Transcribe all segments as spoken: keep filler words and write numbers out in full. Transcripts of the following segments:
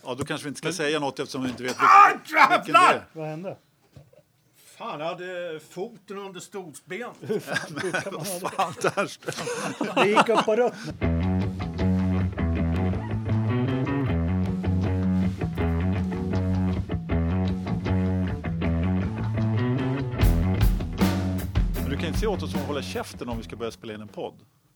Ja, då kanske vi inte ska Men... säga något eftersom vi inte vet vilken, ah, vilken det är. Vad hände? Fan, jag hade foten under stolsben. Hur fan, hur kan man ha det? Fan, Tärnström. Det gick upp på rött. Men du kan inte se åt oss som håller käften om vi ska börja spela in en podd.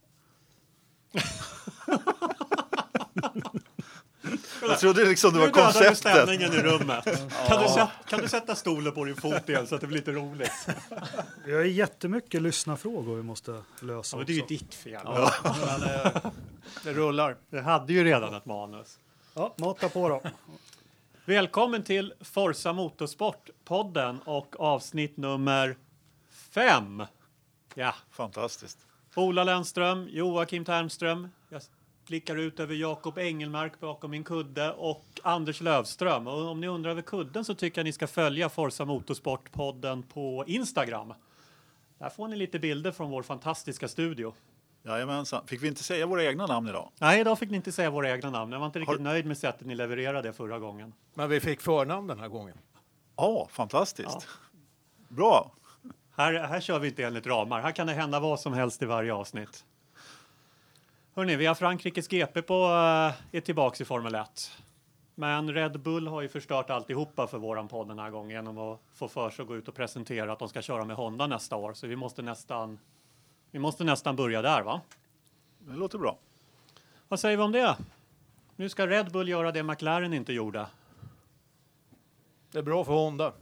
Jag trodde liksom det var konceptet. Stämningen i rummet. Kan du, sätta, kan du sätta stolen på din fot igen så att det blir lite roligt? Vi har jättemycket lyssnarfrågor vi måste lösa. Ja, men det är ju ditt fel. Ja, men, det, det rullar. Det hade ju redan ett manus. Ja, mata på då. Välkommen till Forza Motorsport-podden och avsnitt nummer fem. Ja. Fantastiskt. Ola Lennström, Joakim Tärnström. Jag klickar ut över Jakob Engelmark bakom min kudde och Anders Lövström. Och om ni undrar över kudden så tycker jag ni ska följa Forza Motorsport-podden på Instagram. Där får ni lite bilder från vår fantastiska studio. Jajamensan. Fick vi inte säga våra egna namn idag? Nej, idag fick ni inte säga våra egna namn. Jag var inte riktigt Har... nöjd med sättet ni levererade det förra gången. Men vi fick förnamn den här gången. Ja, fantastiskt. Ja. Bra. Här, här kör vi inte enligt ramar. Här kan det hända vad som helst i varje avsnitt. Hörrni, vi har Frankrikes G P på, uh, är tillbaka i Formel ett. Men Red Bull har ju förstört alltihopa för våran podd den här gången genom att få för sig att gå ut och presentera att de ska köra med Honda nästa år. Så vi måste nästan, vi måste nästan börja där, va? Det låter bra. Vad säger vi om det? Nu ska Red Bull göra det McLaren inte gjorde. Det är bra för Honda.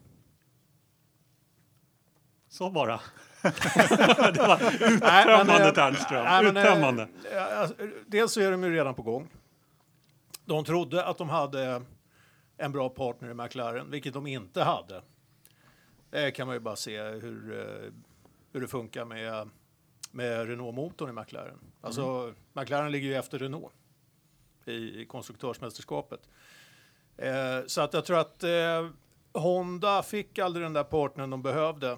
Så bara. Det var uttömmande, Tärnström. Uttömmande. Dels så är de ju redan på gång. De trodde att de hade en bra partner i McLaren, vilket de inte hade. Det kan man ju bara se hur, hur det funkar med, med Renault-motorn i McLaren. Alltså, mm. McLaren ligger ju efter Renault i, i konstruktörsmästerskapet. Eh, så att jag tror att eh, Honda fick aldrig den där partnern de behövde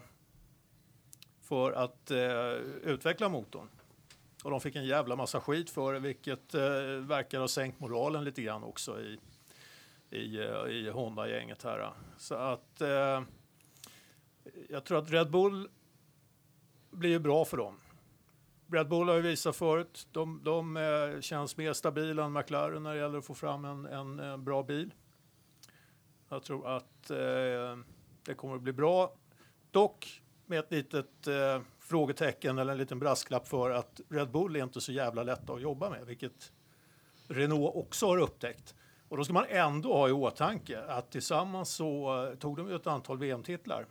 för att eh, utveckla motorn. Och de fick en jävla massa skit för det, vilket eh, verkar ha sänkt moralen lite grann också i, i, i Honda-gänget här. Så att eh, jag tror att Red Bull blir ju bra för dem. Red Bull har ju visat förut, de, de eh, känns mer stabila än McLaren när det gäller att få fram en, en, en bra bil. Jag tror att eh, det kommer att bli bra. Dock med ett litet eh, frågetecken eller en liten brasklapp för att Red Bull är inte så jävla lätt att jobba med, vilket Renault också har upptäckt. Och då ska man ändå ha i åtanke att tillsammans så eh, tog de ju ett antal V M-titlar.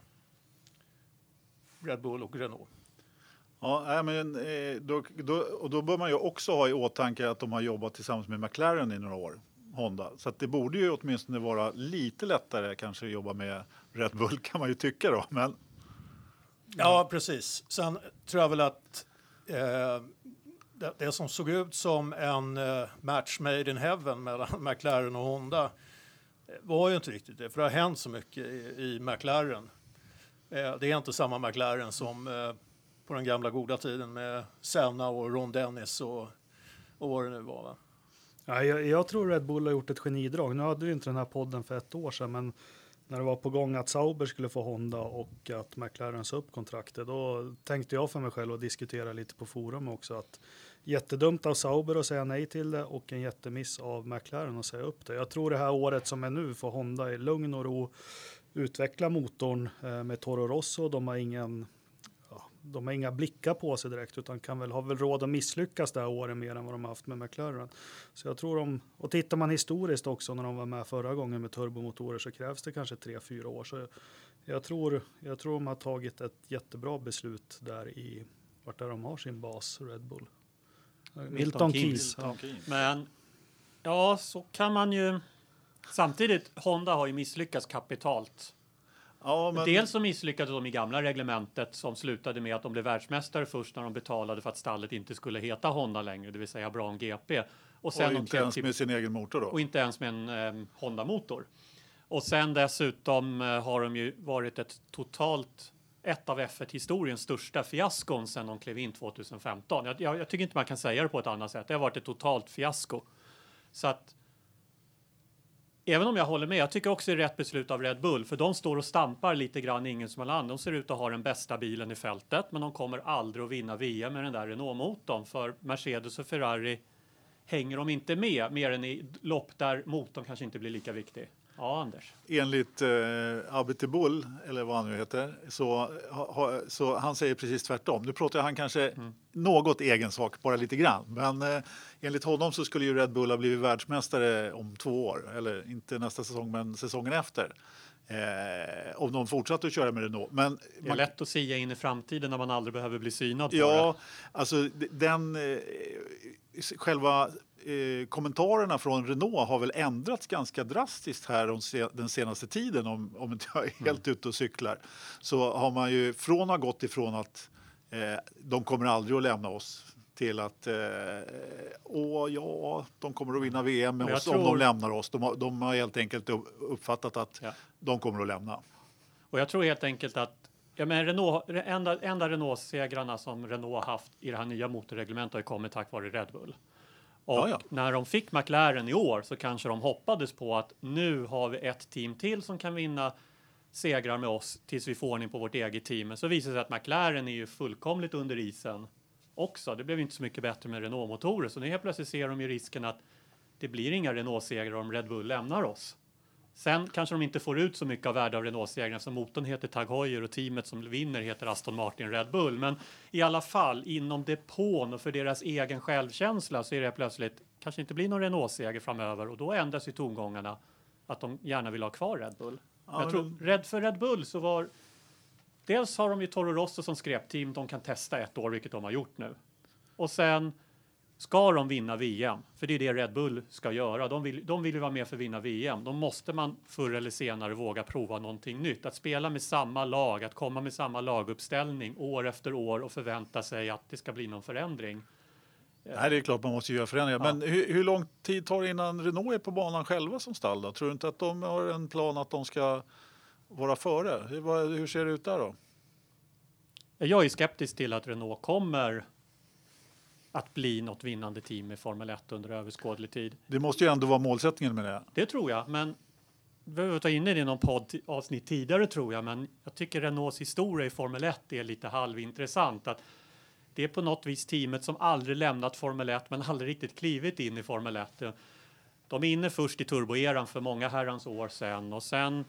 Red Bull och Renault. Ja, men eh, då, då, och då bör man ju också ha i åtanke att de har jobbat tillsammans med McLaren i några år, Honda. Så att det borde ju åtminstone vara lite lättare kanske att jobba med Red Bull, kan man ju tycka då, men... Ja, precis. Sen tror jag väl att eh, det, det som såg ut som en eh, match made in heaven mellan McLaren och Honda eh, var ju inte riktigt det. För det har hänt så mycket i, i McLaren. Eh, det är inte samma McLaren som eh, på den gamla goda tiden med Senna och Ron Dennis och, och vad det nu var, va? Ja, jag, jag tror Red Bull har gjort ett genidrag. Nu hade vi inte den här podden för ett år sedan, men när det var på gång att Sauber skulle få Honda och att McLaren sa upp kontraktet, då tänkte jag för mig själv att diskutera lite på forum också att jättedumt av Sauber att säga nej till det och en jättemiss av McLaren att säga upp det. Jag tror det här året som är nu för Honda i lugn och ro utveckla motorn eh, med Toro Rosso. De har ingen ja, de har inga blickar på sig direkt utan kan väl ha väl råd att misslyckas det här året mer än vad de har haft med McLaren. Så jag tror de, och tittar man historiskt också när de var med förra gången med turbomotorer så krävs det kanske tre, fyra år. Så jag tror, jag tror de har tagit ett jättebra beslut där i vart där de har sin bas, Red Bull. Milton, Milton Keys. Keys. Ja. Men ja, så kan man ju samtidigt, Honda har ju misslyckats kapitalt. Ja, men... Dels så misslyckades de i gamla reglementet som slutade med att de blev världsmästare först när de betalade för att stallet inte skulle heta Honda längre, det vill säga Brown G P. Och, sen och inte ens med sin egen motor då? Och inte ens med en eh, Honda-motor. Och sen dessutom eh, har de ju varit ett totalt, ett av F ett-historiens största fiaskon sedan de klev in tjugohundrafemton. Jag, jag, jag tycker inte man kan säga det på ett annat sätt. Det har varit ett totalt fiasko. Så att även om jag håller med, jag tycker också det är rätt beslut av Red Bull, för de står och stampar lite grann ingenstående. De ser ut att ha den bästa bilen i fältet, men de kommer aldrig att vinna V M med den där Renault-motorn, för Mercedes och Ferrari hänger de inte med, mer än i lopp där motorn kanske inte blir lika viktig. Ja, Anders. Enligt eh, Abiteboul, eller vad han nu heter, så, ha, ha, så han säger precis tvärtom. Nu pratar han kanske mm. något egen sak, bara lite grann. Men eh, enligt honom så skulle ju Red Bull ha blivit världsmästare om två år. Eller inte nästa säsong, men säsongen efter. Eh, om de fortsatte att köra med Renault. Men det är man, lätt att sia in i framtiden när man aldrig behöver bli synad på ja, det. Alltså den eh, själva eh, kommentarerna från Renault har väl ändrats ganska drastiskt här om se, den senaste tiden, om, om inte jag är helt mm. ute och cyklar. Så har man ju från har gått ifrån att eh, de kommer aldrig att lämna oss till att eh, åh, ja, de kommer att vinna V M med oss tror... om de lämnar oss. De har, de har helt enkelt uppfattat att ja. de kommer att lämna. Och jag tror helt enkelt att ja, men Renault, enda, enda Renault-segrarna som Renault har haft i det här nya motorreglementet har kommit tack vare Red Bull. Och ja, ja. när de fick McLaren i år så kanske de hoppades på att nu har vi ett team till som kan vinna segrar med oss tills vi får ordning på vårt eget team. Men så visar det sig att McLaren är ju fullkomligt under isen också. Det blev inte så mycket bättre med Renault-motorer. Så nu helt plötsligt ser de ju risken att det blir inga Renault-segrar om Red Bull lämnar oss. Sen kanske de inte får ut så mycket av värde av Renault-segrarna eftersom motorn heter Tag Heuer och teamet som vinner heter Aston Martin Red Bull. Men i alla fall inom depån och för deras egen självkänsla så är det plötsligt kanske inte blir någon Renault-seger framöver och då ändras ju tongångarna att de gärna vill ha kvar Red Bull. Ja, jag tror rädd för Red Bull så var dels har de ju Toro Rosso som skräpteam, de kan testa ett år vilket de har gjort nu. Och sen ska de vinna V M, för det är det Red Bull ska göra. De vill, de vill ju vara med för att vinna V M. Då måste man förr eller senare våga prova någonting nytt. Att spela med samma lag, att komma med samma laguppställning år efter år och förvänta sig att det ska bli någon förändring. Nej, det är klart man måste göra förändringar. Ja. Men hur, hur lång tid tar det innan Renault är på banan själva som stall då? Tror du inte att de har en plan att de ska vara före? Hur, hur ser det ut där då? Jag är skeptisk till att Renault kommer att bli något vinnande team i Formel ett under överskådlig tid. Det måste ju ändå vara målsättningen med det. Det tror jag, men vi behöver ta in det i någon poddavsnitt tidigare tror jag, men jag tycker Renaults historia i Formel ett är lite halvintressant. Att det är på något vis teamet som aldrig lämnat Formel ett men aldrig riktigt klivit in i Formel ett. De är inne först i turboeran för många herrans år sedan och sen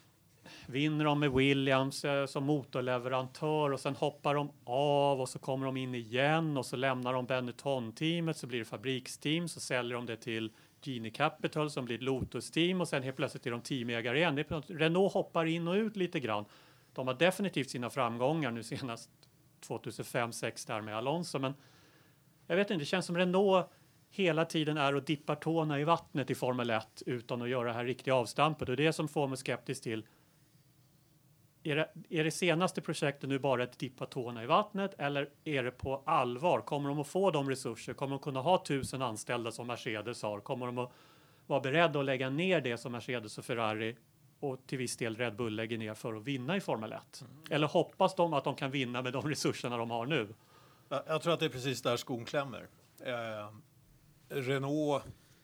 vinner de med Williams eh, som motorleverantör och sen hoppar de av och så kommer de in igen och så lämnar de Benetton-teamet så blir det fabriksteam så säljer de det till Genie Capital som blir ett Lotus-team och sen helt plötsligt är de teamägare igen. Det är något, Renault hoppar in och ut lite grann. De har definitivt sina framgångar nu senast tjugohundrafem sex där med Alonso men jag vet inte, det känns som Renault hela tiden är och dippar tårna i vattnet i Formel ett utan att göra det här riktiga avstampet och det är det som får mig skeptisk till. Är det, är det senaste projektet nu bara ett dippa tårna i vattnet eller är det på allvar? Kommer de att få de resurser? Kommer de kunna ha tusen anställda som Mercedes har? Kommer de att vara beredda att lägga ner det som Mercedes och Ferrari och till viss del Red Bull lägger ner för att vinna i Formel ett? Mm. Eller hoppas de att de kan vinna med de resurserna de har nu? Jag, jag tror att det är precis där skon klämmer. Eh, Renault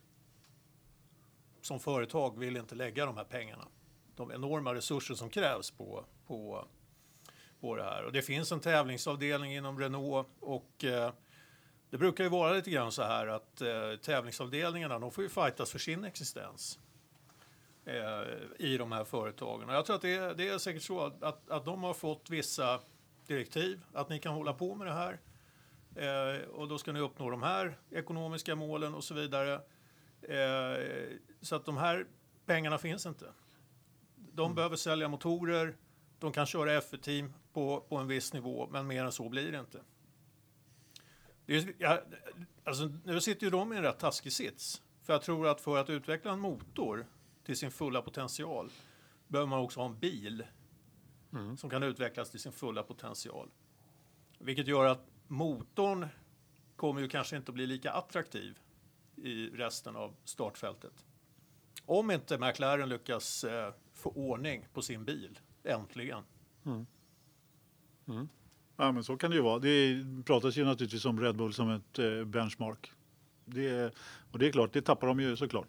som företag vill inte lägga de här pengarna. De enorma resurser som krävs på, på, på det här. Och det finns en tävlingsavdelning inom Renault och eh, det brukar ju vara lite grann så här att eh, tävlingsavdelningarna de får ju fightas för sin existens eh, i de här företagen. Och jag tror att det, det är säkert så att, att, att de har fått vissa direktiv att ni kan hålla på med det här eh, och då ska ni uppnå de här ekonomiska målen och så vidare. Eh, så att de här pengarna finns inte. De mm. behöver sälja motorer, de kan köra F ett-team på, på en viss nivå, men mer än så blir det inte. Det är, ja, alltså, nu sitter ju de i en rätt taskig sits. För jag tror att för att utveckla en motor till sin fulla potential behöver man också ha en bil mm. som kan utvecklas till sin fulla potential. Vilket gör att motorn kommer ju kanske inte att bli lika attraktiv i resten av startfältet. Om inte McLaren lyckas eh, få ordning på sin bil, äntligen. Mm. Mm. Ja, men så kan det ju vara. Det pratas ju naturligtvis om Red Bull som ett eh, benchmark. Det, och det är klart, det tappar de ju såklart.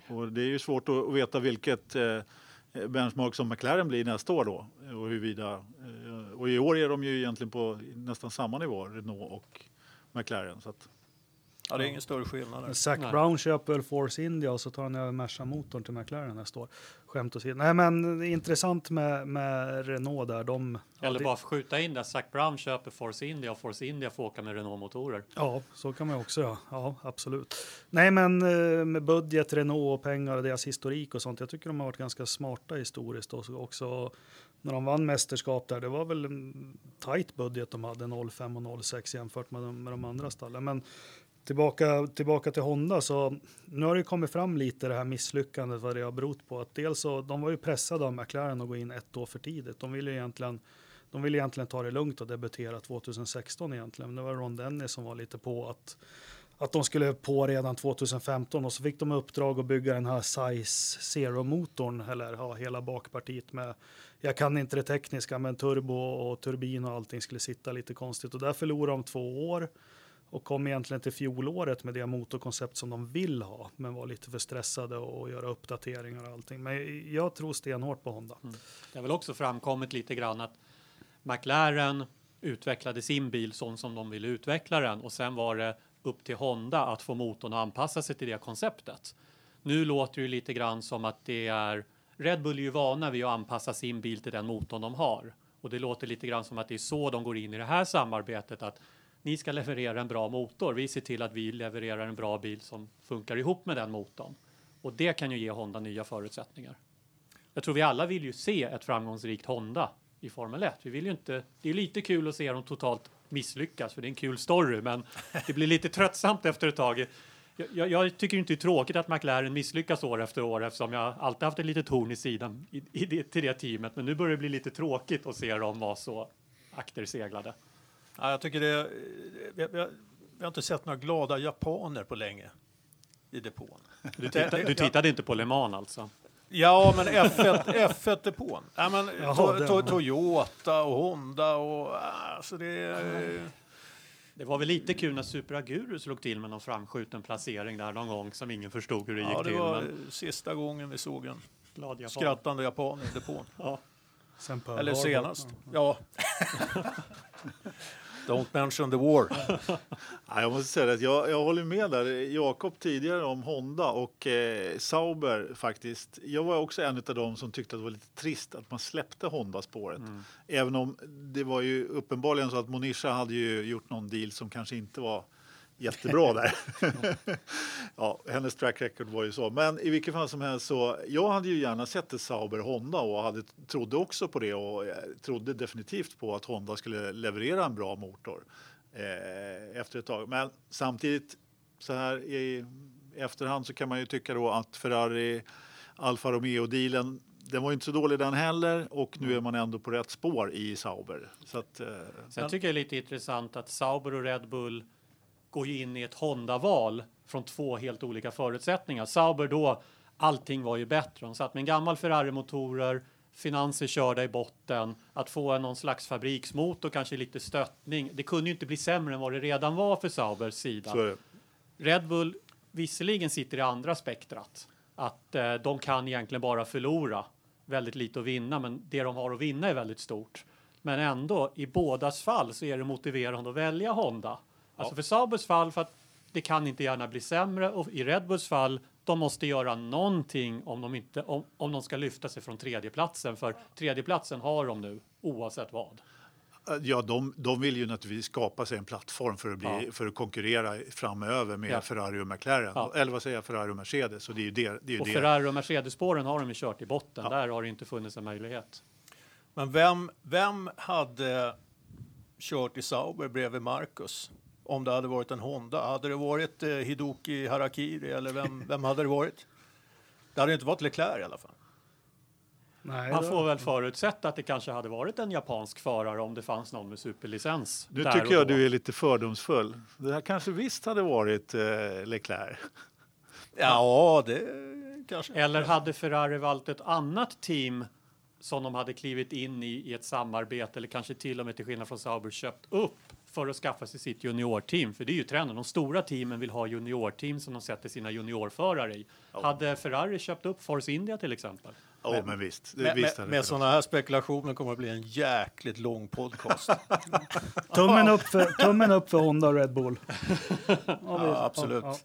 Och det är ju svårt att veta vilket eh, benchmark som McLaren blir nästa år då. Och, huruvida, eh, och i år är de ju egentligen på nästan samma nivå, Renault och McLaren. Så att, Ja, det är ingen större skillnad där. Zac Nej. Brown köper väl Force India och så tar han över Merca-motorn till McLaren nästa år. Skämt åsido. Nej, men det är intressant med, med Renault där. De, ja, Eller det, bara skjuta in där. Zac Brown köper Force India och Force India får åka med Renault-motorer. ja, så kan man också göra. Ja, absolut. Nej, men eh, med budget, Renault och pengar och deras historik och sånt. Jag tycker de har varit ganska smarta historiskt och så också. När de vann mästerskap där, det var väl en tight budget de hade, noll fem och noll sex jämfört med de, med de andra stallen. Men Tillbaka, tillbaka till Honda, så nu har det kommit fram lite det här misslyckandet, vad det har berott på. Att dels så, de var ju pressade av McLaren att gå in ett år för tidigt. De ville egentligen, de ville egentligen ta det lugnt och debutera tjugohundrasexton egentligen. Men det var Ron Dennis som var lite på att, att de skulle på redan tjugohundrafemton och så fick de uppdrag att bygga den här Size Zero-motorn, eller ja, hela bakpartiet med, jag kan inte det tekniska, men turbo och turbin och allting skulle sitta lite konstigt. Och där förlorade de två år. Och kom egentligen till fjolåret med det motorkoncept som de vill ha. Men var lite för stressade och göra uppdateringar och allting. Men jag tror stenhårt på Honda. Mm. Det har väl också framkommit lite grann att McLaren utvecklade sin bil sån som de ville utveckla den. Och sen var det upp till Honda att få motorn att anpassa sig till det konceptet. Nu låter det ju lite grann som att det är... Red Bull är ju vana vid att anpassa sin bil till den motorn de har. Och det låter lite grann som att det är så de går in i det här samarbetet, att ni ska leverera en bra motor. Vi ser till att vi levererar en bra bil som funkar ihop med den motorn. Och det kan ju ge Honda nya förutsättningar. Jag tror vi alla vill ju se ett framgångsrikt Honda i Formel ett. Vi vill ju inte, det är lite kul att se dem totalt misslyckas, för det är en kul story, men det blir lite tröttsamt efter ett tag. Jag, jag, jag tycker inte det är tråkigt att McLaren misslyckas år efter år, eftersom jag alltid haft ett litet torn i sidan i, i det, till det teamet. Men nu börjar det bli lite tråkigt att se dem vara så akterseglade. Ja, jag tycker det, vi, vi, vi har inte sett några glada japaner på länge i depån. Du, titta, du tittade inte på Le Mans alltså? Ja, men F ett, F ett-depån. Ja, men Jaha, to, det- to, Toyota och Honda och... Alltså det, Det var väl lite kul när Super Aguru slog till med någon framskjuten placering där någon gång som ingen förstod hur det gick ja, det till. var Men sista gången vi såg en glad japan. skrattande japan i depån. Ja. Sen på Eller Harvard. senast. Ja. Don't mention the war. ja, jag måste säga att jag, jag håller med där. Jakob tidigare om Honda och eh, Sauber faktiskt. Jag var också en av dem som tyckte att det var lite trist att man släppte Honda-spåret. Mm. Även om det var ju uppenbarligen så att Monisha hade ju gjort någon deal som kanske inte var jättebra där. ja, hennes track record var ju så. Men i vilket fall som helst så, jag hade ju gärna sett ett Sauber Honda och hade, trodde också på det och trodde definitivt på att Honda skulle leverera en bra motor eh, efter ett tag. Men samtidigt så här i efterhand så kan man ju tycka då att Ferrari Alfa Romeo-dealen, den var ju inte så dålig den heller och nu är man ändå på rätt spår i Sauber. Så att, eh, Sen tycker jag det är lite intressant att Sauber och Red Bull går ju in i ett Honda-val från två helt olika förutsättningar. Sauber då, allting var ju bättre. De satt med en gammal Ferrari-motorer, finanser körda i botten, att få en någon slags fabriksmotor, kanske lite stöttning. Det kunde ju inte bli sämre än vad det redan var för Saubers sida. så är det. Red Bull visserligen sitter i andra spektrat. Att eh, de kan egentligen bara förlora. Väldigt lite att vinna, men det de har att vinna är väldigt stort. Men ändå, i bådas fall så är det motiverande att välja Honda. Alltså för Saubers fall, för att det kan inte gärna bli sämre. Och i Red Bulls fall, de måste göra någonting om de, inte, om, om de ska lyfta sig från tredjeplatsen. För tredjeplatsen har de nu, oavsett vad. Ja, de, de vill ju naturligtvis skapa sig en plattform för att, bli, Ja. för att konkurrera framöver med Ja. Ferrari och McLaren. Ja. Eller vad säger jag, Ferrari och Mercedes. Så det är ju det. det, är ju Och det. Ferrari och Mercedes-spåren har de ju kört i botten. Ja. Där har det inte funnits en möjlighet. Men vem, vem hade kört i Sauber bredvid Marcus? Om det hade varit en Honda. Hade det varit eh, Hidoki Harakiri eller vem, vem hade det varit? Det hade inte varit Leclerc i alla fall. Nej, Man det- får väl förutsätta att det kanske hade varit en japansk förare om det fanns någon med superlicens. Nu där tycker och jag då. du är lite fördomsfull. Det här kanske visst hade varit eh, Leclerc. Ja, det kanske. Eller hade Ferrari valt ett annat team som de hade klivit in i, i ett samarbete, eller kanske till och med till skillnad från Sauber köpt upp för att skaffa sig sitt juniorteam. För det är ju trenden. De stora teamen vill ha juniorteam som de sätter sina juniorförare i. Ja. Hade Ferrari köpt upp Force India till exempel? Ja, men, men visst. Det, med visst med, med sådana här spekulationer kommer det bli en jäkligt lång podcast. tummen, upp för, tummen upp för Honda och Red Bull. Ja, ja, absolut. Ja,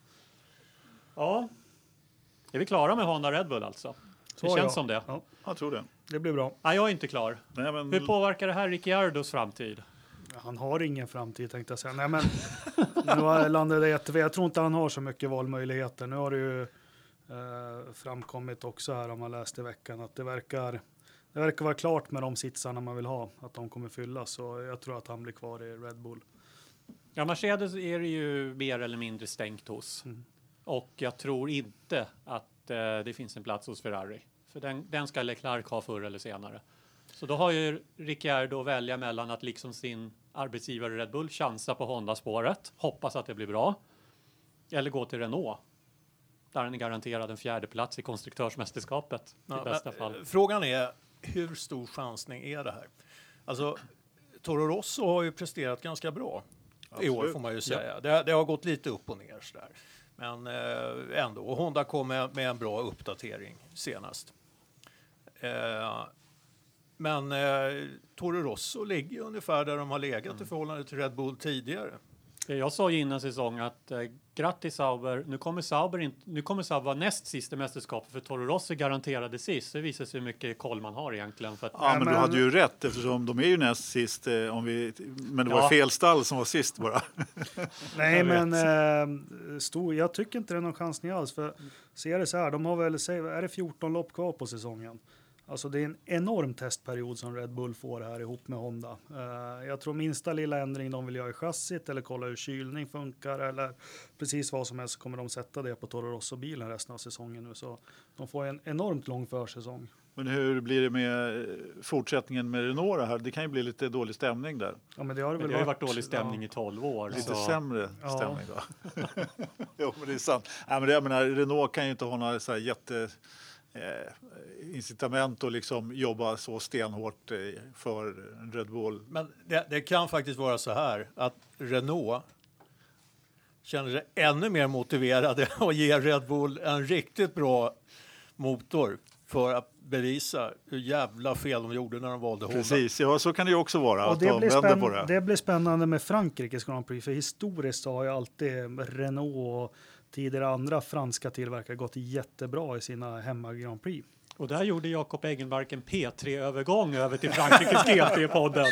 ja. Är vi klara med Honda och Red Bull alltså? Det Så känns ja. som det. Ja, jag tror det. Det blir bra. Nej, jag är inte klar. Nej, men... Hur påverkar det här Ricciardos framtid? Han har ingen framtid tänkte jag säga. Nej, men nu har landet det jättefel. Jag tror inte han har så mycket valmöjligheter. Nu har det ju eh, framkommit också här om man läste i veckan att det verkar, det verkar vara klart med de sitsarna man vill ha. Att de kommer fyllas. Så jag tror att han blir kvar i Red Bull. Ja, Mercedes är det ju mer eller mindre stängt hos. Mm. Och jag tror inte att eh, det finns en plats hos Ferrari. För den, den ska Leclerc ha förr eller senare. Så då har ju Ricciardo att välja mellan att liksom sin arbetsgivare Red Bull chansa på Honda-spåret. Hoppas att det blir bra. Eller gå till Renault. Där den är garanterad en fjärde plats i konstruktörsmästerskapet. Ja, i bästa fall. Frågan är, hur stor chansning är det här? Alltså, Toro Rosso har ju presterat ganska bra. Absolut. I år får man ju säga. Ja. Det, det har gått lite upp och ner sådär. Men eh, ändå. Och Honda kom med, med en bra uppdatering senast. Eh, men eh, Toro Rosso ligger ungefär där de har legat mm. i förhållande till Red Bull tidigare. Jag sa ju innan säsong att eh, grattis Sauber. Nu kommer Sauber, in, nu kommer Sauber vara näst sist i mästerskapet för Toro Rosso garanterade sist. Det visar sig hur mycket koll man har egentligen. För att, ja, men, men du hade ju rätt eftersom de är ju näst sist. Eh, om vi, men det var ja. fel stall som var sist bara. Nej, men eh, stor, jag tycker inte det är någon chansning alls. För ser det så här, de har väl, är det fjorton lopp kvar på säsongen? Alltså det är en enorm testperiod som Red Bull får här ihop med Honda. Uh, jag tror minsta lilla ändring de vill göra i chassit eller kolla hur kylning funkar eller precis vad som helst kommer de sätta det på Toro Rosso-bilen resten av säsongen nu. Så de får en enormt lång försäsong. Men hur blir det med fortsättningen med Renault här? Det kan ju bli lite dålig stämning där. Ja, men det har, det men väl det har varit, varit dålig stämning ja. i tolv år. Lite så. sämre ja. stämning då. Jo, men det är sant. Ja, men det, jag menar, Renault kan ju inte ha några så här jätte... Eh, incitament att liksom jobba så stenhårt eh, för Red Bull. Men det, det kan faktiskt vara så här att Renault känner sig ännu mer motiverade att ge Red Bull en riktigt bra motor för att bevisa hur jävla fel de gjorde när de valde Honda. Precis, ja, så kan det ju också vara. Och att det, de blir spänn- på det. det blir spännande med Frankrikes Grand Prix för historiskt så har ju alltid Renault och tidigare andra franska tillverkare gått jättebra i sina hemma Grand Prix. Och där gjorde Jakob Eggenbark en P tre-övergång över till Frankrikes G P-podden.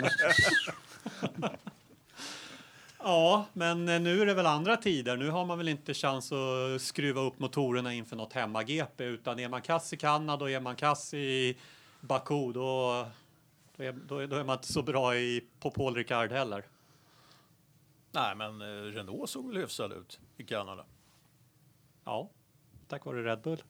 Ja, men nu är det väl andra tider. Nu har man väl inte chans att skruva upp motorerna inför något hemma-G P. Utan är man kass i Kanada och är man kass i Baku, då, då, är, då, då är man inte så bra i, på Paul Ricard heller. Nej, men eh, Renault såg väl hyfsad ut i Kanada. Ja, tack vare Red Bull.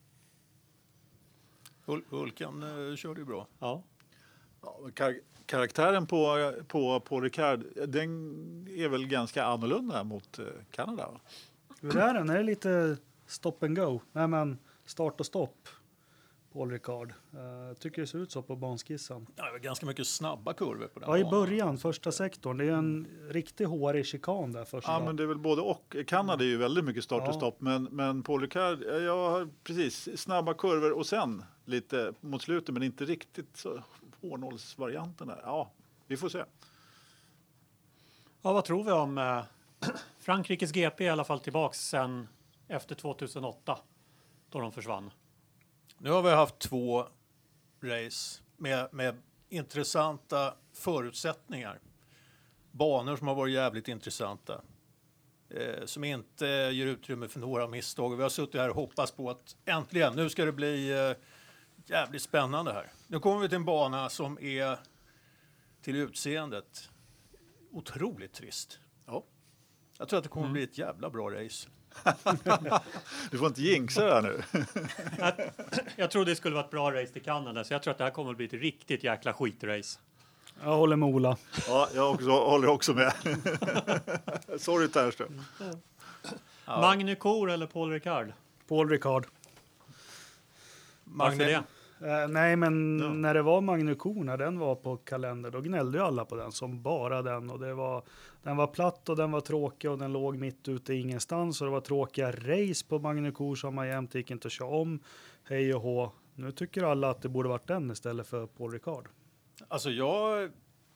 Hul- Hulken eh, körde ju bra. Ja. Ja, kar- karaktären på, på, på Ricard, den är väl ganska annorlunda mot eh, Kanada? Va? Hur är den? Är det lite stop and go? Nej, men start och stopp. Paul Ricard. Uh, tycker det ser ut så på banskissen. Ja, det var ganska mycket snabba kurvor på den. Ja, i banan. början, första sektorn. Det är en riktig hårig chikan där första. Ja, men det är väl både och. Kanada är ju väldigt mycket start och Ja. stopp, men, men Paul Ricard, jag har precis snabba kurvor och sen lite mot slutet, men inte riktigt så hårnålsvarianten där. Ja, vi får se. Ja, vad tror vi om eh, Frankrikes G P är i alla fall tillbaks sen efter tjugohundraåtta då de försvann. Nu har vi haft två race med, med intressanta förutsättningar. Banor som har varit jävligt intressanta. Eh, som inte ger utrymme för några misstag. Vi har suttit här och hoppats på att äntligen, nu ska det bli eh, jävligt spännande här. Nu kommer vi till en bana som är till utseendet otroligt trist. Ja. Jag tror att det kommer Mm. bli ett jävla bra race. Du får inte jinxa det här nu. Jag, jag tror det skulle vara ett bra race till Kanada, så jag tror att det här kommer att bli ett riktigt jäkla skitrace. Jag håller med Ola. Ja, jag också, håller också med. Sorry Tärström. Ja. Magne Kor eller Paul Ricard? Paul Ricard. Varför Magne, det? Eh, nej, men Ja. när det var Magnucor, när den var på kalender, då gnällde ju alla på den som bara den. Och det var, den var platt och den var tråkig och den låg mitt ute i ingenstans. Och det var tråkiga race på Magnucor som man jämt gick inte att köra om. Hej och hå. Nu tycker alla att det borde varit den istället för Paul Ricard. Alltså jag...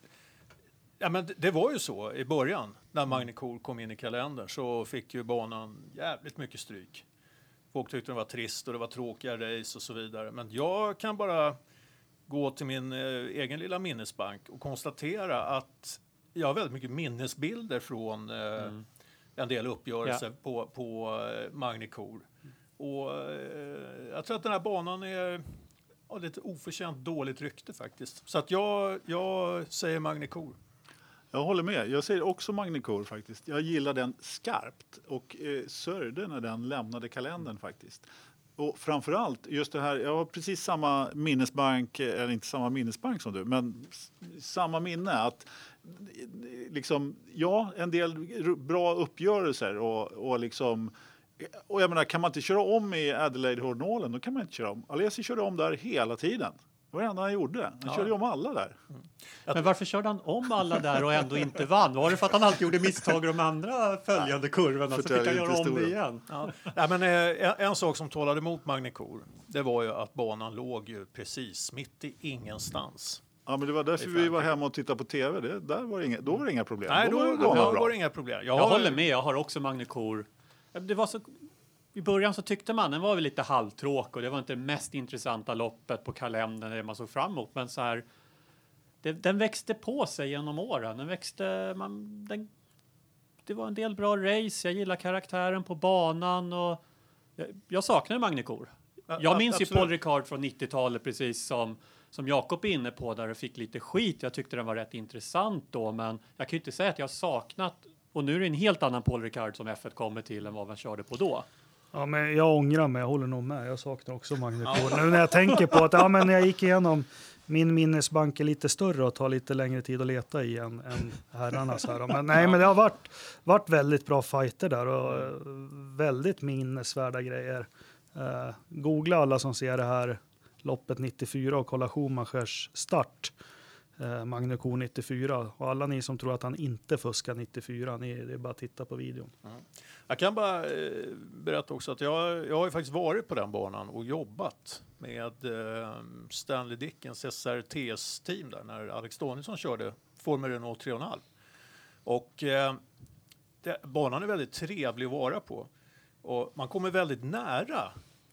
Ja, men det, det var ju så i början. När Magnucor kom in i kalendern så fick ju banan jävligt mycket stryk. Folk tyckte det var trist och det var tråkiga race och så vidare. Men jag kan bara gå till min eh, egen lilla minnesbank och konstatera att jag har väldigt mycket minnesbilder från eh, mm. en del uppgörelser ja. på, på eh, Magnucor. Och eh, jag tror att den här banan är ja, lite oförtjänt dåligt rykte faktiskt. Så att jag, jag säger Magnucor. Jag håller med. Jag säger också Magnucor faktiskt. Jag gillar den skarpt och eh, sörjde när den lämnade kalendern mm. faktiskt. Och framförallt just det här, jag har precis samma minnesbank, eller inte samma minnesbank som du, men s- samma minne att liksom, ja, en del r- bra uppgörelser och, och liksom, och jag menar, kan man inte köra om i Adelaide-Hornålen, då kan man inte köra om. Alesi körde om där hela tiden. Det var det enda han gjorde. Han ja. körde om alla där. Mm. Men varför körde han om alla där och ändå inte vann? Var det för att han alltid gjorde misstag i de andra följande kurvorna så fick han göra om det igen? Ja. Ja, men, eh, en, en sak som talade emot Magnucor, det var ju att banan låg ju precis mitt i ingenstans. Ja, men det var därför vi var hemma och tittade på tv. Det, där var det inga, då var det inga problem. Nej, då, då, då, då var det inga problem. Jag, jag håller med, jag har också Magnucor. Det var så... I början så tyckte man den var väl lite halvtråk och det var inte det mest intressanta loppet på kalendern det man såg fram emot. Men så här, det, den växte på sig genom åren. Den växte, man, den, det var en del bra race. Jag gillar karaktären på banan och jag, jag saknar Magnucor. Jag minns Absolut. ju Paul Ricard från nittiotalet precis som, som Jakob är inne på där det fick lite skit. Jag tyckte den var rätt intressant då men jag kan ju inte säga att jag har saknat och nu är det en helt annan Paul Ricard som F ett kommer till än vad man körde på då. Ja, men jag ångrar mig, jag håller nog med. Jag saknar också Magnucor. Nu när jag tänker på att ja, men när jag gick igenom min minnesbank är lite större och tar lite längre tid att leta i än, än herrarnas här. Men nej, men det har varit, varit väldigt bra fighter där och mm. väldigt minnesvärda grejer. Uh, googla alla som ser det här loppet nittiofyra och kolla Schumachers start. Uh, Magnucor nittiofyra. Och alla ni som tror att han inte fuskar nittiofyra, ni, det är bara att titta på videon. Mm. Jag kan bara eh, berätta också att jag, jag har ju faktiskt varit på den banan och jobbat med eh, Stanley Dickens S R T S-team där när Alex Danielsson körde Formel Renault tre komma fem. Och eh, det, banan är väldigt trevlig att vara på. Och man kommer väldigt nära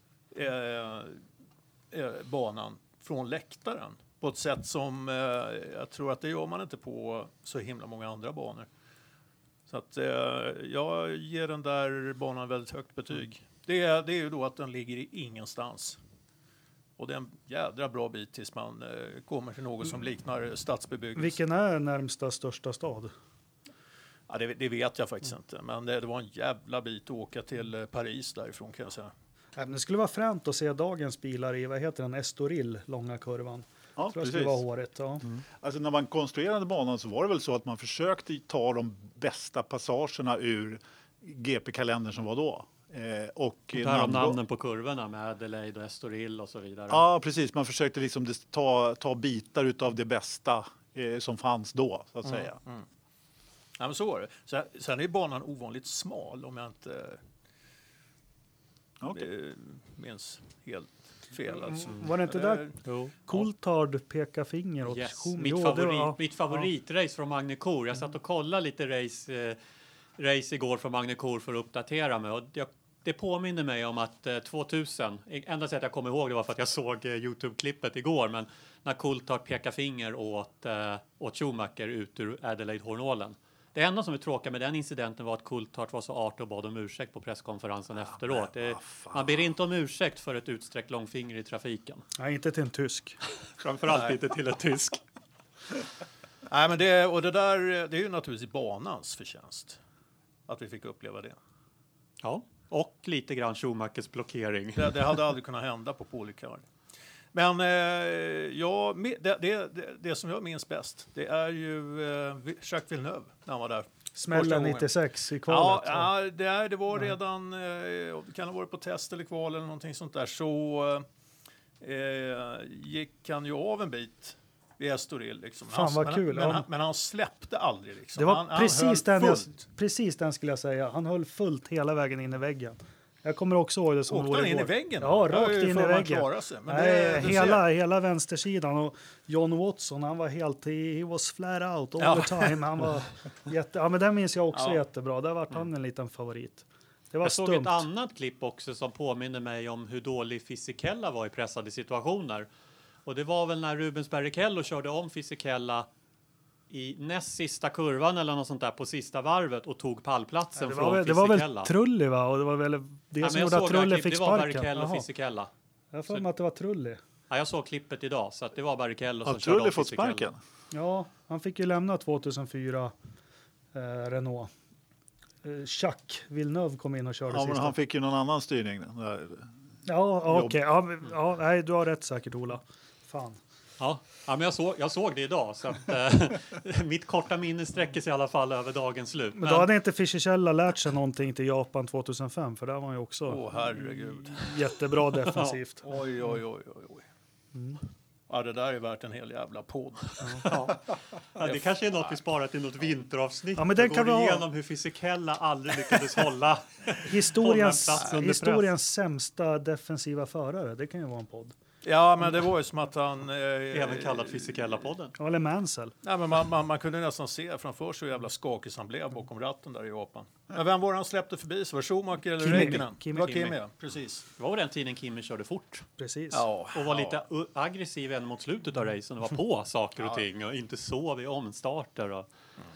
eh, eh, banan från läktaren på ett sätt som eh, jag tror att det gör man inte på så himla många andra banor. Så att, eh, jag ger den där banan väldigt högt betyg. Det är, det är ju då att den ligger i ingenstans. Och det är en jädra bra bit tills man eh, kommer till något som liknar stadsbebyggelse. Vilken är närmsta största stad? Ja, det, det vet jag faktiskt mm. inte. Men det, det var en jävla bit att åka till eh, Paris därifrån kan jag säga. Ja, det skulle vara främt att se dagens bilar i, vad heter den, Estoril, långa kurvan. Ja, jag tror precis. det skulle vara håret. Ja. Mm. Alltså när man konstruerade banan så var det väl så att man försökte ta de bästa passagerna ur G P-kalendern som var då. Eh, och och där namn... namnen på kurvorna med Adelaide och Estoril och så vidare. Ja, precis. Man försökte liksom ta, ta bitar utav det bästa eh, som fanns då, så att mm. säga. Mm. Ja, men så var det. Så, sen är banan ovanligt smal om jag inte okay. eh, minns helt fel. Alltså. Mm. Var det inte där jo. Coulthard pekar finger åt yes. Schum? Mitt, jo, favorit, var, ja. mitt favoritrace från Magnucor. Jag satt och kollade lite race, eh, race igår från Magnucor för att uppdatera mig. Och jag, det påminner mig om att eh, tvåtusen, enda sättet jag kommer ihåg det var för att jag såg eh, YouTube-klippet igår, men när Coulthard pekar finger åt, eh, åt Schumacher ut ur Adelaide-Hornålen. Det enda som är tråkigt med den incidenten var att Coulthard var så artig och bad om ursäkt på presskonferensen ah, efteråt. Det, man ber inte om ursäkt för ett utsträckt långfinger i trafiken. Nej, inte till en tysk. Framförallt inte till en tysk. Nej, men det, och det där, det är ju naturligtvis banans förtjänst att vi fick uppleva det. Ja, och lite grann Schumachers blockering. Det, det hade aldrig kunnat hända på Paul Ricard. Men eh, ja, det, det, det, det som jag minns bäst, det är ju eh, Jacques Villeneuve när han var där. Smällen nittiosex i kvalet. Ja, ja det, det var redan, eh, kan ha varit på test eller kval eller någonting sånt där. Så eh, gick han ju av en bit vid Estoril. Liksom. Fan, han, vad men, kul. Men, Ja. han, men han släppte aldrig. Liksom. Det var han, precis, han den jag, fullt. precis den skulle jag säga. Han höll fullt hela vägen in i väggen. Jag kommer också ihåg det som Åkte vore han in i igår. väggen? Ja, Jag har rakt ju in i för man väggen. klarar sig, men Nej, det, du hela, ser. hela vänstersidan. Och John Watson, han var helt... He was flat out all Ja. the time. Han var jätte, ja, men den minns jag också Ja. jättebra. Där var han en liten favorit. Det var Jag såg stumt. ett annat klipp också som påminner mig om hur dålig Fisichella var i pressade situationer. Och det var väl när Rubens Barrichello körde om Fisichella i näst sista kurvan eller något sånt där på sista varvet och tog pallplatsen det, från var väl, det var Fisichella. väl Trulli, va? Och det var väl det Ja, som men jag gjorde att såg det här Trulli klippet, fick det var sparken. Barrichello och Jaha. Fisichella. Jag har för mig att det var Trulli. Ja, jag såg klippet idag så att det var Barrichello som Har körde om Trulli fått Fisichella. sparken? Ja, han fick ju lämna tjugohundrafyra, eh, Renault. Eh, Jacques Villeneuve kom in och körde Ja, men sista. han fick ju någon annan styrning. Där. Ja, ja, jobb. okej. Ja, men- ja, nej, du har rätt säkert, Ola. Fan. Ja, ja men jag såg, jag såg det idag så att eh, mitt korta minne sträcker sig i alla fall över dagens slut. Men då hade inte Fisichella lärt sig någonting till Japan tjugohundrafem, för där var han ju också Åh, herregud. jättebra defensivt. Oj, oj, oj, oj, oj. Ja, det där är värt en hel jävla podd. Ja. Ja, det kanske är något vi sparar till något vinteravsnitt. Ja, men den och kan går vi ha. igenom hur Fisichella aldrig lyckades hålla. Historiens, Hålla en plats under historiens sämsta defensiva förare, det kan ju vara en podd. Ja, men det var ju som att han... Eh, Även kallat Fisichella-podden. Ja, eller Mansell. Nej, men man, man, man kunde nästan se framför sig hur jävla skakig han blev bakom ratten där i Japan. Men vem var det han släppte förbi? Så var det Schumacher eller Kimi. Räikkönen? Kimi. Det var Kimi, Kimi. ja. Precis. Det var den tiden Kimi körde fort. Precis. Ja, Och var lite u- aggressiv än mot slutet av racen. Och var på saker och ting. Och inte sov i omstarter. Och...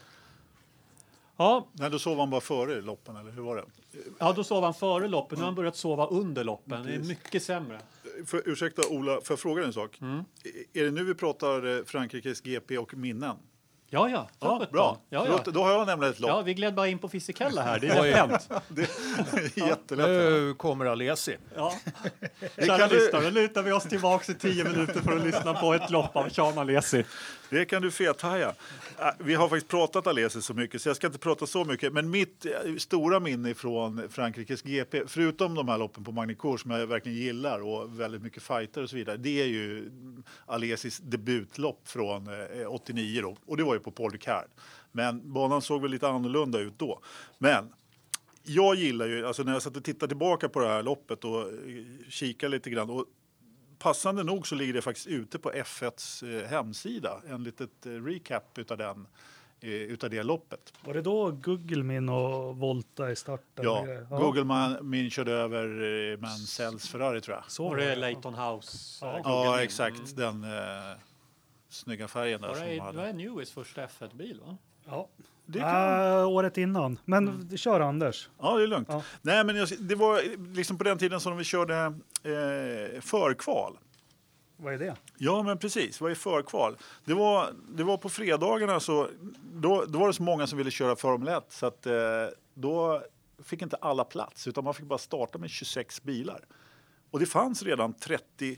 Ja, Nej, då sov han bara före loppen, eller hur var det? ja, då sov han före loppen. Nu har han börjat sova under loppen. Det är mycket sämre. För, ursäkta Ola, får jag fråga dig en sak? Mm. Är det nu vi pratar eh, Frankrikes G P och minnen? Ja, ja. Ja, sjutton. bra. Ja, Då, ja. då har jag nämligen ett lopp. Ja, vi gled bara in på Fisichella här. Det är lätt hänt. Det är jättelätt. Nu kommer Alesi. Ja. Det Kära kan du- lyssnare, nu lutar vi oss tillbaka i tio minuter för att lyssna på ett lopp av Sean Alesi. Det kan du fethaja. Äh, Vi har faktiskt pratat Alesi så mycket så jag ska inte prata så mycket. Men mitt eh, stora minne från Frankrikes G P, förutom de här loppen på Magny-Cours som jag verkligen gillar och väldigt mycket fighter och så vidare. Det är ju Alesis debutlopp från eh, åttionio då. Och det var ju på Paul Ricard. Men banan såg väl lite annorlunda ut då. Men jag gillar ju, alltså när jag satt och tittade tillbaka på det här loppet och eh, kikade lite grann. Och passande nog så ligger det faktiskt ute på F ett:s eh, hemsida. En litet eh, recap utav, den, eh, utav det loppet. Var det då Gugelmin och Volta i starten? Ja, och grejer? Google man, min körde över eh, Mansells Ferrari tror jag. Så Och var det är det. Leighton House. Ja. eh, Ja, Google. exakt. Den eh, snygga färgen där Var som det, de det hade. var Newies första F ett-bil, va? Ja. Det kan, Äh, året innan. Men det kör Anders. ja, det är lugnt. Ja. Nej, men jag, det var liksom på den tiden som vi körde eh, förkval. Vad är det? Ja, men precis. Vad är förkval? Det var, det var på fredagarna så då, då var det så många som ville köra Formel ett så att eh, då fick inte alla plats utan man fick bara starta med tjugosex bilar. Och det fanns redan trettio.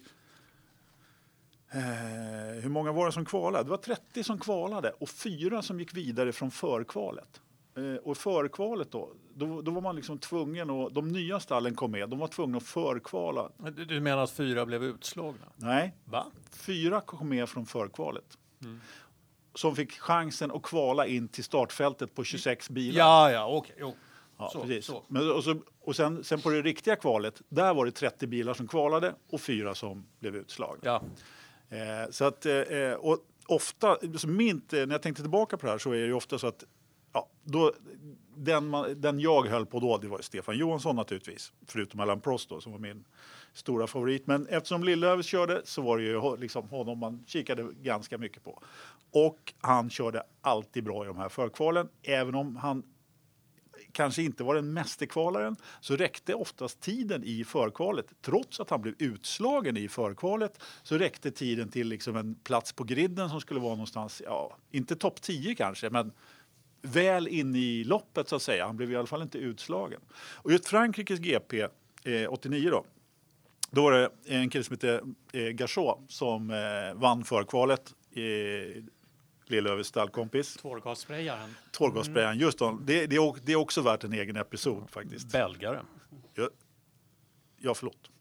Eh, hur många var det som kvalade? Det var trettio som kvalade och fyra som gick vidare från förkvalet. Eh, och förkvalet då, då, då var man liksom tvungen och de nya stallen kom med. De var tvungna att förkvala. Du, du menar att fyra blev utslagna? Nej, Va? fyra kom med från förkvalet. Som fick chansen att kvala in till startfältet på tjugosex bilar. Ja, ja, okej. Jo. Ja, så, precis. så. Men, och så, och sen, sen på det riktiga kvalet, där var det trettio bilar som kvalade och fyra som blev utslagna. Ja. Eh, så att, eh, och ofta, så mint, när jag tänkte tillbaka på det här så är det ju ofta så att ja, då, den, man, den jag höll på då, det var Stefan Johansson naturligtvis. Förutom Alain Prost då, som var min stora favorit. Men eftersom Lillövis körde så var det ju liksom honom man kikade ganska mycket på. Och han körde alltid bra i de här förkvalen. Även om han kanske inte var den mästerkvalaren så räckte oftast tiden i förkvalet. Trots att han blev utslagen i förkvalet så räckte tiden till liksom en plats på griden som skulle vara någonstans, ja, inte topp tio kanske, men väl in i loppet så att säga. Han blev i alla fall inte utslagen. Och just Frankrikes G P eh, åttionio då, då var det en kille som heter eh, Gachot som eh, vann förkvalet. Eh, Lillövis stallkompis. Tårgassprayaren. Tårgassprayaren, just då. Det, det, är, det är också värt en egen episod faktiskt. Belgare. Ja, ja förlåt.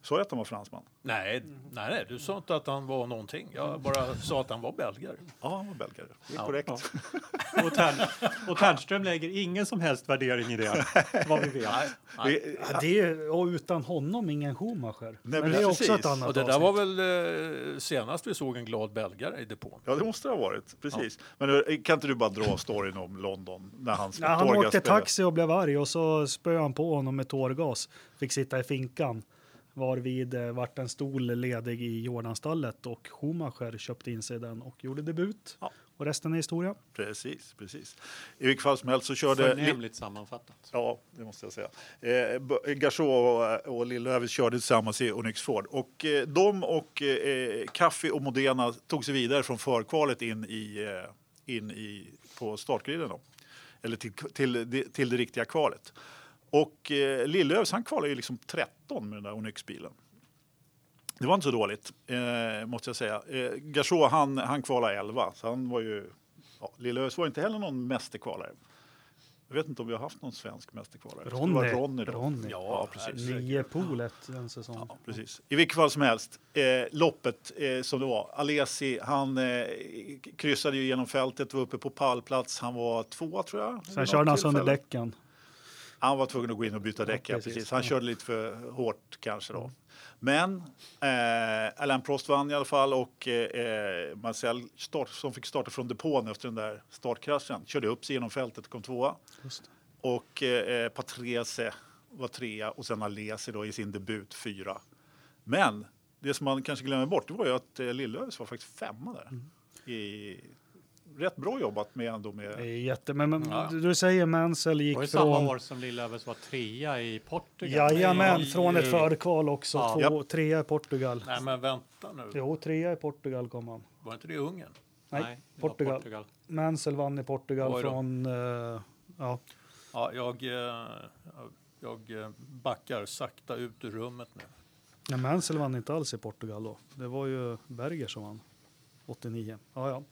Sa jag att han var fransman? Nej, nej, nej, du sa inte att han var någonting. Jag bara sa att han var belgare. Ja, han var belgare. Det är Ja, korrekt. Ja. Och, Tern, och Ternström lägger ingen som helst värdering i det, vad vi vet. Nej, nej. Det, Ja, det är, och utan honom ingen Schumacher. Nej, men det är också precis. ett annat Och det där avsnitt. var väl eh, senast vi såg en glad belgare i depån. ja, det måste det ha varit. Precis. Men eh, kan inte du bara dra storyn om London när han Ja, han tårgas åkte spelade? taxi och blev arg och så spöade han på honom med tårgas. Fick sitta i finkan. Varvid eh, vart en stol ledig i Jordanstallet och Schumacher köpte in sig i den och gjorde debut. Ja. Och resten är historia. Precis, precis. I vilket fall som helst så körde... Förnämligt sammanfattat. Ja, det måste jag säga. Eh, B- Gachot och, och Lillövis körde tillsammans i Onyx Ford. Och eh, de och eh, Kaffi och Modena tog sig vidare från förkvalet in i, eh, in i på startgriden då. Eller till, till, till, till det riktiga kvalet. Och eh, Lillövis, han kvalade ju liksom tretton med den där Onyx-bilen. Det var inte så dåligt, eh, måste jag säga. Eh, Gachot, han, han kvalade elva. Så han var ju... Ja, Lillövis var inte heller någon mästerkvalare. Jag vet inte om vi har haft någon svensk mästerkvalare. Det skulle Ronny. vara Ronny då. Ronny. Ja, precis. Nio polet en säsong. Ja, precis. I vilket fall som helst, eh, loppet eh, som det var, Alesi, han eh, kryssade ju genom fältet, var uppe på pallplats, han var två tror jag. Sen körde han sönder tillfälle. däcken. Han var tvungen att gå in och byta däck, ja, precis. precis. Han körde lite för hårt kanske då. Men eh, Alain Prost vann i alla fall och eh, Marcel start, som fick starta från depån efter den där startkraschen körde upp sig genom fältet och kom tvåa. Just det. Och eh, Patrese var trea och sen Alesi då i sin debut fyra. Men det som man kanske glömmer bort det var ju att eh, Lillövis var faktiskt femma där. Mm. I, rätt bra jobbat med ändå med... Det är jätte... Men, men Ja. du säger Mansell gick Var det från... samma år som Lillövers var trea i Portugal? Jajamän, I- från ett i- förkval också. Ja. Två, trea i Portugal. Nej, men vänta nu. Jo, trea i Portugal kom han. Var inte det Ungern? Nej, Nej, det var Portugal. Portugal. Mansell vann i Portugal Oj då. från... eh, ja. Ja, jag, eh, jag eh, backar sakta ut ur rummet nu. Ja, Mansell vann inte alls i Portugal då. Det var ju Berger som vann. åttionio. Ja, ja.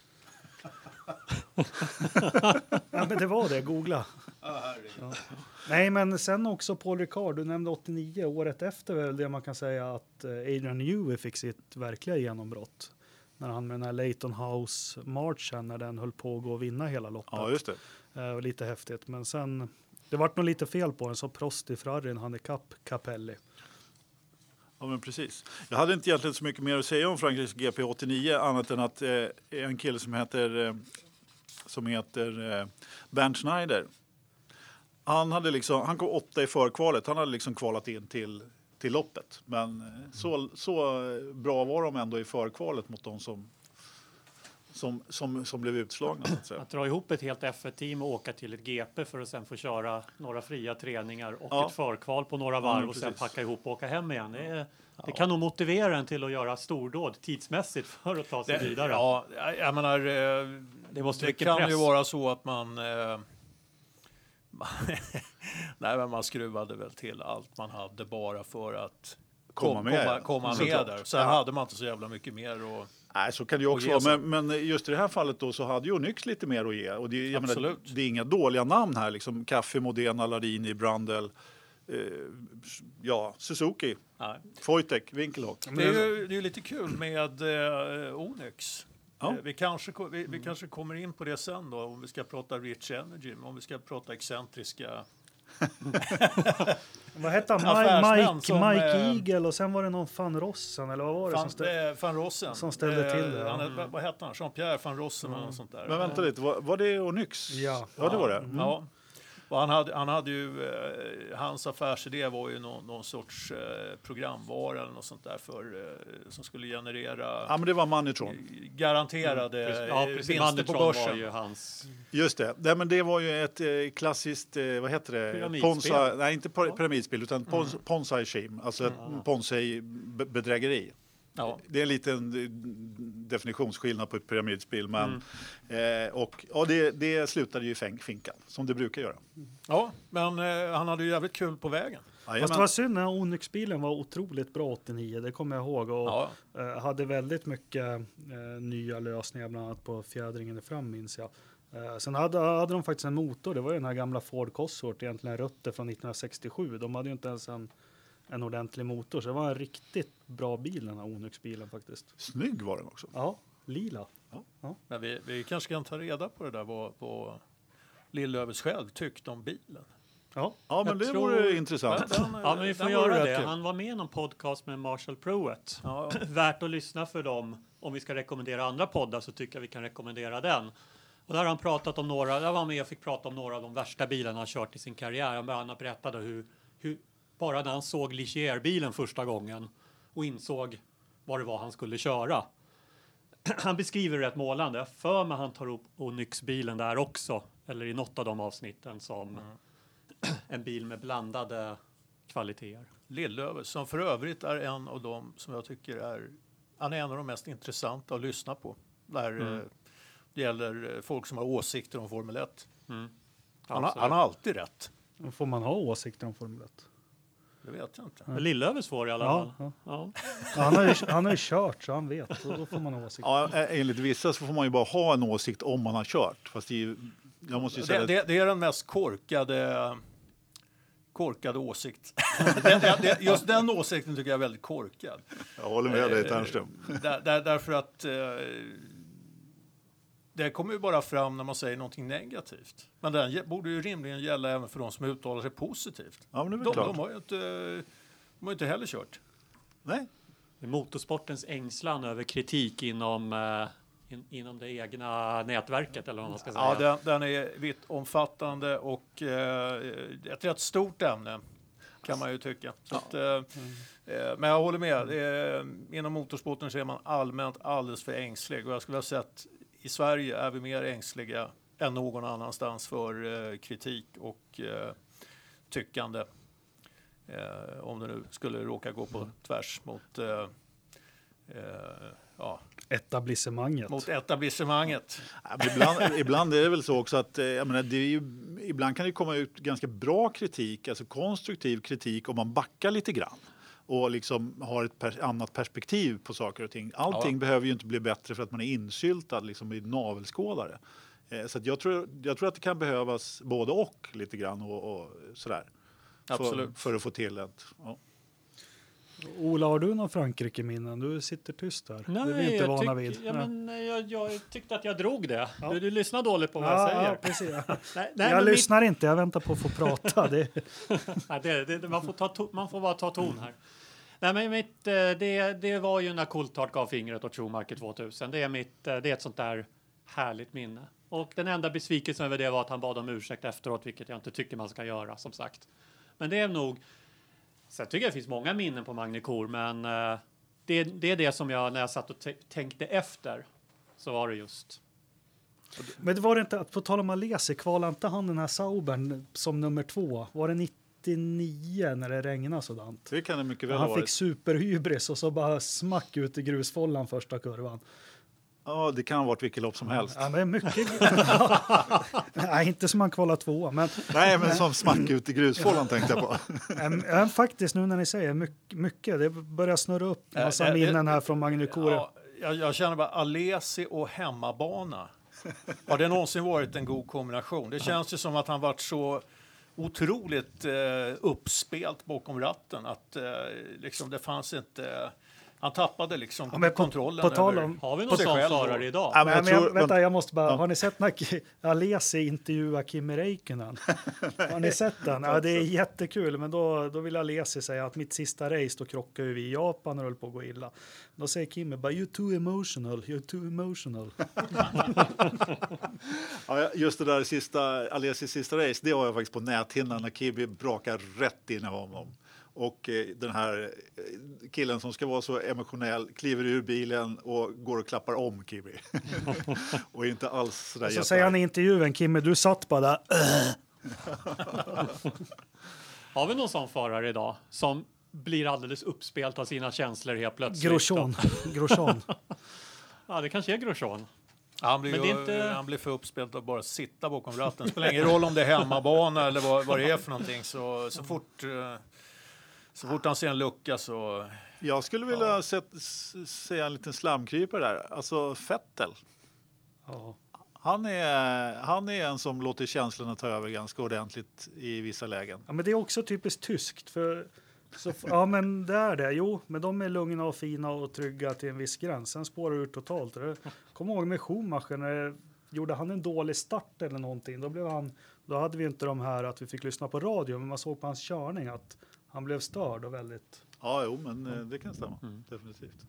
Ja, men det var det. Googla. Ja. Nej, men sen också Paul Ricard. Du nämnde åttionio. Året efter väl det man kan säga att eh, Adrian Newey fick sitt verkliga genombrott. När han med den här Leighton House-marchen, när den höll på att gå och vinna hela loppet. Ja, just det. Eh, och lite häftigt. Men sen, det vart nog lite fel på den. Så Prost i Ferrarin hann ikapp Capelli. Ja, men precis. Jag hade inte egentligen så mycket mer att säga om Frankrikes G P åttionio annat än att eh, en kille som heter, eh, som heter eh, Bernd Schneider. Han, hade liksom, han kom åtta i förkvalet. Han hade liksom kvalat in till, till loppet. Men eh, så, så bra var de ändå i förkvalet mot de som, som, som, som blev utslagna. Så att säga. Att dra ihop ett helt F ett-team och åka till ett G P för att sen få köra några fria träningar och Ja. ett förkval på några Ja, varv men och sen precis. packa ihop och åka hem igen. Det, är, det kan nog motivera en till att göra stordåd tidsmässigt för att ta sig Det, vidare. ja, jag menar, eh, Det måste det mycket kan press. ju vara så att man... Eh, nej, men man skruvade väl till allt man hade bara för att Komma kom, med, komma, ja. komma med Såklart. där. Sen Ja. hade man inte så jävla mycket mer. Och, Nej, så kan det ju också ge vara. sig. Men, men just i det här fallet då så hade ju Onyx lite mer att ge. Och det, jag menar, Absolut. det är inga dåliga namn här. Liksom Kaffe, Modena, Larini, Brundle, eh, ja, Suzuki, nej. Wojtek, Winkelhock. Det är ju det är ju lite kul med eh, Onyx. Ja. Eh, vi, kanske, ko- vi, vi kanske kommer in på det sen då, om vi ska prata Rich Energy, men om vi ska prata excentriska... Vad hette han? Affärsmän Mike, som, Mike eh, Eagle och sen var det någon van Rossen eller vad var det som Van, ställde? eh, van Rossen. som ställde till det, ja. Han, är- vad hette han? Jean-Pierre van Rossen eller något sånt där. Men vänta lite, var, var det Onyx? Ja. Ja, det var det. Mm. Ja. Och han hade, han hade ju, eh, hans affärsidé var ju någon, någon sorts eh, programvara eller något sånt där för, eh, som skulle generera Ja, men det var Moneytron. garanterade Ja, eh, precis. vinster på Mandeltron var börsen. ju hans... Just det. Nej, men det var ju ett eh, klassiskt, eh, vad heter det? Pyramidspel. Ponsa, nej, inte po- Ja. pyramidspel, utan pons, Mm. Ponzi scheme, alltså ett Ponzi-bedrägeri. Ja. Det är en liten eh, definitionsskillnad på ett pyramidspel, men Mm. eh, och ja, det, det slutade ju i fänk- finkan, som det brukar göra. ja, men eh, han hade ju jävligt kul på vägen. Fast det Jajamän. var synd, den här Onyx-bilen var otroligt bra åttionio, det kommer jag ihåg. Och Ja. eh, hade väldigt mycket eh, nya lösningar, bland annat på fjädringen i fram minns jag. Eh, sen hade, hade de faktiskt en motor, det var ju den här gamla Ford Cosworth, egentligen rötter från nittonhundrasextiosju. De hade ju inte ens en, en ordentlig motor. Så det var en riktigt bra bil, den här Onyx-bilen faktiskt. Snygg var den också. Ja, lila. Men vi, vi kanske kan ta reda på det där vad, vad Lillövers själv tyckte om bilen. Ja, Ja, men Jag det tror- vore intressant. Den- Ja, men vi får den var göra rätt det. kul. Han var med i någon podcast med Marshall Pruitt. Ja, Värt att lyssna för dem. Om vi ska rekommendera andra poddar så tycker jag vi kan rekommendera den. Och där har han pratat om några, jag var med och fick prata om några av de värsta bilarna han kört i sin karriär. Han bland annat berättade hur, hur bara när han såg Ligier-bilen första gången och insåg vad det var han skulle köra. Han beskriver det rätt målande. För mig han tar upp Onyx-bilen där också. Eller i något av de avsnitten som en bil med blandade kvaliteter. Lillöver, som för övrigt är en av dem som jag tycker är, han är en av de mest intressanta att lyssna på. Där Mm. eh, det gäller eh, folk som har åsikter om Formel ett. Mm. Han, har- Absolut. han har alltid rätt. då får man ha åsikter om Formel ett. Det vet jag inte. Men Lillövers får i alla Ja, fall. ja. Ja. Ja, han, har ju, han har ju kört så han vet. Så då får man ha åsikter. Ja, enligt vissa så får man ju bara ha en åsikt om man har kört. Fast det är ju, jag måste ju säga Det, det, det är den mest korkade, korkade åsikt. det, det, det, just den åsikten tycker jag är väldigt korkad. jag håller med dig, Ternström. Där, där, därför att eh, det kommer ju bara fram när man säger någonting negativt. Men den ge- borde ju rimligen gälla även för de som uttalar sig positivt. Ja, men det är väl De, klart. de har ju inte, de har ju inte heller kört. Nej. Det är motorsportens ängslan över kritik inom, eh, in, inom det egna nätverket eller vad man ska säga. Ja, den, den är vitt omfattande och eh, ett rätt stort ämne kan man ju tycka. Så att, eh, eh, men jag håller med. Eh, inom motorsporten så är man allmänt alldeles för ängslig. Och jag skulle ha sett i Sverige är vi mer ängsliga än någon annanstans för eh, kritik och eh, tyckande. Eh, om det nu skulle råka gå på tvärs mot, eh, eh, ja, Etablissemanget. mot etablissemanget. Ja, men ibland, ibland är det väl så också att eh, jag menar, det är ju, ibland kan det komma ut ganska bra kritik, alltså konstruktiv kritik om man backar lite grann och liksom har ett pers- annat perspektiv på saker och ting. Allting Ja. behöver ju inte bli bättre för att man är insyltad liksom i navelskådare. Eh, så att jag, tror, jag tror att det kan behövas både och lite grann och, och sådär. Absolut. För, för att få till ett... Ja. Ola, har du någon Frankrike-minnen? Du sitter tyst där. Nej, det är vi inte jag, vana tyck- vid. ja, Nej. men, eh, jag, jag tyckte att jag drog det. Ja. Du, du lyssnar dåligt på vad jag Ja, säger. ja, precis. Nej, nej, jag men lyssnar inte, jag väntar på att få prata. Det, Mitt, nej, det, det, man, får ta to, man får bara ta ton här. Nej, men mitt, eh, det, det var ju när Coulthard gav fingret åt Schumacher tvåtusen. Det är, mitt, eh, det är ett sånt där härligt minne. Och den enda besvikelsen över det var att han bad om ursäkt efteråt, vilket jag inte tycker man ska göra, som sagt. Men det är nog... Sen tycker jag det finns många minnen på Magny-Cours, men eh, det, det är det som jag, när jag satt och t- tänkte efter, så var det just. men det var det inte, på tal om Alesi, kvalade inte han den här Saubern som nummer två? Var det nittionio när det regnade sådant? Det kan det mycket väl ha Han fick varit. superhybris och så bara smack ut i grusfållan första kurvan. Ja, det kan ha varit vilket lopp som helst. Ja, men mycket... Nej, inte som han kvalade två, men Nej, men som smack ut i grusfållan tänkte jag på. äm, äm, faktiskt nu när ni säger mycket, mycket det börjar snurra upp en massa Äh, äh, minnen här från Magny-Cours. Ja, jag, jag känner bara Alesi och hemmabana. Har det någonsin varit en god kombination? Det känns ju som att han varit så otroligt eh, uppspelt bakom ratten att eh, liksom det fanns inte... Han tappade liksom Ja, men på- kontrollen på tal över... om- Har vi På någon sig sån själv förare då. idag? Ja, men Nej, jag men jag, tror, vänta, jag måste bara... Ja. Har ni sett när K- Alesi intervjuar Kimi Räikkönen? Har ni sett den? Ja, det är jättekul, men då, då vill Alesi säga att mitt sista race, då krockade vi i Japan och höll på att gå illa. Då säger Kimi bara, you're too emotional, you're too emotional. Ja, just det där sista, Alesis sista race, det var jag faktiskt på näthinnan när Kimi brakar rätt in i honom. Och eh, den här eh, killen som ska vara så emotionell kliver ur bilen och går och klappar om Kimi. och inte alls sådär Så jättearg. säger han i intervjun, Kimi, du satt bara där. Har vi någon sån förare idag som blir alldeles uppspelt av sina känslor helt plötsligt? Grosjean. Grosjean. Ja, det kanske är Grosjean. Han blir, Men det är ju, inte- han blir för uppspelt att bara sitta bakom ratten. Det spelar ingen roll om det är hemmabana eller vad, vad det är för någonting. Så, så, fort, eh, så fort han ser en lucka så... Jag skulle vilja sätt, s- säga en liten slamkrypare där. Alltså Vettel. Ja. Han är, han är en som låter känslorna ta över ganska ordentligt i vissa lägen. Ja, men det är också typiskt tyskt, för Så, ja, men det är det. Jo, men de är lugna och fina och trygga till en viss gräns. Sen spårar det ut totalt. Det, kom ihåg med Schumacher, när det, gjorde han en dålig start eller någonting, då blev han, då hade vi inte de här att vi fick lyssna på radio, men man såg på hans körning att han blev störd och väldigt... Ja, jo, men eh, det kan stämma. Mm. Definitivt.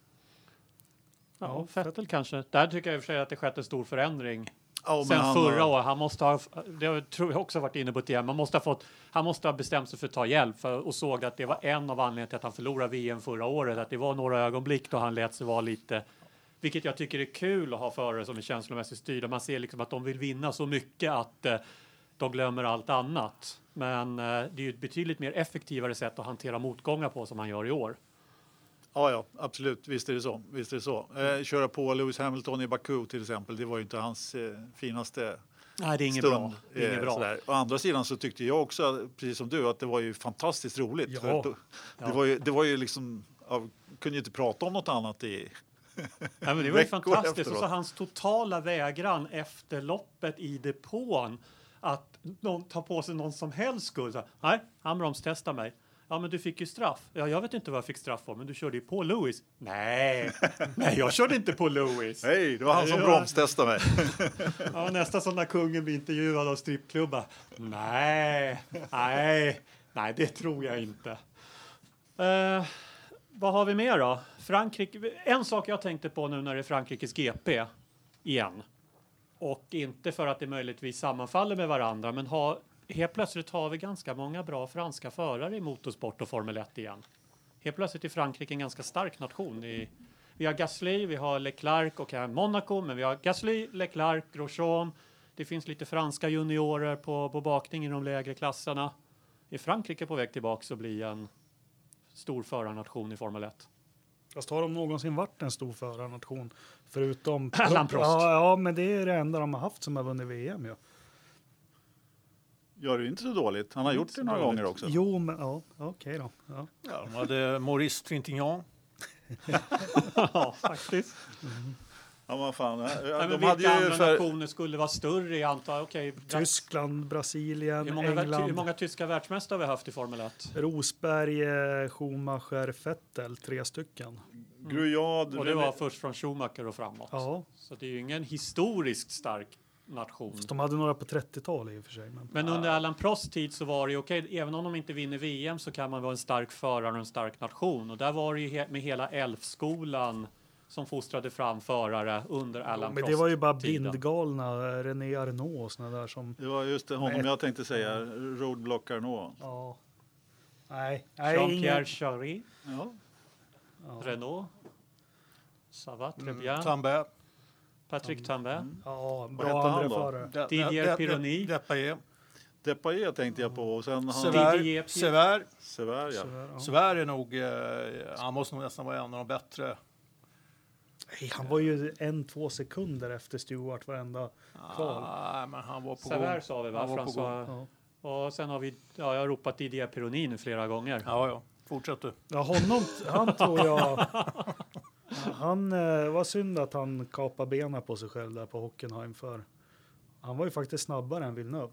Ja, Vettel kanske. Där tycker jag i och för sig att det skett en stor förändring. Ja, men Sen han förra har- året, han måste ha, det tror jag också varit inne på det, man måste ha fått, han måste ha bestämt sig för att ta hjälp för, och såg att det var en av anledningarna till att han förlorade V M förra året, att det var några ögonblick då han lät sig vara lite, vilket jag tycker är kul att ha förare som är känslomässigt styrda. Man ser liksom att de vill vinna så mycket att eh, de glömmer allt annat. Men eh, det är ju ett betydligt mer effektivare sätt att hantera motgångar på som han gör i år. Ja, ja, absolut. Visst är det så. Visst är det så. Eh, köra på Lewis Hamilton i Baku till exempel, det var ju inte hans eh, finaste Nej, det är inget stund. bra. Det är inget eh, bra. sådär. Å andra sidan så tyckte jag också, precis som du, att det var ju fantastiskt roligt. Ja. För då, Ja. det, var ju, det var ju liksom, ja, kunde ju inte prata om något annat i... Ja, men det var ju veckor fantastiskt. Och så efteråt. hans totala vägran efter loppet i depån att någon tar på sig någon som helst skuld. Så här, nej, han bromstestar mig. Ja, men du fick ju straff. Ja, jag vet inte vad jag fick straff för, men du körde ju på Lewis. Nej, nej, jag körde inte på Lewis. Hej, det var han som Ja. bromstestade mig. Ja, nästa sån när kungen blir intervjuad av strippklubbar. Nej, nej, nej, det tror jag inte. Eh, vad har vi mer då? Frankrike. En sak jag tänkte på nu när det är Frankrikes G P igen. Och inte för att det möjligtvis sammanfaller med varandra, men ha, helt plötsligt har vi ganska många bra franska förare i motorsport och Formel ett igen. Helt plötsligt är Frankrike en ganska stark nation. I, vi har Gasly, vi har Leclerc och här Monaco, men vi har Gasly, Leclerc, Grosjean. Det finns lite franska juniorer på, på bakning i de lägre klasserna. Är Frankrike på väg tillbaka och bli en stor förarnation i Formel ett? Fast har de någonsin varit en stor förarnation? Förutom... Alain Prost. Ja, ja, men det är det enda de har haft som har vunnit V M. Ja. Gör det ju inte så dåligt. Han har gjort det några dåligt. gånger också. Jo, men ja, okej då. Ja. Ja, de hade Maurice Trintignant. Ja, faktiskt. Ja, vad fan. Nej, De men hade vilka ju andra för... nationer skulle vara större i antal? Okej, Tyskland, Brasilien, hur många, vär- England, hur många tyska världsmästare har vi haft i Formel ett? Rosberg, eh, Schumacher, Vettel, tre stycken. Grujad, Och det var först från Schumacher och framåt. Ja, Så det är ju ingen historiskt stark nation. de hade några på trettiotalet i och för sig. Men... Men under Alain Prosts tid så var det ju okej, även om de inte vinner V M så kan man vara en stark förare och en stark nation. Och där var det ju he- med hela Elfskolan som fostrade fram förare under Alain Men Prost. det var ju bara tiden. blindgalna René Arnault och såna där som... Det var just det, honom Nej. jag tänkte säga. Roadblock Arnault. Ja. Nej, nej Jean-Pierre ingen... Charry, Ja. Ja. Renault, ça va, très bien. Mm, Tambay. Patrick Tambay. Ja, Vad bra hette han andra då? förare. De- Didier de- de- Pironi. Depailler. Depailler tänkte jag på. Och sen han... Didier Sever. Pironi. Sever. Sever, ja. Så, ja. Sever är nog, eh, han måste nog nästan vara en av de bättre. Nej, han var ju en, två sekunder efter Stewart varenda kval. Ah, men han var på Sever gång. sa vi va? Han var på François. Ja. Och sen har vi, ja jag har ropat Didier Pironi nu flera gånger. Ja, ja. Fortsätt du. Ja, honom, han tror jag... Han eh, var synd att han kapade benen på sig själv där på Hockenheim för han var ju faktiskt snabbare än Villeneuve.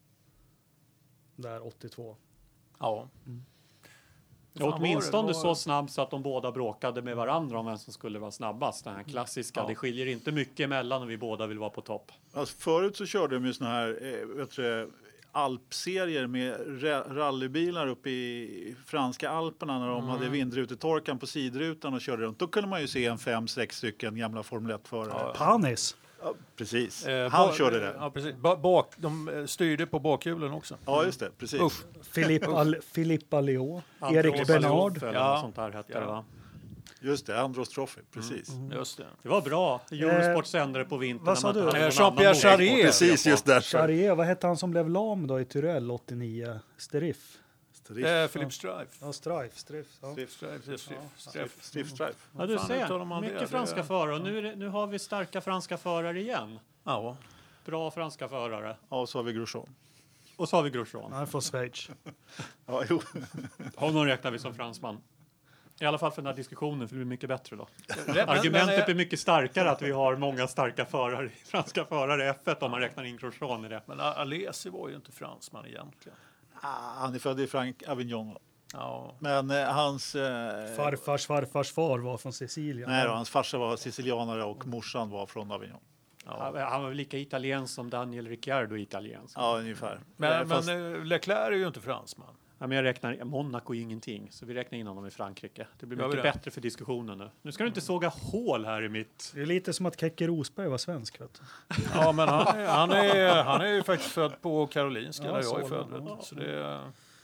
Där åttiotvå. Ja. Ja, Fan, åtminstone var det- var- så snabb så att de båda bråkade med varandra om vem som skulle vara snabbast. Den här klassiska, Ja. det skiljer inte mycket emellan och vi båda vill vara på topp. Alltså, förut så körde de ju såna här eh, vet du, alpserier med ra- rallybilar uppe i franska alperna när de Mm. hade vindrutetorkan på sidrutan och körde runt. Då kunde man ju se en fem, sex stycken gamla Formel ett-förare. Ja. Panis. Ja, precis. Eh, Han ba- körde det. Ja, precis. Ba- bak, de eh, styrde på bakhjulen också. Ja, just det. Precis. Usch. Philippe Al Philippe Alliot. Erik Andros Bernard. Eller Ja. något sånt där hette Ja. det va? Just det, Andros Trophy. Precis. Just det. Det var bra. Eurosport sände det på vintern. vad när sa man du? inte hade Eh, någon annan Jean-Pierre motor. Charrier. Precis, just därför. Charrier, vad hette han som blev lam då i Tyrell åttionio? Steriff. Eh, Philip Strife. Ja, Strife. Strife. Ja. Strife, Strife, Strife, Strife. Strife, Strife. Ja, du Fan, ser. uttalar man det? Mycket Det- franska förare. Och nu, är det, nu har vi starka franska förare igen. Ja. Bra franska förare. Ja, och så har vi Grosjean. Och så har vi Grosjean. Han är från Schweiz. Ja, jo. Honom räknar vi som fransman. I alla fall för den här diskussionen, för det blir mycket bättre då. Men- Argumentet men, är mycket starkare att vi har många starka förare, franska förare i F ett om man räknar in Grosjean i det. Men Alesi var ju inte fransman egentligen. Ah, han är född i Frank Avignon. Ja. Men eh, hans... Eh, Farfars farfars far var från Sicilien. nej då, hans farsa var sicilianare och morsan var från Avignon. Han, han var väl lika italiensk som Daniel Ricciardo är italiensk. Ja, ungefär. Men, Eh, fast- men eh, Leclerc är ju inte fransman. Ja, men jag räknar, Monaco är ingenting, så vi räknar in honom i Frankrike. Det blir Gör vi mycket det? bättre för diskussionen nu. Nu ska du inte såga hål här i mitt... Det är lite som att Keke Rosberg var svensk. Vet du. Ja, men han, är- han, är, han är ju faktiskt född på Karolinska Ja, där jag är så, född. ja. Vet du. Så det är,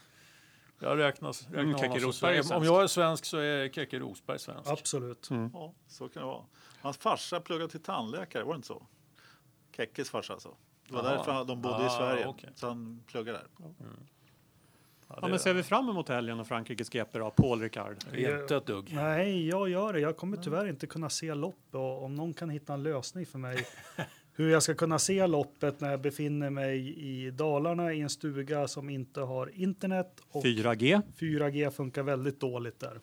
jag räknas, räknar Mm, honom Keke som Rosberg är svensk. Om svensk. jag är svensk så är Keke Rosberg svensk. Absolut. Ja, så kan det vara. Hans farsa pluggade till tandläkare, var det inte så? Kekkes farsa alltså. Det var Jaha. därför de bodde i Ah, Sverige. okej. Så han pluggade där. Ja, Ja, det men ser vi fram emot helgen och Frankrikes G P då? Paul Ricard. är inte ett dugg. Nej, jag gör det. Jag kommer tyvärr inte kunna se loppet. Och om någon kan hitta en lösning för mig hur jag ska kunna se loppet när jag befinner mig i Dalarna i en stuga som inte har internet och fyra G. fyra G funkar väldigt dåligt där.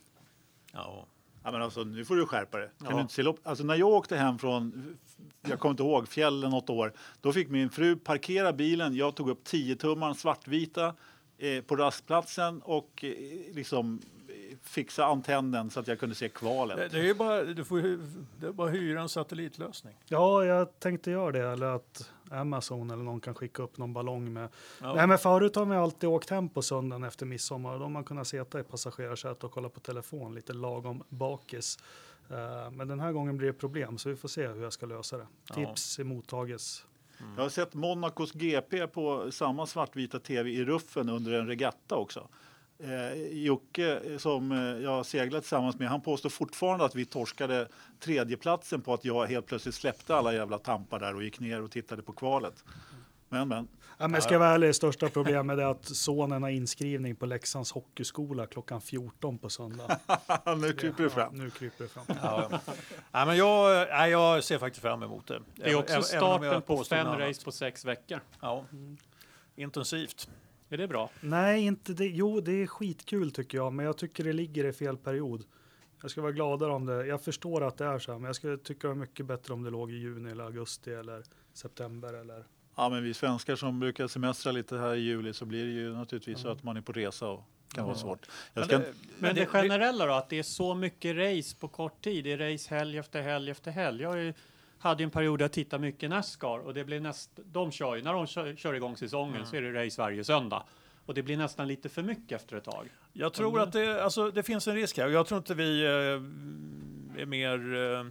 Ja. Ja, men alltså, nu får du skärpa det. Kan Ja. du inte se lopp? Alltså, när jag åkte hem från, jag kommer inte ihåg, fjällen något år, då fick min fru parkera bilen. Jag tog upp tio tummar svartvita eh, på rastplatsen och eh, liksom eh, fixa antennen så att jag kunde se kvalet. Det, det är ju bara, du får, ju- det är bara hyra en satellitlösning. Ja, jag tänkte göra det. Eller att Amazon eller någon kan skicka upp någon ballong med. Ja. Nej, men förut har vi alltid åkt hem på söndagen efter midsommar. Då har man kunnat sitta i passagerarsätet och kolla på telefon. Lite lagom bakis. Eh, men den här gången blir det problem. Så vi får se hur jag ska lösa det. Ja. Tips i mottages. Jag har sett Monacos G P på samma svartvita tv i ruffen under en regatta också. Eh, Jocke eh, som eh, jag seglat tillsammans med, han påstår fortfarande att vi torskade tredjeplatsen på att jag helt plötsligt släppte alla jävla tampar där och gick ner och tittade på kvalet. Men, men. Ja, men ska jag vara ärlig, största problemet är att sonen har inskrivning på Leksands hockeyskola klockan fjorton på söndag. Nu kryper det fram. Ja, nu kryper det fram. Ja. Nej, men jag, nej, jag ser faktiskt fram emot det. Det är också Även- även om jag starten på påstår fem något annat. race på sex veckor. Ja. Intensivt. Är det bra? Nej, inte det. Jo, det är skitkul tycker jag, men jag tycker det ligger i fel period. Jag skulle vara gladare om det. Jag förstår att det är så här, men jag skulle tycka det var mycket bättre om det låg i juni eller augusti eller september eller... Ja, men vi svenskar som brukar semestra lite här i juli, så blir det ju naturligtvis så att man är på resa och kan vara svårt. Jag ska Men inte- det- Men det generella då, att det är så mycket race på kort tid. Det är race helg efter helg efter helg. Jag har ju- hade ju en period där jag tittade mycket Nascar och det blir näst, de kör ju, när de kör, kör igång säsongen Mm. så är det race varje söndag. Och det blir nästan lite för mycket efter ett tag. Jag tror att det, alltså, det finns en risk här. Jag tror inte vi eh, är mer... Eh,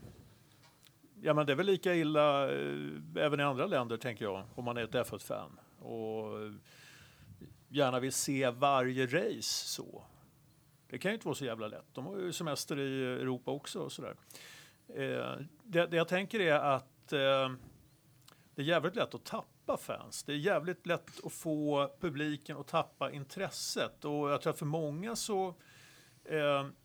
ja, men det är väl lika illa eh, även i andra länder, tänker jag, om man är ett F ett-fan. Och eh, gärna vill se varje race så. Det kan ju inte vara så jävla lätt. De har ju semester i Europa också och sådär. Eh, det, det jag tänker är att eh, det är jävligt lätt att tappa fans. Det är jävligt lätt att få publiken att tappa intresset. Och jag tror att för många så eh,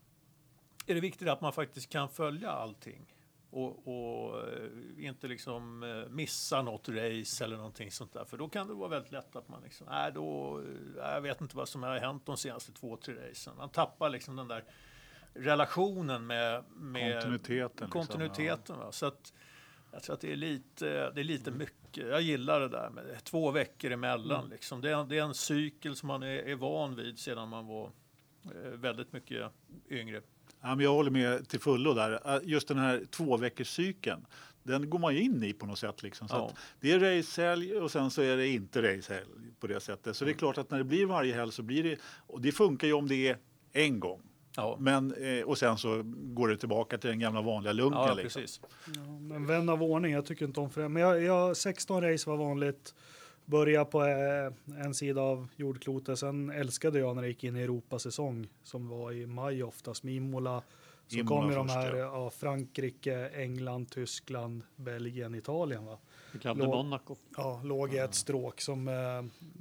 är det viktigt att man faktiskt kan följa allting. Och, och eh, inte liksom eh, missa något race eller någonting sånt där. För då kan det vara väldigt lätt att man liksom, nej då, eh, jag vet inte vad som har hänt de senaste två, tre racen. Man tappar liksom den där relationen med, med Kontinuiteten, liksom, kontinuiteten va? Så att jag tror att det är lite, det är lite mycket. Jag gillar det där med två veckor emellan. Mm. Liksom. Det, är, det är en cykel som man är, är van vid sedan man var eh, väldigt mycket yngre. Ja, men jag håller med till fullo där. Just den här två veckors cykeln, den går man ju in i på något sätt. Liksom. Så Ja. att det är racehelg och sen så är det inte racehelg på det sättet. Så det är klart att när det blir varje helg så blir det, och det funkar ju om det är en gång. Ja, Men, eh, och sen så går det tillbaka till den gamla vanliga lunken. ja liksom. precis. Ja, men vän av ordning, jag tycker inte om för det. Men jag, jag, sexton race var vanligt. Börja på eh, en sida av jordklotet. Sen älskade jag när det gick in i Europasäsong som var i maj oftast med Imola. Så Imola kom ju de först, här ja. ja, Frankrike, England, Tyskland, Belgien, Italien va? Vi glömde Lå- Monaco. Ja, låg i ett stråk som... Eh,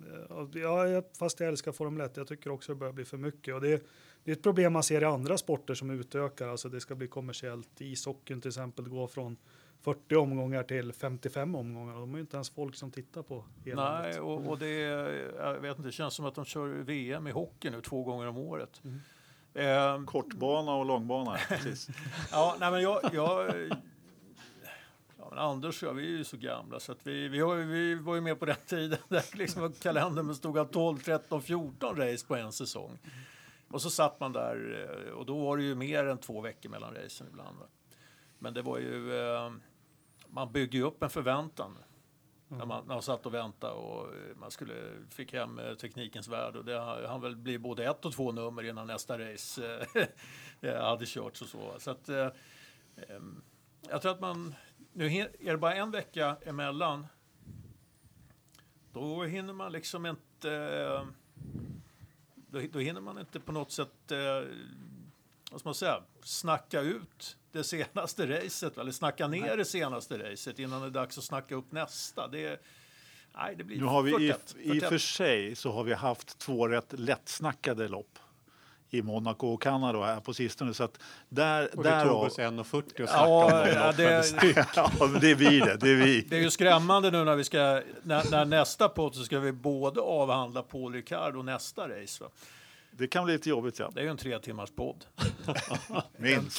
ja, jag- fast jag älskar Formel ett, jag tycker också det börjar bli för mycket. Och det, det är ett problem man ser i andra sporter som utökar. Alltså det ska bli kommersiellt. Ishockeyn till exempel går från fyrtio omgångar till femtiofem omgångar. De har ju inte ens folk som tittar på hela Nej, och, och det, jag vet inte, det känns som att de kör V M i hockey nu två gånger om året. Mm. Eh, Kortbana och långbana, precis. ja, nej men jag... jag ja, men Anders och jag, vi är ju så gamla så att vi, vi, har, vi var ju med på den tiden där liksom kalendern bestod av tolv, tretton, fjorton race på en säsong. Och så satt man där eh, och då var det ju mer än två veckor mellan racen ibland. Va? Men det var ju, eh, man byggde ju upp en förväntan. Mm. När, man, när man satt och väntade och man skulle, fick hem eh, teknikens värld. Och det han väl bli både ett och två nummer innan nästa race eh, hade körts och så. Så att, eh, eh, jag tror att man, nu är det bara en vecka emellan. Då hinner man liksom inte, eh, då, då hinner man inte på något sätt, eh, vad ska man säga, snacka ut det senaste racet, eller snacka ner nej. det senaste racet innan det är dags att snacka upp nästa. Det, nej, det blir nu har vi för i, tätt, för i tätt. för sig så har vi haft två rätt lättsnackade lopp i Monaco och Kanada här på sistone. Så att där, och där det tog och, oss en fyrtio och snacka ja, om dem. ja, det, ja, det är vi det, det är vi. det är ju skrämmande nu när vi ska, när, när nästa podd så ska vi både avhandla Paul Ricard och nästa race. Va? Det kan bli lite jobbigt, ja. Det är ju en tre timmars podd. Minst.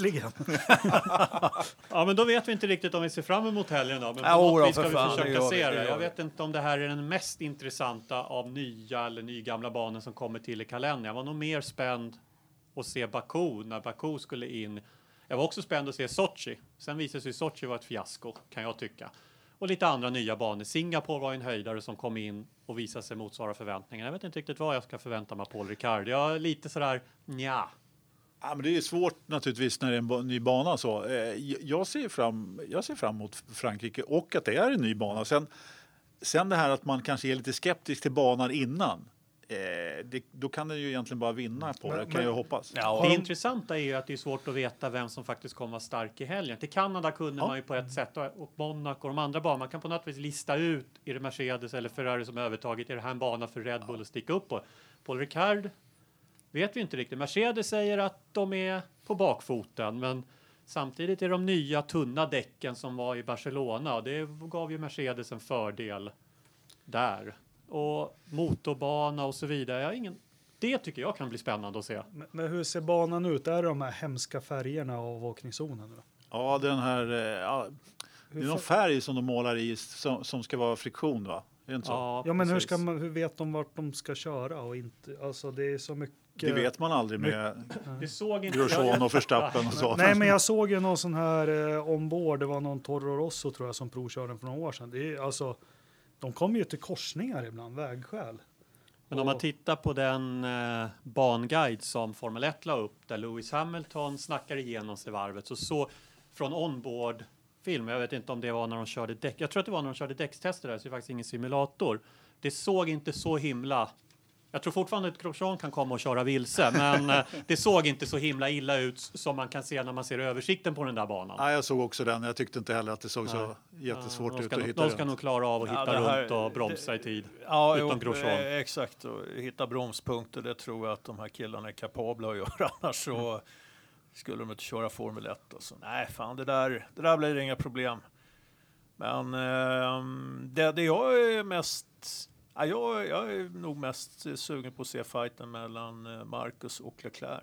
Ja, men då vet vi inte riktigt om vi ser fram emot helgen då. Men på Ja, något då, vis ska för vi fan, det försöka gör vi, se det det. gör Jag vi. vet inte om det här är den mest intressanta av nya eller nygamla banor som kommer till i kalendern. Jag var nog mer spänd att se Baku när Baku skulle in. Jag var också spänd att se Sochi. Sen visade sig Sochi vara ett fiasko, kan jag tycka. Och lite andra nya banor. Singapore var en höjdare som kom in och visade sig motsvara förväntningarna. Jag vet inte riktigt vad jag ska förvänta mig Paul Ricard. Jag är lite sådär, nja. Ja, men det är svårt naturligtvis när det är en ba- ny bana. Så. Eh, jag, ser fram, jag ser fram emot Frankrike och att det är en ny bana. Sen, sen det här att man kanske är lite skeptisk till banan innan. Eh, det, då kan den ju egentligen bara vinna på Men- det, kan men- jag hoppas. Ja, Det och, intressanta är ju att det är svårt att veta vem som faktiskt kommer vara stark i helgen. Till Kanada kunde Ja. man ju på ett sätt och- och Monaco och de andra banorna. Man kan på något vis lista ut, är det Mercedes eller Ferrari som övertagit, är det här en bana för Red Bull att sticka upp på? Paul Ricard vet vi inte riktigt. Mercedes säger att de är på bakfoten, men samtidigt är de nya tunna däcken som var i Barcelona och det gav ju Mercedes en fördel där. Och motorbana och så vidare. Jag har ingen, det tycker jag kan bli spännande att se. Men, men hur ser banan ut? Är det de här hemska färgerna av åkningszonen nu? Ja, den här... Eh, ja, det är någon färg som de målar i som, som ska vara friktion, va? Är det inte så? Ja, Ja, men hur, precis. ska man, hur vet de vart de ska köra och inte? Alltså det är så mycket... Det vet man aldrig med Det såg inte Grosjean och Verstappen och så. Nej, men jag såg ju någon sån här eh, ombord. Det var någon Toro Rosso tror jag som provkörde den för några år sedan. Det är, alltså, de kommer ju till korsningar ibland, vägskäl. Men om man tittar på den eh, banguide som Formel ett la upp där Lewis Hamilton snackar igenom sig varvet så så från onboard film, jag vet inte om det var när de körde däck, jag tror att det var när de körde däckstester där så det är faktiskt ingen simulator. Det såg inte så himla, jag tror fortfarande att Grosjean kan komma och köra vilse men eh, det såg inte så himla illa ut som man kan se när man ser översikten på den där banan. Ja, jag såg också den. Jag tyckte inte heller att det såg så jättesvårt de ut ska, att nog- hitta de ska runt. nog klara av att Ja, hitta det här- runt och bromsa i tid. ja, utan jo, Grosjean. eh, exakt. Och hitta bromspunkter, det tror jag att de här killarna är kapabla att göra. Annars så skulle de inte köra Formel ett. Och så. Nej, fan, det där, det där blir inga problem. Men ehm, det, det jag är mest... Ja, jag, jag är nog mest sugen på att se fighten mellan eh, Marcus och Leclerc.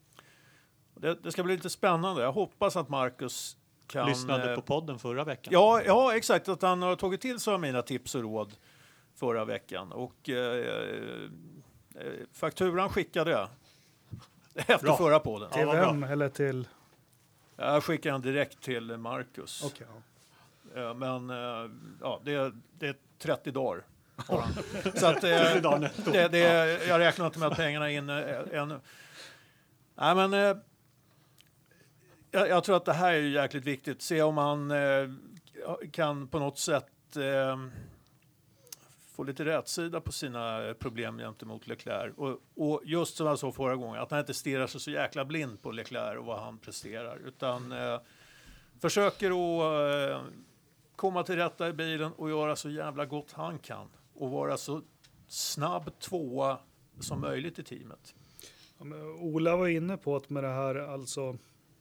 Det, det ska bli lite spännande. Jag hoppas att Marcus kan... Lyssnade eh, på podden förra veckan. Ja, ja, exakt. Att han har tagit till sig av mina tips och råd förra veckan. Och eh, eh, fakturan skickade jag efter Bra. förra podden. Till Ja, vad bra. vem eller till... Jag skickade den direkt till Marcus. Okej, ja. Eh, men eh, ja, det, det är trettio dagar. har han. Så att, eh, det, det, jag räknar inte med att pengarna är inne eh, ännu. Nej, men eh, jag, jag tror att det här är jäkligt viktigt. Se om man eh, kan på något sätt eh, få lite rätsida på sina problem gentemot Leclerc. Och, och just som jag sa förra gången, att han inte stirrar sig så jäkla blind på Leclerc och vad han presterar. Utan eh, försöker att eh, komma till rätta i bilen och göra så jävla gott han kan. Och vara så snabb tvåa som möjligt i teamet. Ja, men Ola var inne på att med det här, alltså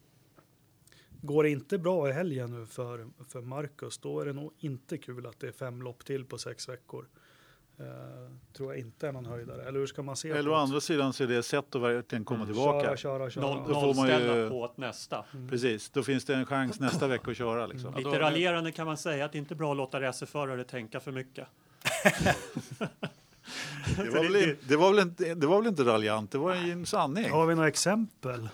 går det inte bra i helgen nu för, för Marcus, då är det nog inte kul att det är fem lopp till på sex veckor. Uh, tror jag inte är någon höjdare. Eller hur ska man se Eller på å det? andra sidan så är det ett sätt att verkligen komma Mm. tillbaka. Köra, köra, köra. Noll, Då får man nollställa ju- på ett nästa. Precis, då finns det en chans nästa vecka att köra. Liksom. Ja, Lite då- raljerande kan man säga att det inte är bra att låta racerförare tänka för mycket. Det var, väl, in- det, var väl inte, det var väl inte raljant, det var ju en sanning. Har vi några exempel?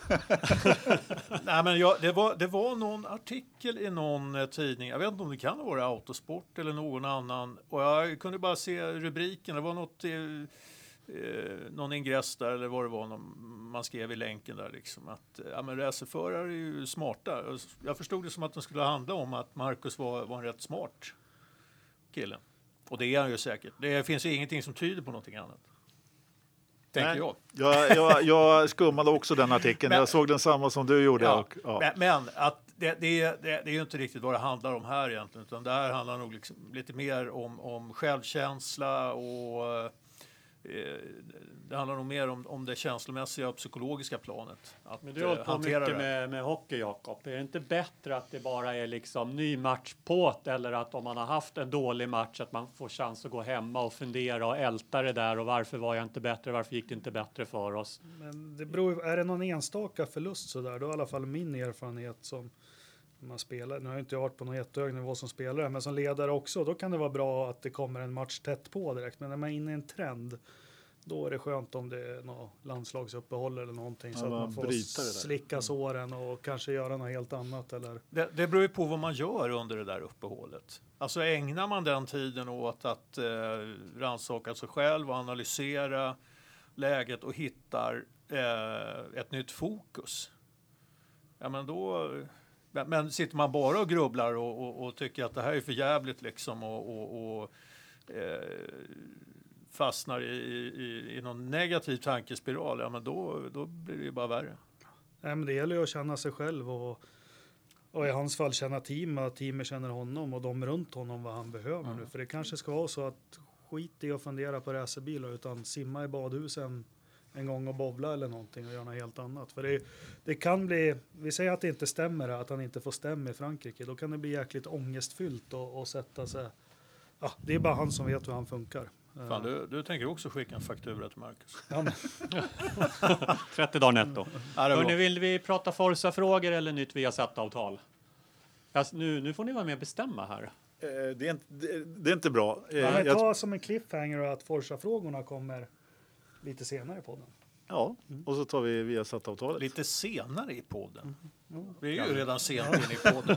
Nej, men jag, det, var, det var någon artikel i någon eh, tidning, jag vet inte om det kan vara Autosport eller någon annan, och jag kunde bara se rubriken, det var något, eh, eh, någon ingress där, eller vad det var, någon, man skrev i länken där liksom, att ja, men racerförare är ju smarta. Jag förstod det som att det skulle handla om att Marcus var, var en rätt smart kille. Och det är han ju säkert. Det finns ju ingenting som tyder på någonting annat. Tänker Nej, jag. Jag, jag. Jag skummade också den artikeln. Men- jag såg den samma som du gjorde. Ja, Och, ja. Men, men att det, det, är- det, det är ju inte riktigt vad det handlar om här egentligen. Utan det här handlar nog liksom lite mer om, om självkänsla och eh, det handlar nog mer om, om det känslomässiga och psykologiska planet. Att Men du har hållit eh, på hantera mycket det. med, med hockey, Jakob. Är det inte bättre att det bara är liksom ny match på, eller att om man har haft en dålig match att man får chans att gå hemma och fundera och älta det där och varför var jag inte bättre, varför gick det inte bättre för oss? Men det beror, är det någon enstaka förlust så där, då är i alla fall min erfarenhet som man spelar. Nu har jag inte varit på någon jättehög nivå som spelare, men som ledare också, då kan det vara bra att det kommer en match tätt på direkt. Men när man är inne i en trend, då är det skönt om det är något landslagsuppehåll eller någonting, så Ja, att man man får bryter det där. slicka såren och kanske göra något helt annat. Eller... Det, det beror ju på vad man gör under det där uppehållet. Alltså ägnar man den tiden åt att eh, rannsaka sig själv och analysera läget och hittar eh, ett nytt fokus. Ja, men då... Men, men sitter man bara och grubblar och, och, och tycker att det här är för jävligt liksom och, och, och eh, fastnar i, i, i någon negativ tankespiral, ja men då, då blir det ju bara värre. Nej, men det gäller ju att känna sig själv och, och i hans fall känna team, att teamet känner honom och de runt honom vad han behöver Mm. nu. För det kanske ska vara så att skit i att fundera på racerbilar utan simma i badhusen en gång och bowla eller någonting och göra något helt annat. För det, det kan bli, vi säger att det inte stämmer att han inte får stämma i Frankrike, då kan det bli jäkligt ångestfyllt och, och sätta sig. Ja, det är bara han som vet hur han funkar. Fan, du, du tänker också skicka en faktura till Marcus. Ja, men, trettio dagar netto. Ja, det var Hörrni, vill vi prata Forza-frågor eller nytt Viasat-avtal? Alltså, nu, nu får ni vara med och bestämma här. Eh, det, är inte, det, det är inte bra. Eh, ja, men jag- ta som en cliffhanger att Forza-frågorna kommer lite senare på den. ja, och så tar vi Viasat-avtalet. lite senare i podden. Vi är ju redan sent in i podden.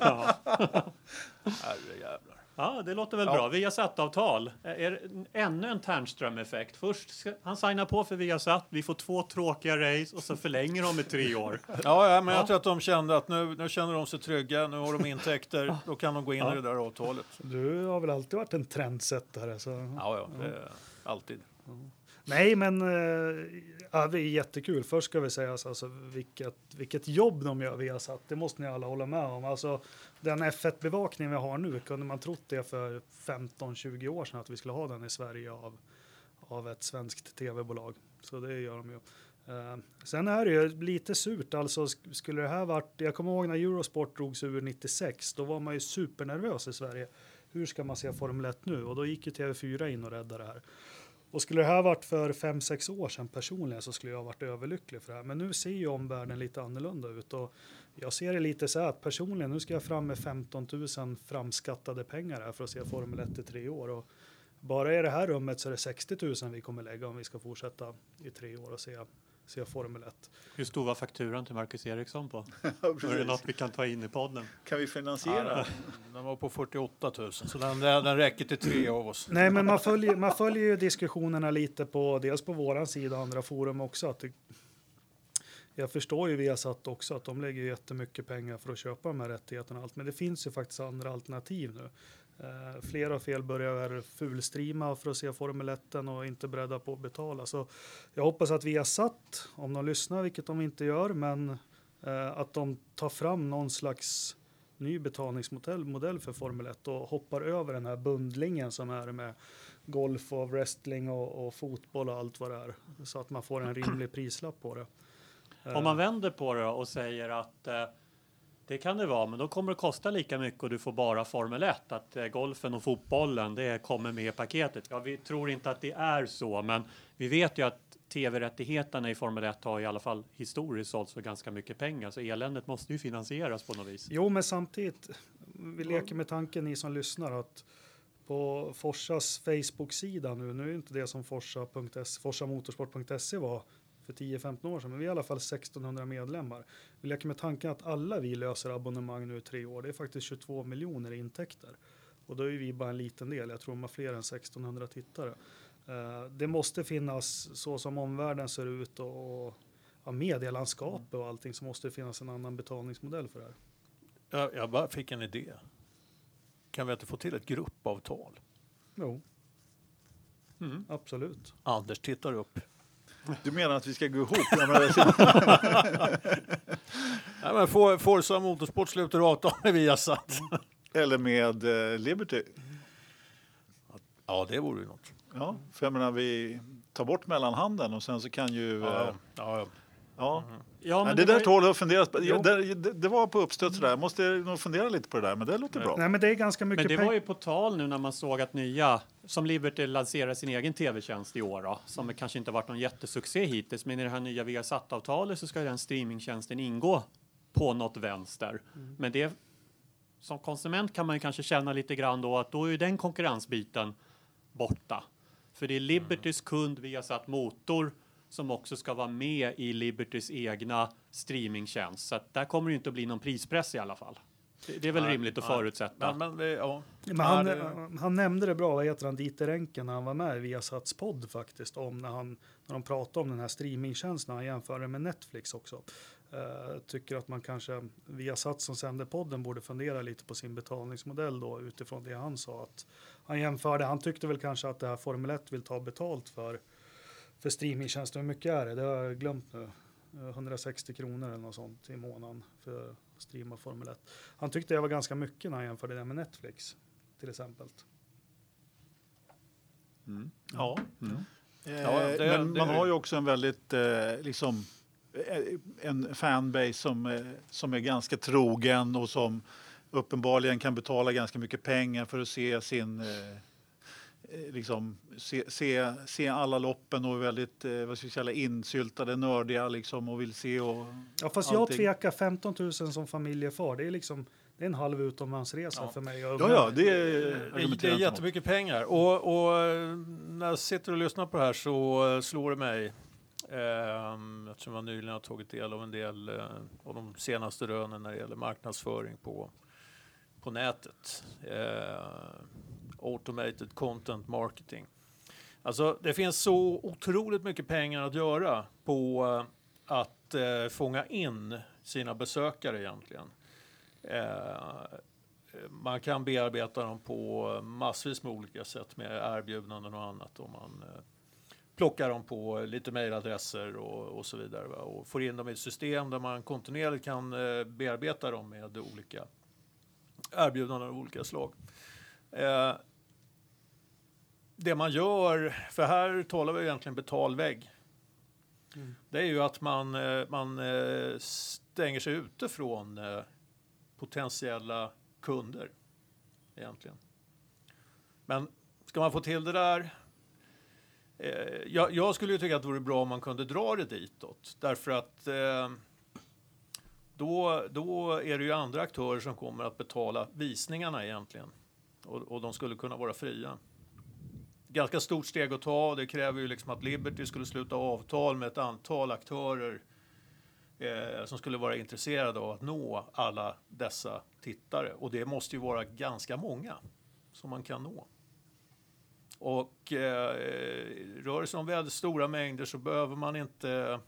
Herrejävlar. Ja, det låter väl Ja. bra. Viasat-avtal. Är det ännu en Ternström-effekt? Först ska han signar på för Viasat, vi får två tråkiga race och så förlänger de med tre år. Ja, ja, men jag tror att de kände att nu, nu känner de sig trygga, nu har de intäkter, då kan de gå in Ja. i det där avtalet. Du har väl alltid varit en trendsättare. Så. Ja, ja, det är alltid. Nej, men eh, ja, det är jättekul. Först ska vi säga alltså, vilket, vilket jobb de gör vi har satt. Det måste ni alla hålla med om. Alltså, den F ett-bevakning vi har nu, kunde man trott det för femton tjugo år sedan att vi skulle ha den i Sverige av, av ett svenskt tv-bolag. Så det gör de ju. Eh, sen är det ju lite surt. Alltså, sk- skulle det här varit, jag kommer ihåg när Eurosport drogs ur nittiosex, då var man ju supernervös i Sverige. Hur ska man se Formel ett nu? Och då gick ju T V fyra in och räddade det här. Och skulle det här varit för fem sex år sedan personligen så skulle jag ha varit överlycklig för det här. Men nu ser ju omvärlden lite annorlunda ut och jag ser det lite så här att personligen nu ska jag fram med femton tusen framskattade pengar här för att se Formel ett i tre år. Och bara i det här rummet så är det sextio tusen vi kommer lägga om vi ska fortsätta i tre år och se, se Formel ett. Hur stor var fakturan till Marcus Eriksson på? Ja, Är det precis. något vi kan ta in i podden? Kan vi finansiera? Ja, den var på fyrtioåtta tusen, så den, den räcker till tre av oss. Nej, men man följer, man följer ju diskussionerna lite på dels på våran sida och andra forum också. Att det, jag förstår ju Viasat också att de lägger jättemycket pengar för att köpa de här rättigheterna och allt. Men det finns ju faktiskt andra alternativ nu. Eh, flera och fel börjar fulstreama för att se Formel ett och inte beredda på att betala. Så jag hoppas att Viasat, om de lyssnar, vilket de inte gör, men eh, att de tar fram någon slags ny betalningsmodell modell för Formel ett och hoppar över den här bundlingen som är med golf och wrestling och, och fotboll och allt vad det är. Så att man får en rimlig prislapp på det. Om man vänder på det och säger att eh, det kan det vara, men då kommer det kosta lika mycket och du får bara Formel ett. Att eh, golfen och fotbollen, det kommer med i paketet. Ja, vi tror inte att det är så, men vi vet ju att tv-rättigheterna i Formel ett har i alla fall historiskt sålts för ganska mycket pengar. Så eländet måste ju finansieras på något vis. Jo, men samtidigt, vi leker med tanken ni som lyssnar att på Forsas Facebook-sida nu, nu är inte det som Forsa punkt se, forsa motorsport punkt se var för tio femton år sedan, men vi är i alla fall sextonhundra medlemmar. Vi leker med tanken att alla vi löser abonnemang nu i tre år. Det är faktiskt tjugotvå miljoner i intäkter. Och då är vi bara en liten del. Jag tror de har fler än sextonhundra tittare. Uh, det måste finnas, så som omvärlden ser ut och, och ja, medielandskapet och allting, så måste det finnas en annan betalningsmodell för det här. Jag, jag bara fick en idé. Kan vi inte få till ett gruppavtal? Jo, Mm. absolut. Anders tittar upp. Du menar att vi ska gå ihop? Jag menar, Nej, men For, Forza Motorsport sluter avtal med Viasat. eller med eh, Liberty? Ja, det vore ju något. Ja, för jag menar, vi tar bort mellanhanden och sen så kan ju... Ja, eh, ja, ja. ja. Ja, Nej, men det, det där var tål att fundera på. Jo. Det, det, det var på uppstöt sådär. Jag måste nog fundera lite på det där, men det låter bra. Nej, men det är ganska Men mycket det pengar. var ju på tal nu när man såg att nya, som Liberty lanserar sin egen tv-tjänst i år då, som kanske inte varit någon jättesuccé hittills, men i det här nya Viasat-avtalet så ska den streamingtjänsten ingå på något vänster. Mm. Men det, som konsument kan man ju kanske känna lite grann då att då är ju den konkurrensbiten borta. För det är Libertys kund Viasat Motor som också ska vara med i Libertys egna streamingtjänst. Så att där kommer det ju inte att bli någon prispress i alla fall. Det, det är väl Nej, rimligt att nej. förutsätta. Men, men, det- ja. Men han, Ja, det- han nämnde det bra, vad heter han, Dieter Enken, när han var med i Viasats podd faktiskt, om när, han, när de pratade om den här streamingtjänsten, han jämför det med Netflix också. Uh, tycker att man kanske, Viasat som sänder podden, borde fundera lite på sin betalningsmodell då, utifrån det han sa. Att han jämförde, han tyckte väl kanske att det här Formel ett vill ta betalt för, för streamingtjänsten. Hur mycket är det? Det har jag glömt nu. Uh, hundrasextio kronor eller något sånt i månaden för att streama Formel ett. Han tyckte det var ganska mycket när han jämförde det med Netflix till exempel. Mm. Ja. Mm. Ja, Eh, det- men det- man har ju också en väldigt eh, liksom eh, en fanbase som, eh, som är ganska trogen och som uppenbarligen kan betala ganska mycket pengar för att se sin eh, eh, liksom se, se, se alla loppen och är väldigt eh, vad ska vi säga, insyltade, nördiga liksom och vill se och Ja, fast allting. jag tvekar femton tusen som familjefar. Det är liksom det är en halv utomlandsresa Ja. för mig. Ja, ja, det är Det är, det argumenterar är inte emot. jättemycket pengar. Och, och eh, när jag sitter och lyssnar på det här så eh, slår det mig, eh, eftersom jag nyligen har tagit del av en del eh, av de senaste rönen när det gäller marknadsföring på, på nätet. Eh, automated content marketing. Alltså det finns så otroligt mycket pengar att göra på eh, att eh, fånga in sina besökare egentligen. Eh, man kan bearbeta dem på massvis med olika sätt med erbjudanden och annat. Om man eh, plockar dem på lite mejladresser och, och så vidare. Va? Och får in dem i ett system där man kontinuerligt kan eh, bearbeta dem med olika erbjudanden av olika slag. Eh, det man gör, för här talar vi egentligen betalvägg. Mm. Det är ju att man, eh, man eh, stänger sig ute från eh, potentiella kunder egentligen. Men ska man få till det där, eh, jag, jag skulle ju tycka att det vore bra om man kunde dra det ditåt. Därför att eh, då, då är det ju andra aktörer som kommer att betala visningarna egentligen. Och, och de skulle kunna vara fria. Ganska stort steg att ta. Det kräver ju liksom att Liberty skulle sluta avtal med ett antal aktörer eh, som skulle vara intresserade av att nå alla dessa tittare. Och det måste ju vara ganska många som man kan nå. Och eh, rör det sig om väldigt stora mängder så behöver man inte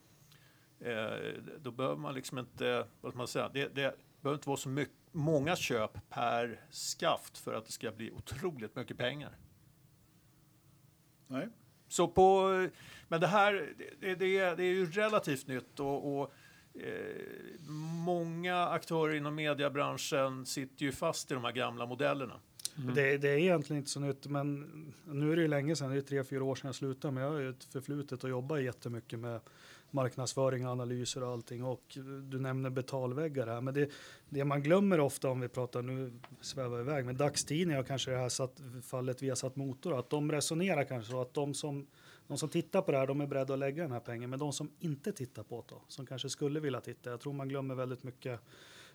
eh, då behöver man liksom inte, vad ska man säga, det, det behöver inte vara så mycket, många köp per skaft för att det ska bli otroligt mycket pengar. Nej. Så på, men det här det, det, är, det är ju relativt nytt och, och eh, många aktörer inom mediebranschen sitter ju fast i de här gamla modellerna. Mm. Det, det är egentligen inte så nytt, men nu är det ju länge sedan, det är tre, fyra år sedan jag slutade, men jag har ju ett förflutet och jobbar jättemycket med marknadsföring, analyser och allting, och du nämner betalväggar här, men det, det man glömmer ofta om vi pratar, nu svävar iväg, men dagstidningar och kanske det här satt, fallet Viasat Motor, att de resonerar kanske så att de som, de som tittar på det här, de är beredda att lägga den här pengen, men de som inte tittar på det, som kanske skulle vilja titta, jag tror man glömmer väldigt mycket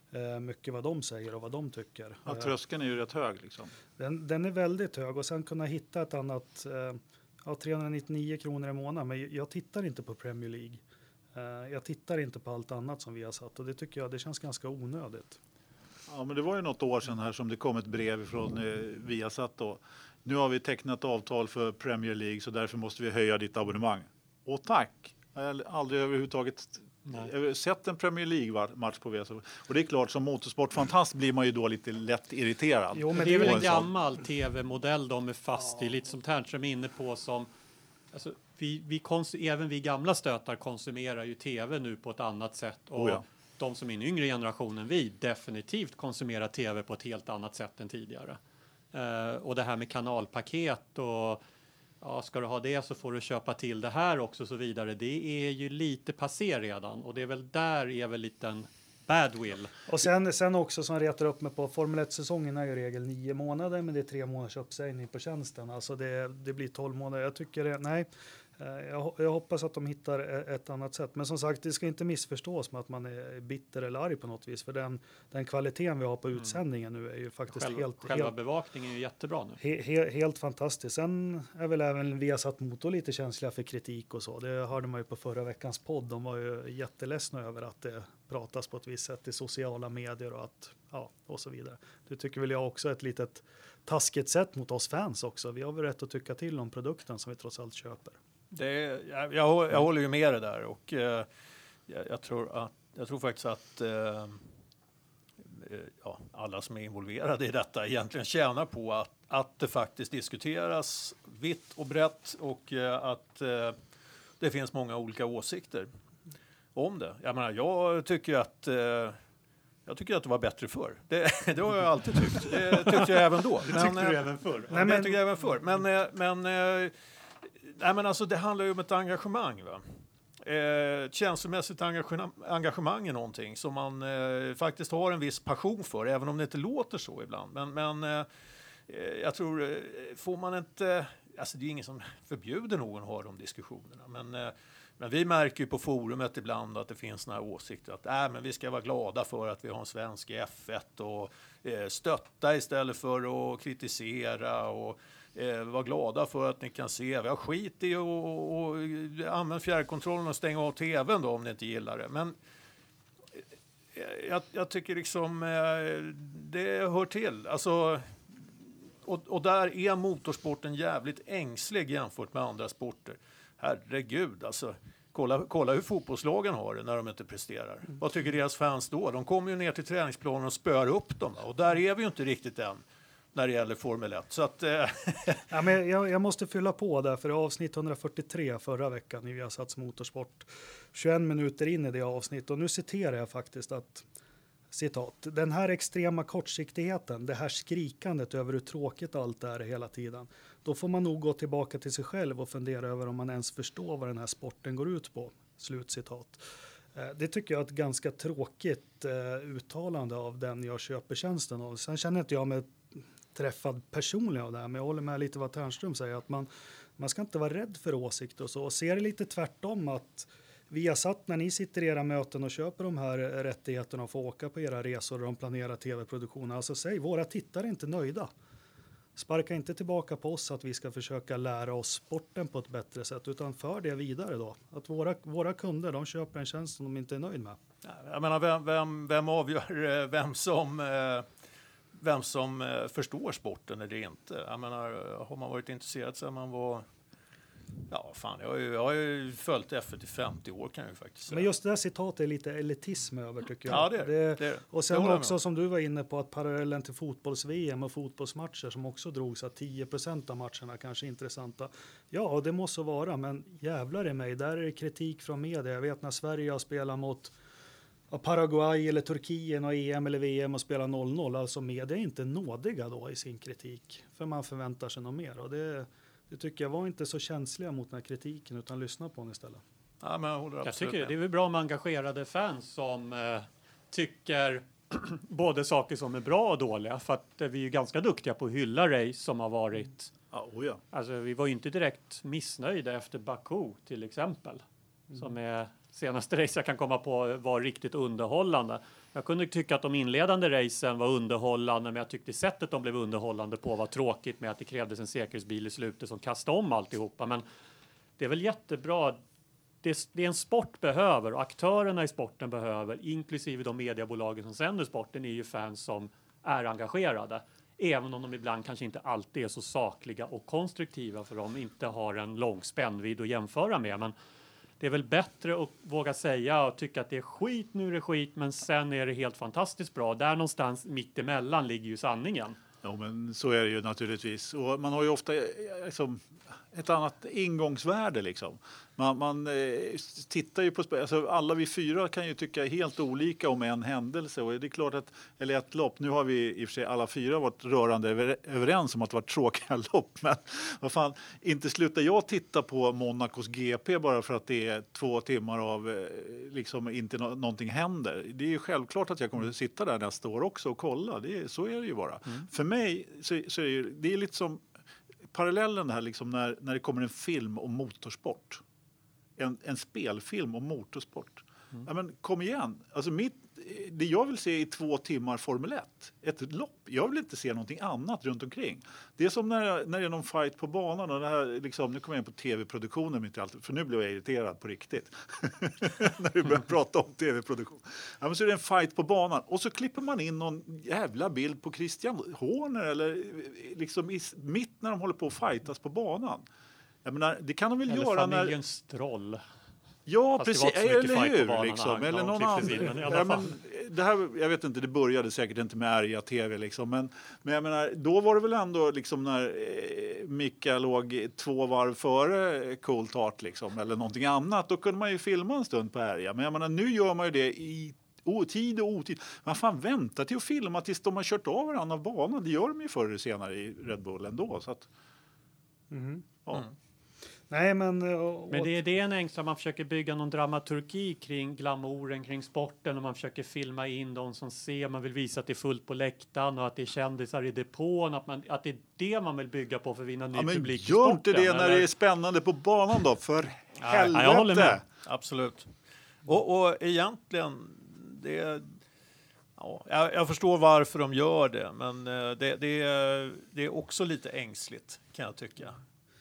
eh, mycket vad de säger och vad de tycker. Ja, Eh, tröskeln är ju rätt hög liksom. den, den är väldigt hög och sen kunna hitta ett annat, eh, ja, trehundranittionio kronor i månaden, men jag tittar inte på Premier League. Eh, jag tittar inte på allt annat som vi har satt och det tycker jag det känns ganska onödigt. Ja, men det var ju något år sedan här som det kom ett brev från eh, Viasat då. Nu har vi tecknat avtal för Premier League så därför måste vi höja ditt abonnemang. Och tack! Jag har aldrig överhuvudtaget Nej. sett en Premier League-match på Viasat. Och det är klart, som motorsportfantast blir man ju då lite lätt irriterad. Jo, men det är väl en gammal tv-modell de är fast ja. i, lite som Ternström är inne på som... Alltså, vi, vi kons- även vi gamla stötar konsumerar ju tv nu på ett annat sätt. Och oh ja. de som är den yngre generationen, vi definitivt konsumerar tv på ett helt annat sätt än tidigare. Uh, och det här med kanalpaket och ja, ska du ha det så får du köpa till det här också och så vidare. Det är ju lite passé redan och det är väl där är väl lite en badwill. Och sen, sen också som retar upp mig på Formel ett-säsongen är ju regel nio månader men det är tre månaders uppsägning på tjänsten. Alltså det, det blir tolv månader. Jag tycker det, nej. Jag, jag hoppas att de hittar ett annat sätt. Men som sagt, det ska inte missförstås med att man är bitter eller arg på något vis. För den, den kvaliteten vi har på utsändningen nu är ju faktiskt själva, helt... Själva helt, bevakningen är ju jättebra nu. He, he, helt fantastiskt. Sen är väl även Viasat Motor lite känsliga för kritik och så. Det hörde man ju på förra veckans podd. De var ju jätteledsna över att det pratas på ett visst sätt i sociala medier och att... Ja, och så vidare. Det tycker väl jag också är ett litet taskigt sätt mot oss fans också. Vi har väl rätt att tycka till om produkten som vi trots allt köper. Det, jag, jag, jag håller ju med det där och eh, jag, jag, tror att, jag tror faktiskt att eh, ja, alla som är involverade i detta egentligen tjänar på att, att det faktiskt diskuteras vitt och brett och eh, att eh, det finns många olika åsikter om det. Jag menar, jag tycker att eh, jag tycker att det var bättre förr. Det, det har jag alltid tyckt. Det tyckte jag även då. Det tyckte men, du även förr. Nej, men, det tyckte jag även förr. Men, men, nej, men alltså, det handlar ju om ett engagemang. Va? Eh, känslomässigt engagemang, engagemang är någonting som man eh, faktiskt har en viss passion för, även om det inte låter så ibland. Men, men eh, jag tror, eh, får man inte... Alltså det är ingen som förbjuder någon att ha de diskussionerna. Men, eh, men vi märker ju på forumet ibland att det finns såna här åsikter att äh, men vi ska vara glada för att vi har en svensk i F ett och eh, stötta istället för att kritisera och eh, vara glada för att ni kan se. Vi har skit i och, och, och använd fjärrkontrollen och stänga av tvn då om ni inte gillar det. Men eh, jag, jag tycker liksom eh, det hör till. Alltså... Och, och där är motorsporten jävligt ängslig jämfört med andra sporter. Herregud, alltså. Kolla, kolla hur fotbollslagen har det när de inte presterar. Mm. Vad tycker deras fans då? De kommer ju ner till träningsplanen och spör upp dem. Och där är vi ju inte riktigt än när det gäller Formel ett. Så att, eh. ja, men jag, jag måste fylla på där, för i avsnitt etthundrafyrtiotre förra veckan i Viasats Motorsport, tjugoen minuter in i det avsnitt. Och nu citerar jag faktiskt att citat, den här extrema kortsiktigheten, det här skrikandet över hur tråkigt allt är hela tiden, då får man nog gå tillbaka till sig själv och fundera över om man ens förstår vad den här sporten går ut på. Slutcitat. Det tycker jag är ett ganska tråkigt uttalande av den jag köper tjänsten av. Sen känner inte jag mig träffad personligen av det här, men jag håller med lite vad Ternström säger, att man, man ska inte vara rädd för åsikter och så. Och ser det lite tvärtom att vi har satt när ni sitter i era möten och köper de här rättigheterna och får åka på era resor och de planerar tv-produktioner. Alltså säg, våra tittare är inte nöjda. Sparka inte tillbaka på oss att vi ska försöka lära oss sporten på ett bättre sätt, utan för det vidare då. Att våra, våra kunder, de köper en tjänst som de inte är nöjd med. Jag menar, vem, vem, vem avgör vem som, vem som förstår sporten eller inte? Jag menar, har man varit intresserad så man var... Ja, fan, jag har ju, jag har ju följt F ett i femtio år kan jag ju faktiskt säga. Men just det här citatet är lite elitism över tycker jag. Ja, det är det. det, och sen också som du var inne på att parallellen till fotbolls-V M och fotbollsmatcher som också drogs att tio procent av matcherna kanske är intressanta. Ja, det måste vara, men jävlar i mig, där är det kritik från media. Jag vet när Sverige har spelat mot Paraguay eller Turkiet och E M eller V M och spelar noll noll. Alltså media är inte nådiga då i sin kritik, för man förväntar sig något mer. Och det Det tycker jag var inte så känsliga mot den här kritiken, utan lyssna på den istället. Ja, men jag håller jag tycker det är väl bra med engagerade fans som eh, tycker både saker som är bra och dåliga. För att eh, vi är ju ganska duktiga på att hylla race som har varit. Ja, oh ja. Alltså vi var ju inte direkt missnöjda efter Baku till exempel. Mm. Som är senaste race jag kan komma på var riktigt underhållande. Jag kunde tycka att de inledande racen var underhållande, men jag tyckte sättet de blev underhållande på var tråkigt med att det krävdes en säkerhetsbil i slutet som kastade om alltihopa. Men det är väl jättebra. Det, det är en sport behöver och aktörerna i sporten behöver, inklusive de mediebolagen som sänder sporten, är ju fans som är engagerade. Även om de ibland kanske inte alltid är så sakliga och konstruktiva för de inte har en lång spännvidd att jämföra med. Men det är väl bättre att våga säga och tycka att det är skit, nu är det skit, men sen är det helt fantastiskt bra. Där någonstans mitt emellan ligger ju sanningen. Ja, men så är det ju naturligtvis. Och man har ju ofta liksom, ett annat ingångsvärde. Liksom. Man, man eh, tittar ju på... Alltså, alla vi fyra kan ju tycka helt olika om en händelse. Och det är klart att... Eller ett lopp. Nu har vi i och för sig alla fyra varit rörande över, överens om att det var tråkiga lopp. Men vad fan, inte slutar jag titta på Monacos G P bara för att det är två timmar av... Eh, liksom inte no- någonting händer. Det är ju självklart att jag kommer att sitta där nästa år också och kolla. Det är, så är det ju bara. Mm. För mig så, så är det ju... Det är lite som... Parallellen här liksom när, när det kommer en film om motorsport. En, en spelfilm om motorsport. Mm. Ja, men kom igen. Alltså mitt, det jag vill se är två timmar Formel ett. Ett lopp. Jag vill inte se någonting annat runt omkring. Det är som när, när det är någon fight på banan. Och det här, liksom, nu kommer jag in på tv-produktionen. Inte alltid, för nu blir jag irriterad på riktigt. när vi börjar prata om tv-produktion. Ja, men så är det en fight på banan. Och så klipper man in någon jävla bild på Christian Horner. Eller liksom i, mitt när de håller på att fightas på banan. Jag menar, det kan de väl eller göra när... familjen Stroll. Ja, fast precis. Eller hur? Liksom. Eller någon annan. In, ja, men, det här, jag vet inte, det började säkert inte med Ärja T V. Liksom. Men, men jag menar, då var det väl ändå liksom när eh, Mika låg två varv före Colt Heart. Liksom, eller någonting annat. Då kunde man ju filma en stund på Ärja. Men jag menar, nu gör man ju det i otid och otid. Man fan väntar till att filma tills de har kört av varandra av banan. Det gör de ju förr eller senare i Red Bull ändå. Så att, mm. ja. Mm. Nej, men... Och, men det är det en ängslan, man försöker bygga någon dramaturgi kring glamouren, kring sporten och man försöker filma in de som ser, man vill visa att det är fullt på läktaren och att det är kändisar i depån, att, man, att det är det man vill bygga på för att vinna ny ja, men publik i gör sporten. inte det eller? när det är spännande på banan då, för helvete! Ja, jag håller med. Absolut. Och, och egentligen, det, ja, jag, jag förstår varför de gör det, men det, det, det är också lite ängsligt kan jag tycka.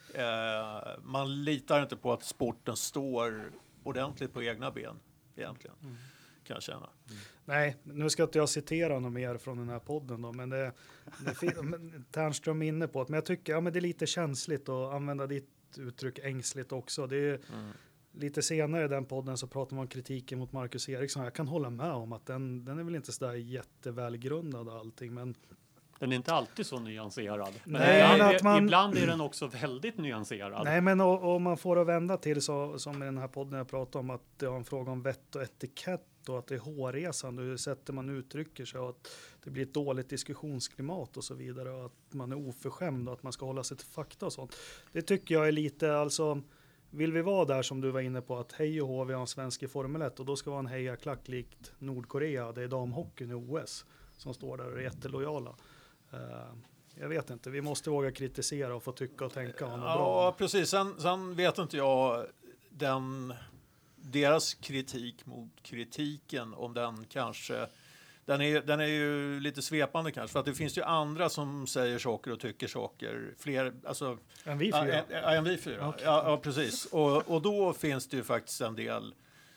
Eh, man litar inte på att sporten står ordentligt på egna ben egentligen, mm. kan jag känna. Mm. Nej, nu ska inte jag citera något mer från den här podden då, men det, det Ternström är inne på det, men jag tycker ja, men det är lite känsligt att använda ditt uttryck ängsligt också. Det är mm. lite senare i den podden så pratar man om kritiken mot Marcus Eriksson. Jag kan hålla med om att den, den är väl inte så där jättevälgrundad och allting, men den är inte alltid så nyanserad. Men, nej, ibland, men att man, ibland är den också väldigt nyanserad. Nej, men om man får att vända till så, som i den här podden jag pratar om, att det är en fråga om vett och etikett och att det är hårresande, hur sätter man uttrycker sig och att det blir ett dåligt diskussionsklimat och så vidare och att man är oförskämd och att man ska hålla sig till fakta och sånt. Det tycker jag är lite, alltså vill vi vara där som du var inne på att hej och hå, vi har en svensk i Formel ett och då ska vara en hejaklack likt Nordkorea, det är damhockeyn i O S som står där och är jättelojala. Uh, jag vet inte, vi måste våga kritisera och få tycka och tänka om det ja, bra. Ja, precis. Sen, sen vet inte jag den, deras kritik mot kritiken, om den kanske, den är, den är ju lite svepande kanske, för att det finns ju andra som säger saker och tycker saker, fler, alltså... Än vi fyra? Ja, ja, än vi fyra. Okay. Ja, ja, precis. Och, och då finns det ju faktiskt en del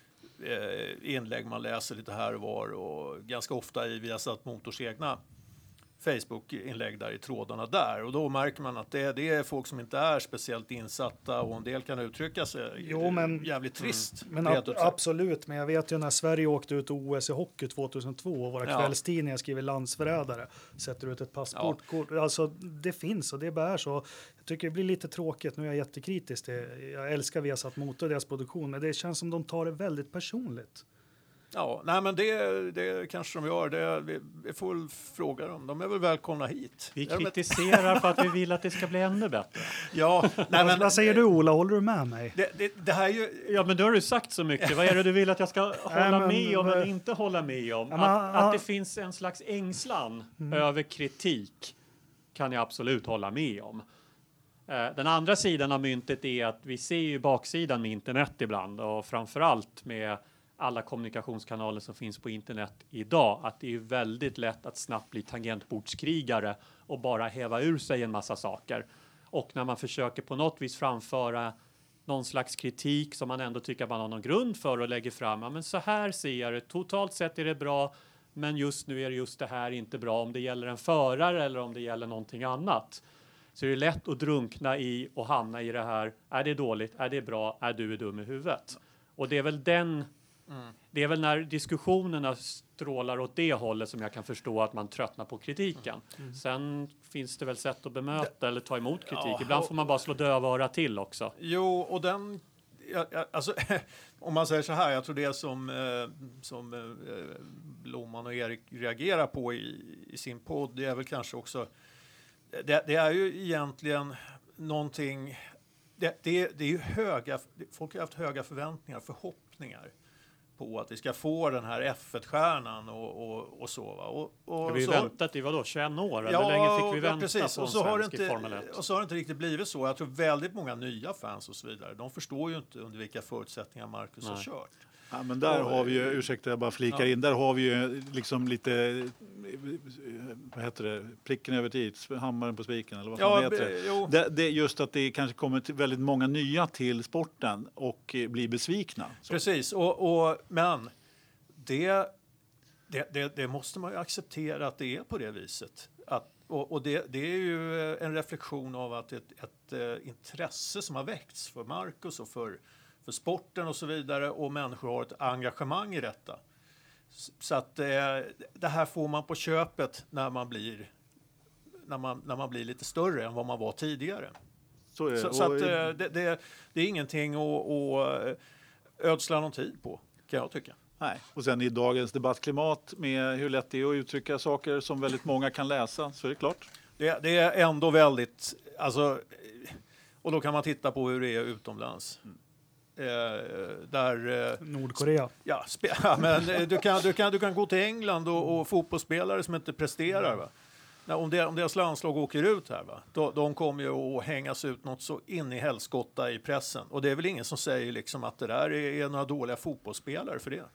eh, inlägg man läser lite här och var och ganska ofta i Viasat Motors egna Facebook-inlägg där i trådarna där. Och då märker man att det, det är folk som inte är speciellt insatta och en del kan uttrycka sig jo, men, jävligt trist. Mm. Men ab- absolut, men jag vet ju när Sverige åkte ut O S i hockey tjugohundratvå och våra ja. kvällstidningar skriver landsförrädare, sätter ut ett passportkort. Ja. Alltså det finns och det bär så. Jag tycker det blir lite tråkigt, nu är jag jättekritisk. Jag älskar Viasat Motor och deras produktion, men det känns som de tar det väldigt personligt. Ja, nej men det, det kanske de gör. Det, vi, vi får väl fråga dem. De är väl välkomna hit. Vi kritiserar för att vi vill att det ska bli ännu bättre. Ja, nej, men, vad säger du Ola? Håller du med mig? Det, det, det här är ju... Ja, men då har du sagt så mycket. Vad är det du vill att jag ska hålla nej, men, med om eller inte hålla med om? Ja, men, att, att det finns en slags ängslan mm. över kritik kan jag absolut hålla med om. Eh, den andra sidan av myntet är att vi ser ju baksidan med internet ibland och framförallt med alla kommunikationskanaler som finns på internet idag, att det är väldigt lätt att snabbt bli tangentbordskrigare och bara häva ur sig en massa saker. Och när man försöker på något vis framföra någon slags kritik som man ändå tycker att man har någon grund för och lägger fram, ja, men så här ser jag det, totalt sett är det bra, men just nu är det just det här inte bra, om det gäller en förare eller om det gäller någonting annat. Så det är lätt att drunkna i och hamna i det här, är det dåligt, är det bra, är du är dum i huvudet. Och det är väl den Mm. Det är väl när diskussionerna strålar åt det hållet som jag kan förstå att man tröttnar på kritiken. Mm. Sen finns det väl sätt att bemöta det, eller ta emot kritik. Ja, ibland får man bara slå dövöra till också. Jo, och den... Ja, ja, alltså, om man säger så här, jag tror det som, eh, som eh, Blomman och Erik reagerar på i, i sin podd, det är väl kanske också... Det, det är ju egentligen någonting... Det, det, det är ju höga... Folk har haft höga förväntningar, förhoppningar på att vi ska få den här F ett-stjärnan och, och, och så. Va? Och, och vi så, väntat i vadå, tjugoett år? Ja, Hur länge fick vi vänta ja, precis. på och en så har det svensk inte, i Formel ett? Och så har det inte riktigt blivit så. Jag tror väldigt många nya fans och så vidare, de förstår ju inte under vilka förutsättningar Marcus Nej. har kört. Ja, men där har vi ju, ursäkta jag bara flikar ja. in, där har vi ju liksom lite, vad heter det, pricken över tid, hammaren på spiken eller vad ja, fan heter det? det? Det är just att det kanske kommer till väldigt många nya till sporten och blir besvikna. Så. Precis, och, och, men det, det, det, det måste man ju acceptera att det är på det viset. Att, och och det, det är ju en reflektion av att ett, ett, ett intresse som har väckts för Marcus och för för sporten och så vidare, och människor har ett engagemang i detta. Så att eh, det här får man på köpet när man blir när man, när man blir lite större än vad man var tidigare. Så, är det. så, så att eh, det, det, det är ingenting att, att ödsla någon tid på, kan jag tycka. Nej, och sen i dagens debattklimat med hur lätt det är att uttrycka saker som väldigt många kan läsa, så är det klart. Det, det är ändå väldigt, alltså, och då kan man titta på hur det är utomlands. Mm. Eh, där, eh, Nordkorea. Ja, spe, ja men eh, du, kan, du, kan, du kan gå till England och, och fotbollsspelare som inte presterar. Va? När, om, det, om deras landslag åker ut här, va? Då, de kommer ju att hängas ut något så in i helskotta i pressen. Och det är väl ingen som säger liksom att det där är, är några dåliga fotbollsspelare för det.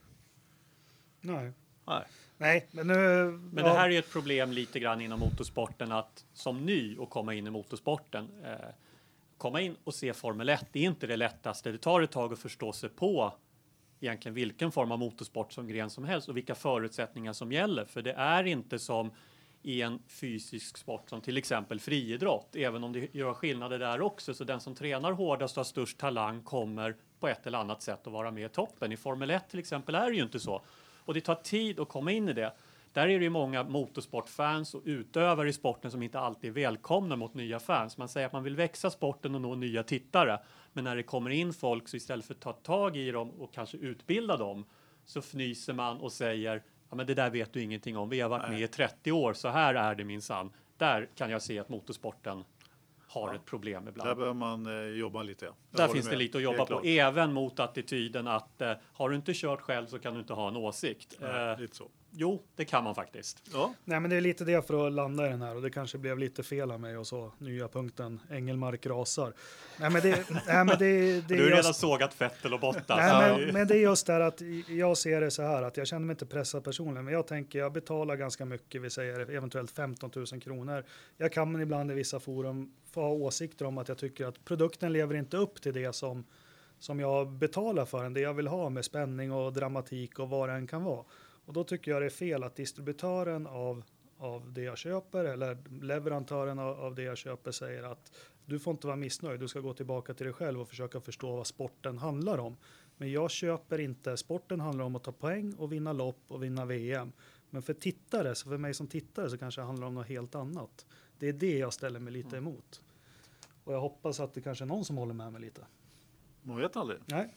Nej. Nej. Nej, men nu... Men det här är ett problem lite grann inom motorsporten, att som ny och komma in i motorsporten... Eh, komma in och se Formel ett, det är inte det lättaste. Det tar ett tag att förstå sig på egentligen vilken form av motorsport som gren som helst och vilka förutsättningar som gäller. För det är inte som i en fysisk sport som till exempel friidrott, även om det gör skillnader där också. Så den som tränar hårdast och har störst talang kommer på ett eller annat sätt att vara med i toppen. I Formel ett till exempel är det ju inte så. Och det tar tid att komma in i det. Där är det ju många motorsportfans och utövare i sporten som inte alltid är välkomna mot nya fans. Man säger att man vill växa sporten och nå nya tittare. Men när det kommer in folk, så istället för att ta tag i dem och kanske utbilda dem, så fnyser man och säger, ja men det där vet du ingenting om. Vi har varit med i trettio år, så här är det minsann. Där kan jag se att motorsporten har ja. ett problem ibland. Där behöver man eh, jobba lite. Jag där finns det lite att jobba på. Även mot attityden att eh, har du inte kört själv så kan du inte ha en åsikt. Nej, eh, lite så. Jo, det kan man faktiskt. Ja. Nej, men det är lite det för att landa i den här, och det kanske blev lite fel av mig och så nya punkten Engelmark rasar. Nej, men det, nej, men det, det du har just... redan sågat Vettel och Bottas. Nej, men, men det är just det att jag ser det så här att jag känner mig inte pressad personligen, men jag tänker jag betalar ganska mycket, vi säger eventuellt femton tusen kronor. Jag kan men ibland i vissa forum få ha åsikter om att jag tycker att produkten lever inte upp till det som, som jag betalar för den, det jag vill ha med spänning och dramatik och vad det än kan vara. Och då tycker jag det är fel att distributören av, av det jag köper eller leverantören av, av det jag köper säger att du får inte vara missnöjd, du ska gå tillbaka till dig själv och försöka förstå vad sporten handlar om. Men jag köper inte, sporten handlar om att ta poäng och vinna lopp och vinna V M. Men för tittare, så för mig som tittare så kanske det handlar om något helt annat. Det är det jag ställer mig lite emot. Och jag hoppas att det kanske är någon som håller med mig lite. Man vet aldrig. Nej.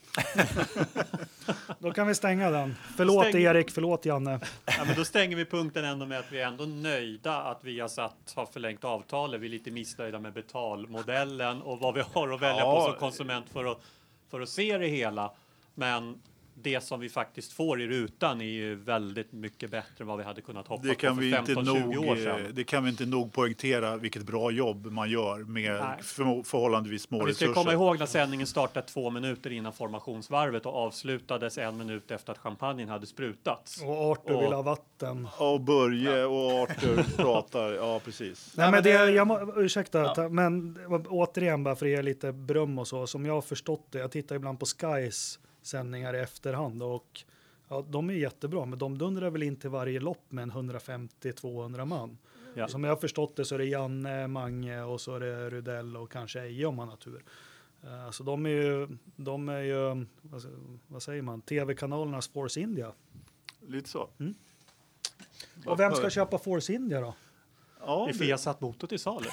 Då kan vi stänga den. Förlåt Stäng... Erik, förlåt Janne. Ja, men då stänger vi punkten ändå med att vi är ändå nöjda att vi har satt, har förlängt avtalet. Vi är lite missnöjda med betalmodellen och vad vi har att välja ja. på som konsument för att, för att se det hela. Men det som vi faktiskt får i rutan är ju väldigt mycket bättre än vad vi hade kunnat hoppas Det kan, på vi för inte femton tjugo nog, år sedan. det kan vi inte nog poängtera vilket bra jobb man gör med Nej. för, förhållandevis små Och vi ska resurser. komma ihåg när sändningen startade två minuter innan formationsvarvet och avslutades en minut efter att champagnen hade sprutats. Och Arthur Och- vill ha vatten. Och Börje och Arthur pratar, ja precis. Nej, men men det, det- jag må, ursäkta, Ja. ta- men återigen bara för att ge lite beröm och så, som jag har förstått det, jag tittar ibland på Skys sändningar i efterhand och ja, de är jättebra, men de dundrar väl in till varje lopp med en hundrafemtio till tvåhundra man. Ja. Som jag har förstått det så är det Janne, Mange och så är det Rudell och kanske Eje om man har tur. Uh, så de är ju, de är ju vad, vad säger man, tv-kanalernas Force India. Lite så. Och vem ska köpa Force India då? Ja, Är det, Fiat motor till salu?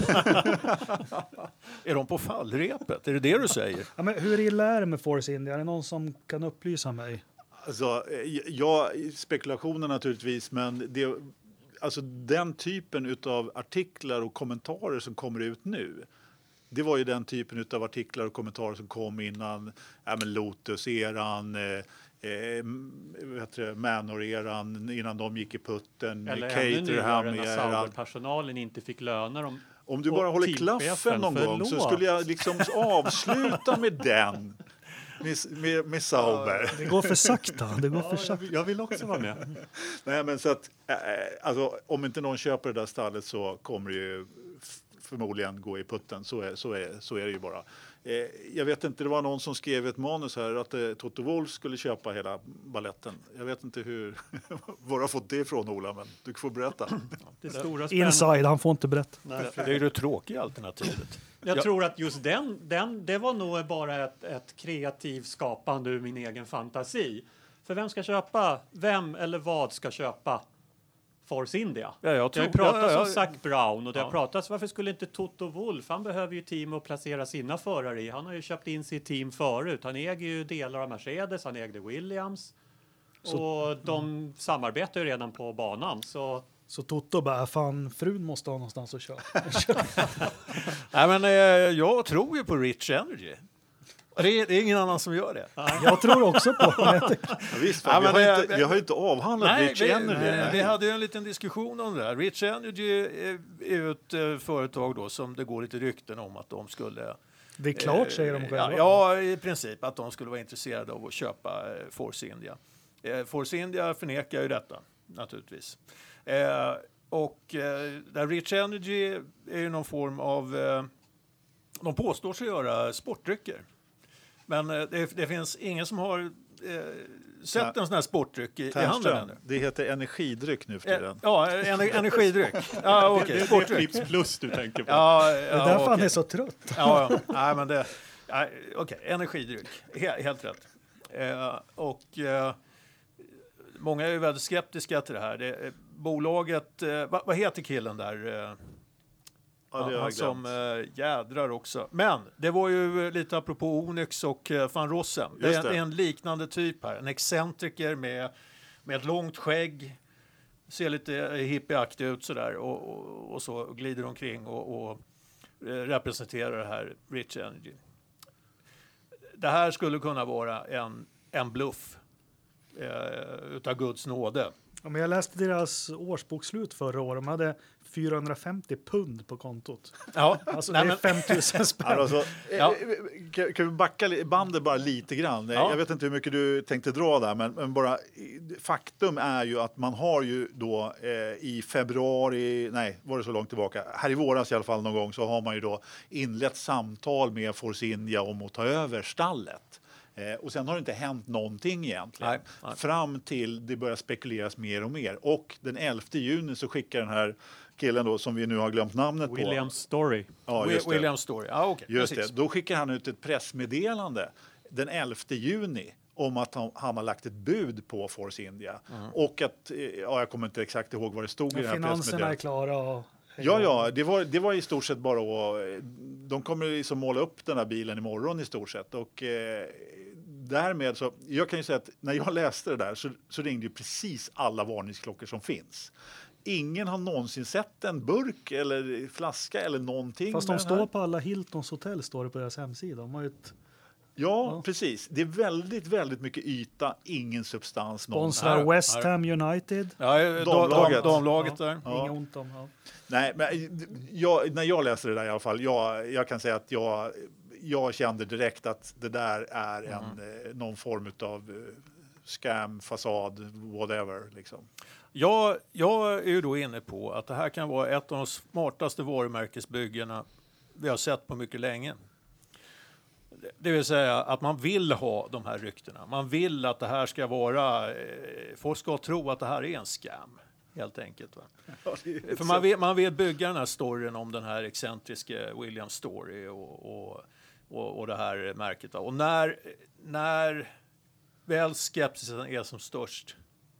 Är de på fallrepet? Är det det du säger? Ja, men hur illa är det med Force India? Är det någon som kan upplysa mig? alltså, eh, ja, spekulationer naturligtvis, men det, alltså, den typen av artiklar och kommentarer som kommer ut nu, det var ju den typen av artiklar och kommentarer som kom innan ja, men Lotus-eran, eh, eh, vad heter det, Manor-eran, innan de gick i putten, Eller ännu nyare när Caterham-eran. Sauber-personalen inte fick löner. Om, Om du och bara håller teamchefen, klaffen någon gång så förlåt. skulle jag liksom avsluta med den. Med, med, med Sauber. Det går för sakta. Det går för jag, sakta. vill, jag vill också vara med. Nej, men så att, äh, alltså, om inte någon köper det där stallet så kommer det ju f- förmodligen gå i putten. Så är, så är, så är det ju bara. Eh, jag vet inte, det var någon som skrev ett manus här att eh, Toto Wolff skulle köpa hela balletten. Jag vet inte hur, var du har fått det ifrån, Ola, men du får berätta. Det stora spännande. Inside, han får inte berätta. Nej, Det är ju det tråkiga alternativet. Jag Ja. tror att just den, den, det var nog bara ett, ett kreativt skapande ur min egen fantasi. För vem ska köpa, vem eller vad ska köpa Force India? Ja, jag Det har tror, ju pratats ja, om ja, Zac Brown och det har Ja. pratats, varför skulle inte Toto Wolff, han behöver ju team att placera sina förare i. Han har ju köpt in sitt team förut. Han äger ju delar av Mercedes, han ägde Williams. Och de samarbetar ju redan på banan. Så Så Toto bara, fan frun måste ha någonstans att köra. Nej, men eh, jag tror ju på Rich Energy. Och Det är, det är ingen annan som gör det. Jag tror också på det. Ja, visst, Ja, vi, men har det- inte, vi har ju inte avhandlat Nej, Rich vi, Energy. vi, Nej. vi hade ju en liten diskussion om det där. Rich Energy är, är ju ett eh, företag då som det går lite rykten om att de skulle... Det är klart, eh, säger de själva. Ja, ja, i princip att de skulle vara intresserade av att köpa eh, Force India. Eh, Force India förnekar ju detta, naturligtvis. Eh, och eh, där Rich Energy är ju någon form av... Eh, de påstår sig göra sportdrycker. Men eh, det, det finns ingen som har eh, sett en sån här sportdryck i, i handen Tärnström, ännu. det heter energidryck nu för Eh, tiden. Ja, ener- energidryck. Ja, okej. det, det är Sportdryck. Pripps Plus du tänker på. Ja, Det är ja, därför han okej. är så trött. Ja, ja. Nej, men det... ja, Okej, energidryck. He- helt rätt. Eh, och eh, många är ju väldigt skeptiska till det här. Det, eh, bolaget... Eh, vad, vad heter killen där? Eh, Ja, det har han jag som glömt. eh, jädrar också. Men det var ju eh, lite apropå Onyx och eh, van Rossem. Det är, Just det. det är en liknande typ här. En excentriker med, med ett långt skägg. Ser lite eh, hippieaktig ut sådär. Och, och, och så glider omkring och, och eh, representerar det här Rich Energy. Det här skulle kunna vara en, en bluff eh, utav Guds nåde. Ja, men jag läste deras årsbokslut förra året. De hade fyrahundrafemtio pund på kontot. Ja, Alltså nej, det är men- femtusen spänn. Alltså, eh, Ja. kan, kan vi backa li- bandet bara lite grann? Ja. Jag vet inte hur mycket du tänkte dra där, men, men bara eh, faktum är ju att man har ju då eh, i februari, nej, var det så långt tillbaka, här i våras i alla fall någon gång, så har man ju då inlett samtal med Force India om att ta över stallet. Eh, och sen har det inte hänt någonting egentligen. Nej, nej. Fram till det börjar spekuleras mer och mer. Och den elfte juni så skickar den här killen då, som vi nu har glömt namnet på. William Story. Ja, Wi- just det. William Story. Ja, okej. Just precis. det, då skickar han ut ett pressmeddelande den elfte juni om att han, han har lagt ett bud på Force India. Och att, eh, ja, jag kommer inte exakt ihåg vad det stod i det här Finanserna är pressmeddelandet. klara. Och Ja, ja, det var, det var i stort sett bara att... De kommer liksom måla upp den här bilen imorgon i stort sett. Och eh, därmed så... Jag kan ju säga att när jag läste det där så, så ringde ju precis alla varningsklockor som finns. Ingen har någonsin sett en burk eller flaska eller någonting. Fast med de den här. står på alla Hiltons hotell, står det på deras hemsida. De har ju ett Ja, Ja. precis. Det är väldigt, väldigt mycket yta, ingen substans. någon. Sponsrar Nej, West nej. Ham United. Ja, Damlaget. damlaget, damlaget där. Ja. Inget ont om. Ja. Nej, men jag, när jag läste det där i alla fall, jag, jag kan säga att jag, jag kände direkt att det där är en, mm. någon form av scam, fasad, whatever. Liksom. Jag, jag är ju då inne på att det här kan vara ett av de smartaste varumärkesbyggena vi har sett på mycket länge. Det vill säga att man vill ha de här ryktena. Man vill att det här ska vara... Eh, folk ska tro att det här är en scam, helt enkelt. Va? Ja, För man vill, man vill bygga den här storyn om den här excentriska William Story och, och, och, och det här märket. Va? Och när, när väl skepsisen är som störst.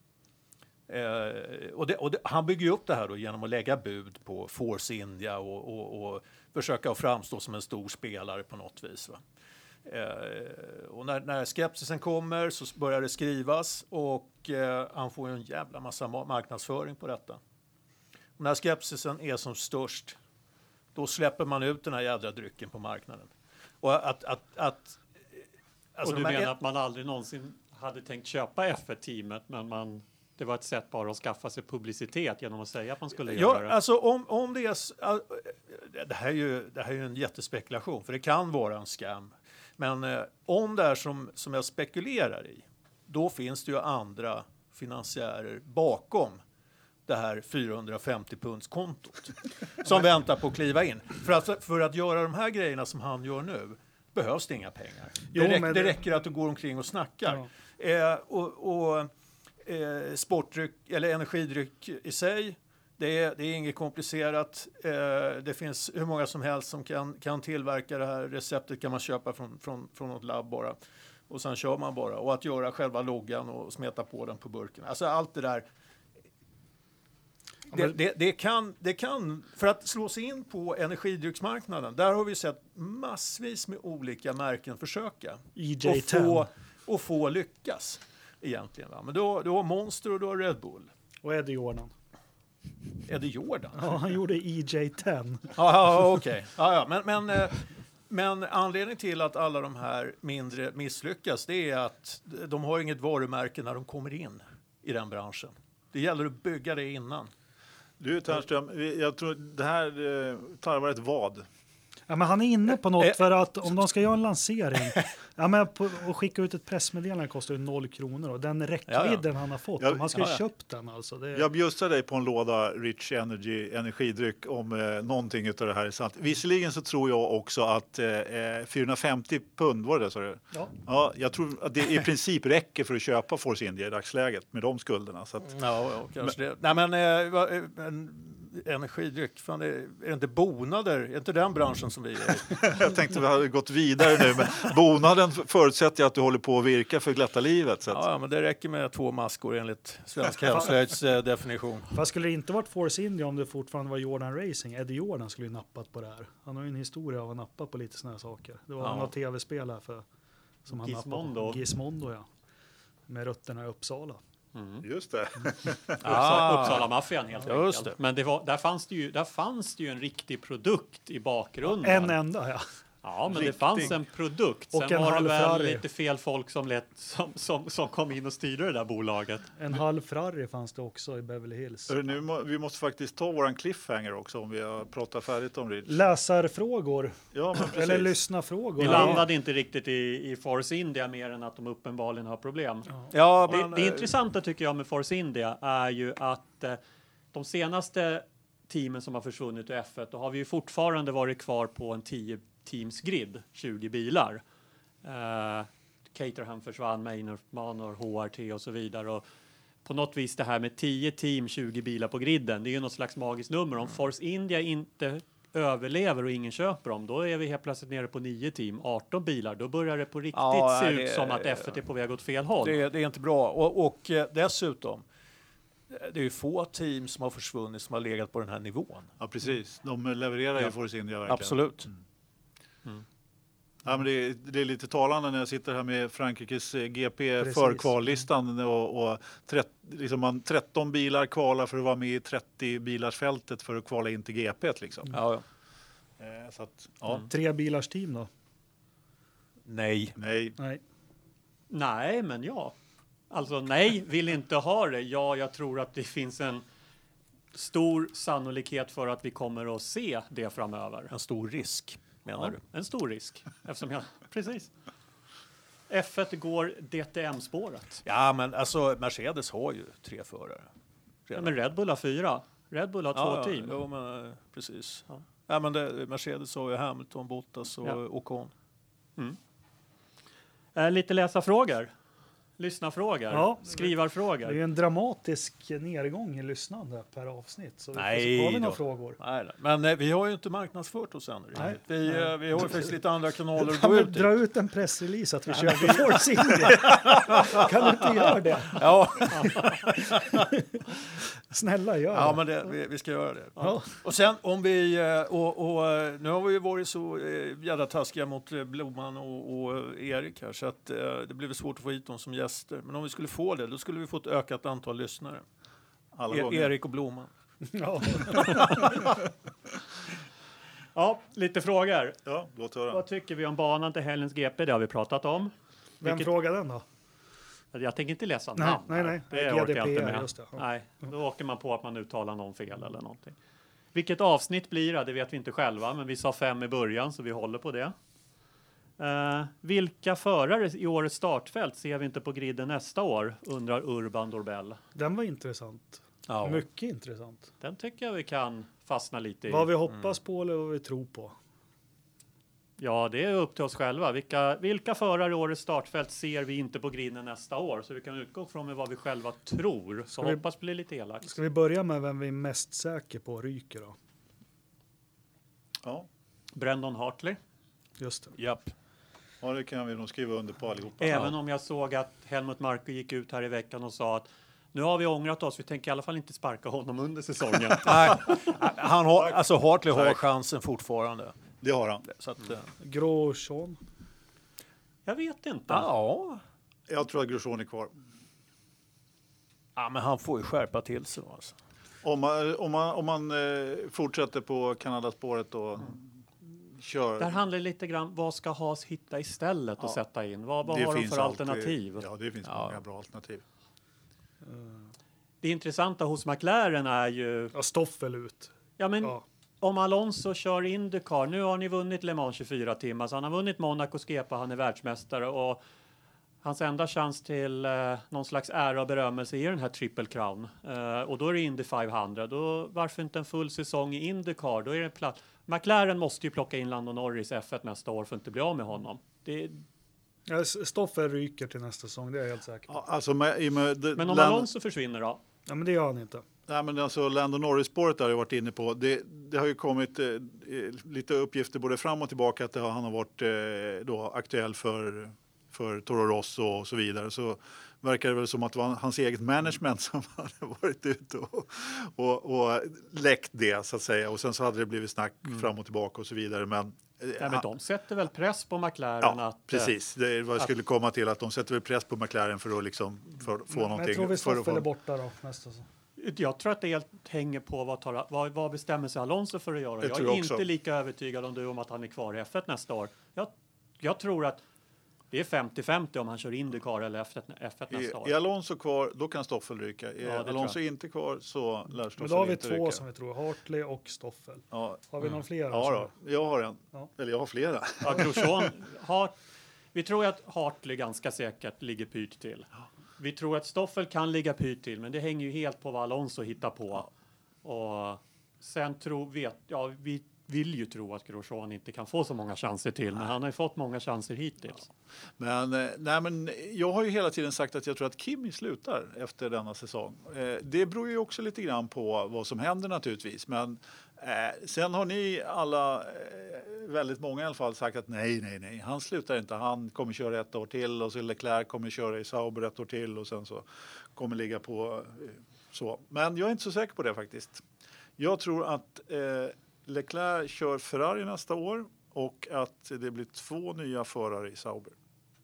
Eh, och det, och det, han bygger ju upp det här då genom att lägga bud på Force India och, och, och försöka framstå som en stor spelare på något vis. Va? Eh, och när, när skepsisen kommer så börjar det skrivas och eh, han får ju en jävla massa ma- marknadsföring på detta. Och när skepsisen är som störst, då släpper man ut den här jädra drycken på marknaden. Och att... att, att alltså och du de här- menar att man aldrig någonsin hade tänkt köpa F ett-teamet, men man, det var ett sätt bara att skaffa sig publicitet genom att säga att man skulle göra Ja, det? alltså om, om det är... s- äh, Det här, är ju, det här är ju en jättespekulation, för det kan vara en scam. Men eh, om det är som, som jag spekulerar i, då finns det ju andra finansiärer bakom det här fyrahundrafemtio-pundskontot som väntar på att kliva in. För att, för att göra de här grejerna som han gör nu behövs det inga pengar. Jo, det, räck, men det det- räcker att du går omkring och snackar. Eh, och och eh, sportdryck, eller energidryck i sig, det är, det är inget komplicerat. Eh, det finns hur många som helst som kan, kan tillverka det här. Receptet kan man köpa från, från, från något labb bara. Och sen kör man bara. Och att göra själva loggan och smeta på den på burken. Alltså allt det där. Det, det, det, kan, det kan, för att slå sig in på energidrycksmarknaden, där har vi sett massvis med olika märken försöka. E J Och få, och få lyckas egentligen. Va? Men du har, du har Monster och du har Red Bull. Och Eddie Jordan. Är det Jordan? Ja, han gjorde E J tio. Ja, okej. Ja, ja. Men, men, eh, men anledningen till att alla de här mindre misslyckas, det är att de har inget varumärke när de kommer in i den branschen. Det gäller att bygga det innan. Du Ternström, vi- jag tror det här eh, tarvar ett vad. Ja, men han är inne på Eh, något, för att om de ska göra en lansering ja, men på, och skicka ut ett pressmeddelande kostar ju noll kronor. Och den räckvidden han har fått, Ja, om han skulle ja, ja. köpt den alltså. Det, Jag bjussar dig på en låda Rich Energy energidryck om eh, någonting av det här är sant. Visserligen så tror jag också att eh, fyrahundrafemtio pund, var det det, sa du? Ja. Ja, jag tror att det i princip räcker för att köpa Force India i dagsläget med de skulderna. Så att, Ja, ja kanske det. Nej, men, eh, va- eh, en energidryck, fan, det är, är det inte bonader? Är inte den branschen som vi är i? jag tänkte vi hade gått vidare nu, men bonaden förutsätter jag att du håller på att virka för glatta livet. Så att, Ja, ja, men det räcker med två maskor enligt Svensk hemslöjds eh, definition. Fast skulle det inte varit Force India om det fortfarande var Jordan Racing? Eddie Jordan skulle ju nappat på det här. Han har ju en historia av att nappa på lite såna här saker. Det var Ja. han har tv-spel här för som han Gizmondo. nappade på. Gizmondo, ja. Med rötterna i Uppsala. just det. Ah. Uppsala-maffian helt Just enkelt. det. Men det var, där, fanns det ju, där fanns det ju en riktig produkt i bakgrunden. En enda, ja. Ja, men Riktig. det fanns en produkt. Och Sen en var det halv väl Ferrari. lite fel folk som, lät, som, som, som kom in och styrde det där bolaget. En halv Ferrari fanns det också i Beverly Hills. Hörru, nu må, vi måste faktiskt ta våran cliffhanger också om vi har pratat färdigt om Rich. Läsarfrågor, Ja, men precis. eller lyssnarfrågor. Vi Ja. landade inte riktigt i, i Force India mer än att de uppenbarligen har problem. Ja, Det, men, det eh, intressanta tycker jag med Force India är ju att eh, de senaste teamen som har försvunnit ur F ett, då har vi ju fortfarande varit kvar på en tio teams grid, tjugo bilar. Eh, Caterham försvann, Manor, Manor, H R T och så vidare. Och på något vis det här med tio team, tjugo bilar på griden, det är ju något slags magiskt nummer. Om Force India inte överlever och ingen köper dem, då är vi helt plötsligt nere på nio team, arton bilar. Då börjar det på riktigt Ja, se det- ut som att F ett är på väg åt fel håll. det, det är inte bra. Och, och eh, dessutom, det är ju få team som har försvunnit som har legat på den här nivån. Ja, precis. De levererar Ja. ju Force India verkligen. Absolut. Ja, men det, är, det är lite talande när jag sitter här med Frankrikes eh, G P Precis. förkvallistan och, och trett, liksom man, tretton bilar kvalar för att vara med i trettio bilars fältet för att kvala in till G P. Liksom. Ja, ja. Eh, så att, ja. Mm. Tre bilars team då? Nej. Nej. Nej. Nej, men ja. Alltså nej, vill inte ha det. Ja, jag tror att det finns en stor sannolikhet för att vi kommer att se det framöver. En stor risk, menar Ja, du? en stor risk. Eftersom jag, precis. F ett går D T M-spåret. Ja, men alltså Mercedes har ju tre förare. Ja, men Red Bull har fyra. Red Bull har ja, två team. Ja, men eh, precis. Ja. Ja, men det, Mercedes har ju Hamilton, Bottas och Ja. Ocon. Eh, lite läsarfrågor. Lyssnarfrågor. Ja. Skrivarfrågor. Det är ju en dramatisk nedgång i lyssnande per avsnitt. Så vi får Nej se, har vi några då. frågor? Nej, nej. Men eh, vi har ju inte marknadsfört oss än. Nej. Vi, eh, vi har ju faktiskt lite andra kanaler att Kan gå vi ut i. dra ut en pressrelease att vi köper Force India? Kan du inte göra det? Ja, Snälla, gör ja det. men det, vi, vi ska göra det. Ja. Och sen om vi, eh, och, och eh, nu har vi ju varit så eh, jävla taskiga mot eh, Blomman och, och Erik här så att eh, det blir svårt att få hit dem som gäster. Men om vi skulle få det, då skulle vi få ett ökat antal lyssnare. Alla E- gånger. Erik och Blomman. Ja. Ja, lite frågor. Ja, låt höra. Vad tycker vi om banan till helgens G P? Det har vi pratat om. Vem Vilket- frågar den då? Jag tänker inte läsa Nej, namn. nej, här. nej. Det orkar jag inte G D P R, med. just det. Ja. Nej, då åker man på att man uttalar någon fel eller någonting. Vilket avsnitt blir det? Det vet vi inte själva, men vi sa fem i början så vi håller på det. Uh, vilka förare i årets startfält ser vi inte på griden nästa år? Undrar Urban Dorbell. Den var intressant. Ja. Mycket intressant. Den tycker jag vi kan fastna lite i. Vad vi hoppas på eller vad vi tror på. Ja, det är upp till oss själva. Vilka, vilka förare i årets startfält ser vi inte på griden nästa år? Så vi kan utgå från med vad vi själva tror. Så vi- hoppas bli lite elakt. Ska vi börja med vem vi är mest säker på ryker då? Ja. Brandon Hartley. Just det. Japp. ja, det kan vi nog skriva under på allihopa. Även om jag såg att Helmut Marko gick ut här i veckan och sa att nu har vi ångrat oss, vi tänker i alla fall inte sparka honom under säsongen. Nej, han har, alltså Hartley har Tack. chansen fortfarande. Det har han. Så att, eh, Grosjean. Jag vet inte. ja. Jag tror att Grosjean är kvar. Ja, men han får ju skärpa till sig. Alltså. Om man, om man, om man eh, fortsätter på Kanadaspåret och kör. Där handlar det lite grann, vad ska Haas hitta istället Ja. att sätta in? Vad, vad Det har de finns för alltid- alternativ? Ja, det finns Ja. många bra alternativ. Det intressanta hos McLaren är ju, Ja, Stoffel ut. ja men Ja. om Alonso kör Indycar, nu har ni vunnit Le Mans tjugofyra timmar, så han har vunnit Monacos G P, han är världsmästare och hans enda chans till eh, någon slags ära och berömmelse är den här Triple Crown. Eh, och då är det Indy femhundra. Då, varför inte en full säsong i Indycar? Då är det platt. McLaren måste ju plocka in Lando Norris i F ett nästa år för att inte bli av med honom. Det, Ja, Stoffel ryker till nästa säsong, det är jag helt säker på. Ja, alltså med, i med, det, men om Land- Alonso försvinner då? Ja, men det gör han inte. Nej, men alltså Lando Norris-spåret där har jag varit inne på. Det, det har ju kommit eh, lite uppgifter både fram och tillbaka att det har, han har varit eh, då aktuell för, för Toro Rosso och så vidare. Så verkar det väl som att det var hans eget management som hade varit ute och, och, och läckt det så att säga. Och sen så hade det blivit snack fram och tillbaka och så vidare. Men, eh, Ja, men de sätter väl press på McLaren ja, att... eh, precis. Det är vad jag skulle komma till, att de sätter väl press på McLaren för att liksom för att få Men någonting. jag tror vi för att Stoffel få- är borta då nästa säsong. Jag tror att det helt hänger på vad, tar, vad, vad bestämmer sig Alonso för att göra. Det Jag tror är jag också. inte lika övertygad om du om att han är kvar i F ett nästa år. Jag, jag tror att det är femtio femtio om han kör Indycar eller F ett, F ett nästa år. Är, är Alonso kvar, då kan Stoffel ryka. Är det tror Alonso jag. inte kvar så lär Stoffel Men då har vi inte två ryka. som vi tror, Hartley och Stoffel. Ja, Har vi någon fler? ja då, jag har en. Ja. Eller jag har flera. Ja, Grosjean, Hart, vi tror att Hartley ganska säkert ligger pyrt till. Vi tror att Stoffel kan ligga pyrt till, men det hänger ju helt på vad Alonso hittar på. Och sen tror vet, ja, vi vill ju tro att Grosjean inte kan få så många chanser till, men han har ju fått många chanser hittills. Men, eh, nej, men jag har ju hela tiden sagt att jag tror att Kimi slutar efter denna säsong. Eh, det beror ju också lite grann på vad som händer naturligtvis. Men eh, sen har ni alla, eh, väldigt många i alla fall, sagt att nej, nej, nej, han slutar inte. Han kommer köra ett år till och så Leclerc kommer köra i Sauber ett år till och sen så kommer ligga på eh, så. Men jag är inte så säker på det faktiskt. Jag tror att eh, Leclerc kör Ferrari nästa år och att det blir två nya förare i Sauber.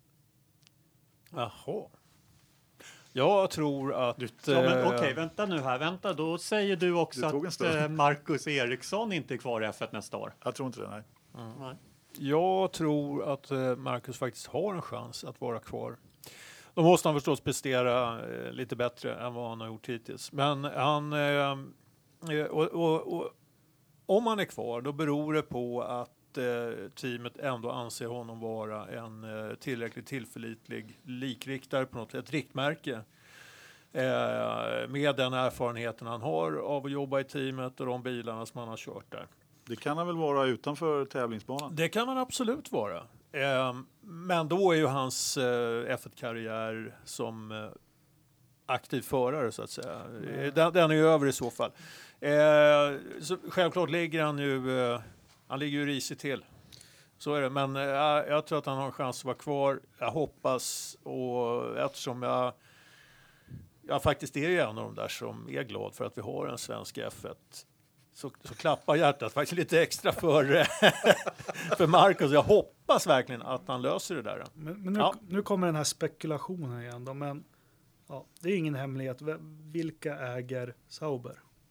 Jaha. Jag tror att... Ja, men eh, okej, vänta nu här, vänta, då säger du också Det tog en att stund. eh, Marcus Eriksson inte är kvar i F ett nästa år. Jag tror inte det, nej. Nej. Jag tror att eh, Marcus faktiskt har en chans att vara kvar. Då måste han förstås prestera eh, lite bättre än vad han har gjort hittills. Men han... Eh, och, och, och, om han är kvar, då beror det på att eh, teamet ändå anser honom vara en eh, tillräckligt tillförlitlig likriktare på något sätt, ett riktmärke. Eh, med den erfarenheten han har av att jobba i teamet och de bilarna som han har kört där. Det kan han väl vara utanför tävlingsbanan? Det kan han absolut vara. Eh, men då är ju hans eh, F ett-karriär som eh, aktiv förare så att säga. Mm. Den, den är ju över i så fall. Eh, så självklart ligger han ju eh, han ligger ju risigt till. Så är det. Men eh, jag tror att han har en chans att vara kvar. Jag hoppas, och eftersom jag jag faktiskt är ju en av de där som är glad för att vi har en svensk F ett. Så, så klappar hjärtat faktiskt lite extra för, för Marcus. Jag hoppas verkligen att han löser det där. Men, men nu, ja. nu kommer den här spekulationen igen då, men ja, det är ingen hemlighet. Vilka äger Sauber?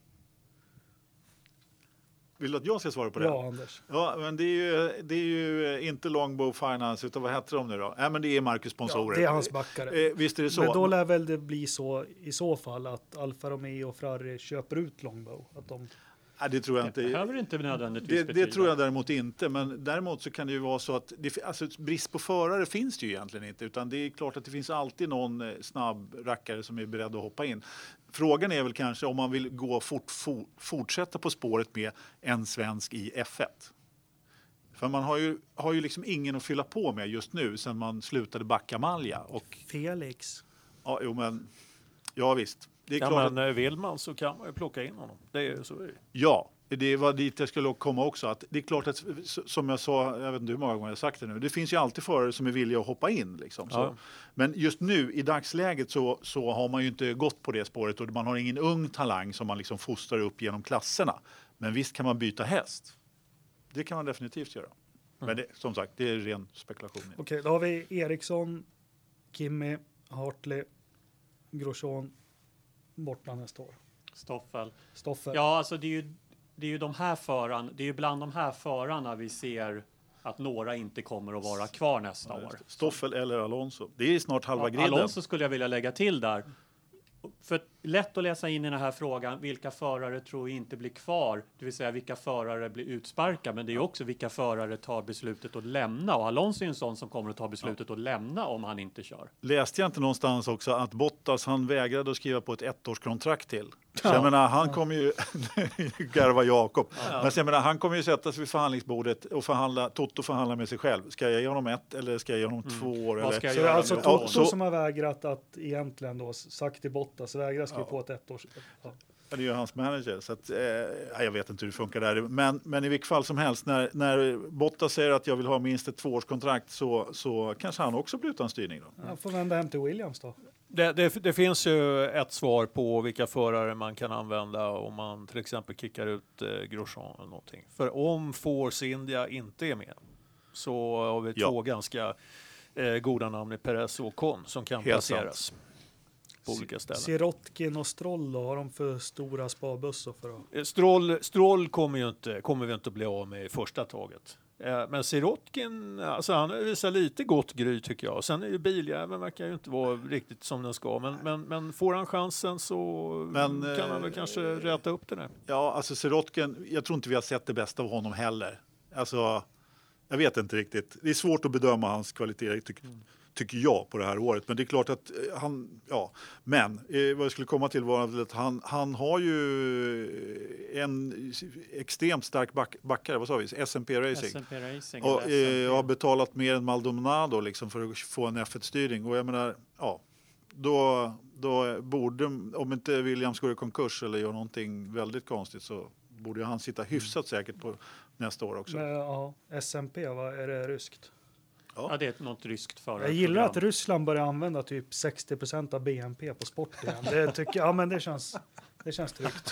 Vill du att jag ska svara på det? Ja, Anders. Ja, men det är ju, det är ju inte Longbow Finance, utan vad heter de nu då? Nej, men det är Marcus sponsorer. Ja, det är hans backare. Eh, visst är det så. Men då lär väl det bli så i så fall att Alfa Romeo och Ferrari köper ut Longbow? Att de... Nej, det tror jag inte. Det behöver inte nödvändigtvis Det, det betyda. tror jag däremot inte, men däremot så kan det ju vara så att det, alltså, brist på förare finns det ju egentligen inte, utan det är klart att det finns alltid någon eh, snabb rackare som är beredd att hoppa in. Frågan är väl kanske om man vill gå fort, for, fortsätta på spåret med en svensk i F ett. För man har ju, har ju liksom ingen att fylla på med just nu sedan man slutade backa Malja. Och, Felix. ja, jo, men, ja visst. Det är Ja, klart men att, vill man så kan man ju plocka in honom. Det är, så är det. ja, det var dit jag skulle komma också. Att det är klart att, som jag sa, jag vet inte hur många gånger jag har sagt det nu, det finns ju alltid förare som är villiga att hoppa in. Liksom, så. Ja. Men just nu, i dagsläget, så, så har man ju inte gått på det spåret och man har ingen ung talang som man liksom fostrar upp genom klasserna. Men visst kan man byta häst. Det kan man definitivt göra. Mm. Men det, som sagt, det är ren spekulation. Okej, okay, då har vi Eriksson, Kimi, Hartley, Grosjean borta nästa år. Stoffel. Stoffel. Ja, alltså det är ju, det är ju de här förarna, det är ju bland de här förarna vi ser att några inte kommer att vara kvar nästa Ja, år. Stoffel eller Alonso. Det är snart halva Ja, griden. Alonso skulle jag vilja lägga till där. För lätt att läsa in i den här frågan, vilka förare tror inte blir kvar? Det vill säga vilka förare blir utsparkade, men det är också vilka förare tar beslutet att lämna. Och Alonso är en sån som kommer att ta beslutet ja. att lämna om han inte kör. Läste jag inte någonstans också att Bottas, han vägrade att skriva på ett ettårskontrakt till. Så jag menar, han kommer ju garva Jakob. Ja. Men så jag menar, han kommer ju sätta sig vid förhandlingsbordet och förhandla, Toto förhandla med sig själv. Ska jag ge honom ett eller ska jag ge honom mm. två år? Eller? Så det är alltså Toto så... som har vägrat att egentligen då sagt till Bottas vägrar skriva ja. på ett ettårs... Ja. Det är ju hans manager, så att, eh, jag vet inte hur det funkar där. Men, men i vilket fall som helst, när, när Bottas säger att jag vill ha minst ett tvåårskontrakt så, så kanske han också blir utan styrning då. Jag får vända hem till Williams då. Det, det, det finns ju ett svar på vilka förare man kan använda om man till exempel kickar ut eh, Grosjean eller någonting. För om Force India inte är med så har vi ja. två ganska eh, goda namn i Perez och Ocon som kan Helt placeras. Sant. På olika ställen. Sirotkin och Stroll då, har de för stora sparbussar för att... Stroll, Stroll kommer ju inte, kommer vi inte att bli av med i första taget. Men Sirotkin, alltså han visar lite gott gry tycker jag. Sen är ju biljäveln verkar ju inte vara riktigt som den ska. Men, men, men får han chansen så men, kan han väl eh, kanske rätta upp det där. Ja, alltså Sirotkin, jag tror inte vi har sett det bästa av honom heller. Alltså, jag vet inte riktigt. Det är svårt att bedöma hans kvalitet tycker mm. tycker jag på det här året. Men det är klart att han, ja, men eh, vad jag skulle komma till var att han, han har ju en extremt stark back, backare, vad sa vi? S and P Racing. S and P Racing. Och eh, har betalat mer än Maldonado liksom för att få en F ett-styrning. Och jag menar, ja, då, då borde, om inte Williams går i konkurs eller gör någonting väldigt konstigt så borde han sitta hyfsat säkert på nästa år också. Men, ja, S and P, vad är det ryskt? Ja. ja, det är något ryskt förare. Jag gillar att Ryssland börjar använda typ sextio procent av B N P på sport igen. Det tycker jag, ja, men det känns, det känns tryggt.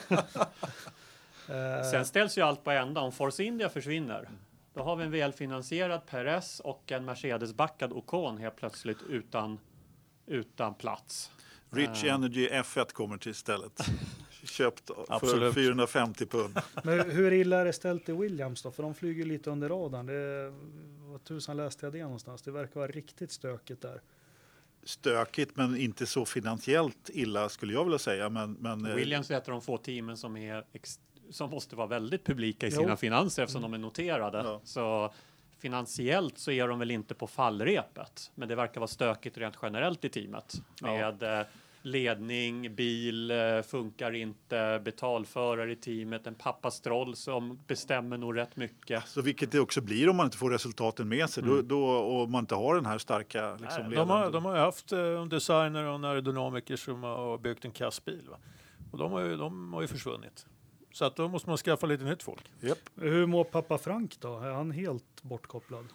Sen ställs ju allt på ända. Om Force India försvinner, då har vi en välfinansierad Perez och en Mercedes-backad Ocon helt plötsligt utan, utan plats. Rich uh. Energy F ett kommer till stället. köpt för Absolut. fyrahundrafemtio pund. Men hur illa är det ställt i Williams då? För de flyger lite under radarn. Det, vad tusan läste jag det någonstans? Det verkar vara riktigt stökigt där. Stökigt, men inte så finansiellt illa skulle jag vilja säga. Men, men, eh, Williams är ett av de få teamen som, är ex- som måste vara väldigt publika i sina Jo. finanser eftersom de är noterade. Ja. Så finansiellt så är de väl inte på fallrepet. Men det verkar vara stökigt rent generellt i teamet. Ja. Med eh, ledning, bil, eh, funkar inte, betalförare i teamet, en pappa Stroll som bestämmer nog rätt mycket. Så vilket det också blir om man inte får resultaten med sig. Mm. Då, då, och man inte har den här starka liksom, De ledande. har, de har ju haft eh, en designer och en aerodynamiker som har byggt en kassbil. Va? Och de har, ju, de har ju försvunnit. Så att då måste man skaffa lite nytt folk. Japp. Hur mår pappa Frank då? Är han helt bortkopplad?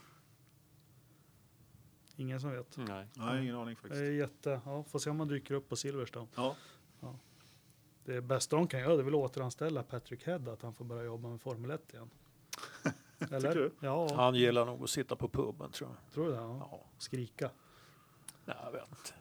Ingen som vet. Nej. Nej, ingen aning Det faktiskt. är jätte, ja, får se om man dyker upp på Silverstone. Ja. Det bästa de kan göra det är väl att återanställa Patrick Head, att han får börja jobba med Formel ett igen. Eller? du? Ja, Han gillar nog att sitta på puben, tror jag. tror du det? Ja. Ja, Skrika. nej, jag vet inte.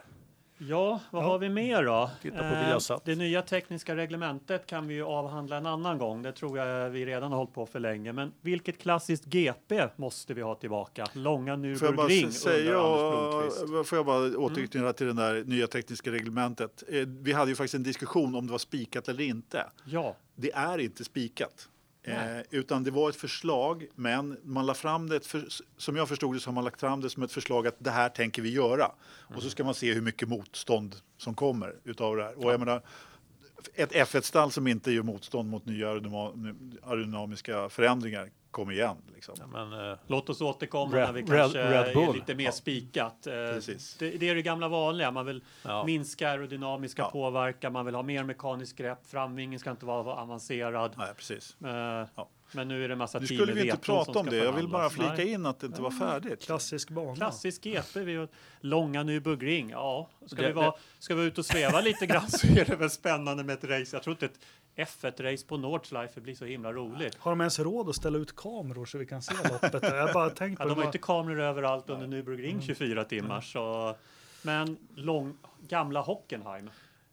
Ja, vad Ja. har vi mer då? Titta på Viasat. det nya tekniska reglementet kan vi ju avhandla en annan gång. Det tror jag vi redan har hållit på för länge. Men vilket klassiskt G P måste vi ha tillbaka? Långa Får jag bara Nürburgring säga, under Anders Blomqvist. får jag bara återknyta till det där nya tekniska reglementet. Eh, Vi hade ju faktiskt en diskussion om det var spikat eller inte. Ja, Det är inte spikat. Nej. Eh, utan det var ett förslag, men man la fram det, ett för, som jag förstod det så har man lagt fram det som ett förslag att det här tänker vi göra. Mm. Och så ska man se hur mycket motstånd som kommer utav det här. Och jag menar, ett F ett-stall som inte gör motstånd mot nya aerodynam- aerodynamiska förändringar, kom igen. Liksom. Ja, men, eh, låt oss återkomma Red- när vi Red- kanske Red Bull. är lite mer Ja. spikat. Eh, Precis. Det, det är det gamla vanliga. Man vill Ja. minska aerodynamiska Ja. påverkan. Man vill ha mer mekanisk grepp. Framvingen ska inte vara avancerad. Nej, precis. Eh, Men nu är det en massa Nu team skulle i vi inte veton som prata om ska det. Jag vill bara förhandlas. flika Nej. in att det inte var färdigt. Klassisk bana. Klassisk G P, vi har långa Nürburgring. Ja, ska, Det- vi vara, ska vi ut och sväva lite grann så är det väl spännande med ett race. Jag tror inte ett F ett-race på Nordschleife blir så himla roligt. Har de ens råd att ställa ut kameror så vi kan se loppet? Jag har bara tänkt Ja, på de har det. inte kameror överallt under Nürburgring tjugofyra timmar. Så, men lång, gamla Hockenheim.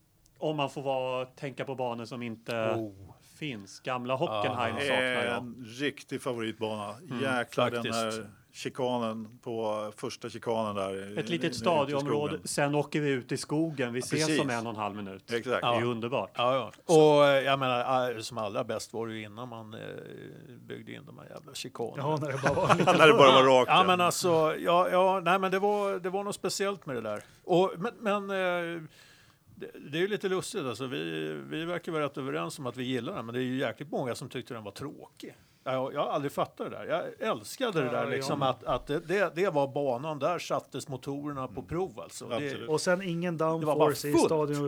Om man får vara, tänka på banor som inte oh, finns. Gamla Hockenheim Ah. saknar jag. En riktig favoritbana. Mm, Jäklar den faktiskt. här chikanen på första chikanen där. Ett litet Ute i stadieområde. skogen. Sen åker vi ut i skogen. Vi ses precis. om en och en halv minut. Exakt. Det är Ja. underbart. ja, ja. Och eh, jag menar, eh, som allra bäst var det ju innan man eh, byggde in de här jävla chikanerna. Ja, när det bara var lite. När det bara var rakt. Ja, men alltså, ja, ja, nej, men det var, det var något speciellt med det där. Och, men, men eh, det, det är ju lite lustigt, alltså. Vi, vi verkar vara rätt överens om att vi gillar den, men det är ju jäkligt många som tyckte den var tråkig. Jag, jag har aldrig fattat det där. Jag älskade det Ja, där, jag liksom, med. att, att det, det, det var banan, där sattes motorerna på prov. Alltså. Det, Absolut. Och sen ingen Det var bara downforce i fullt.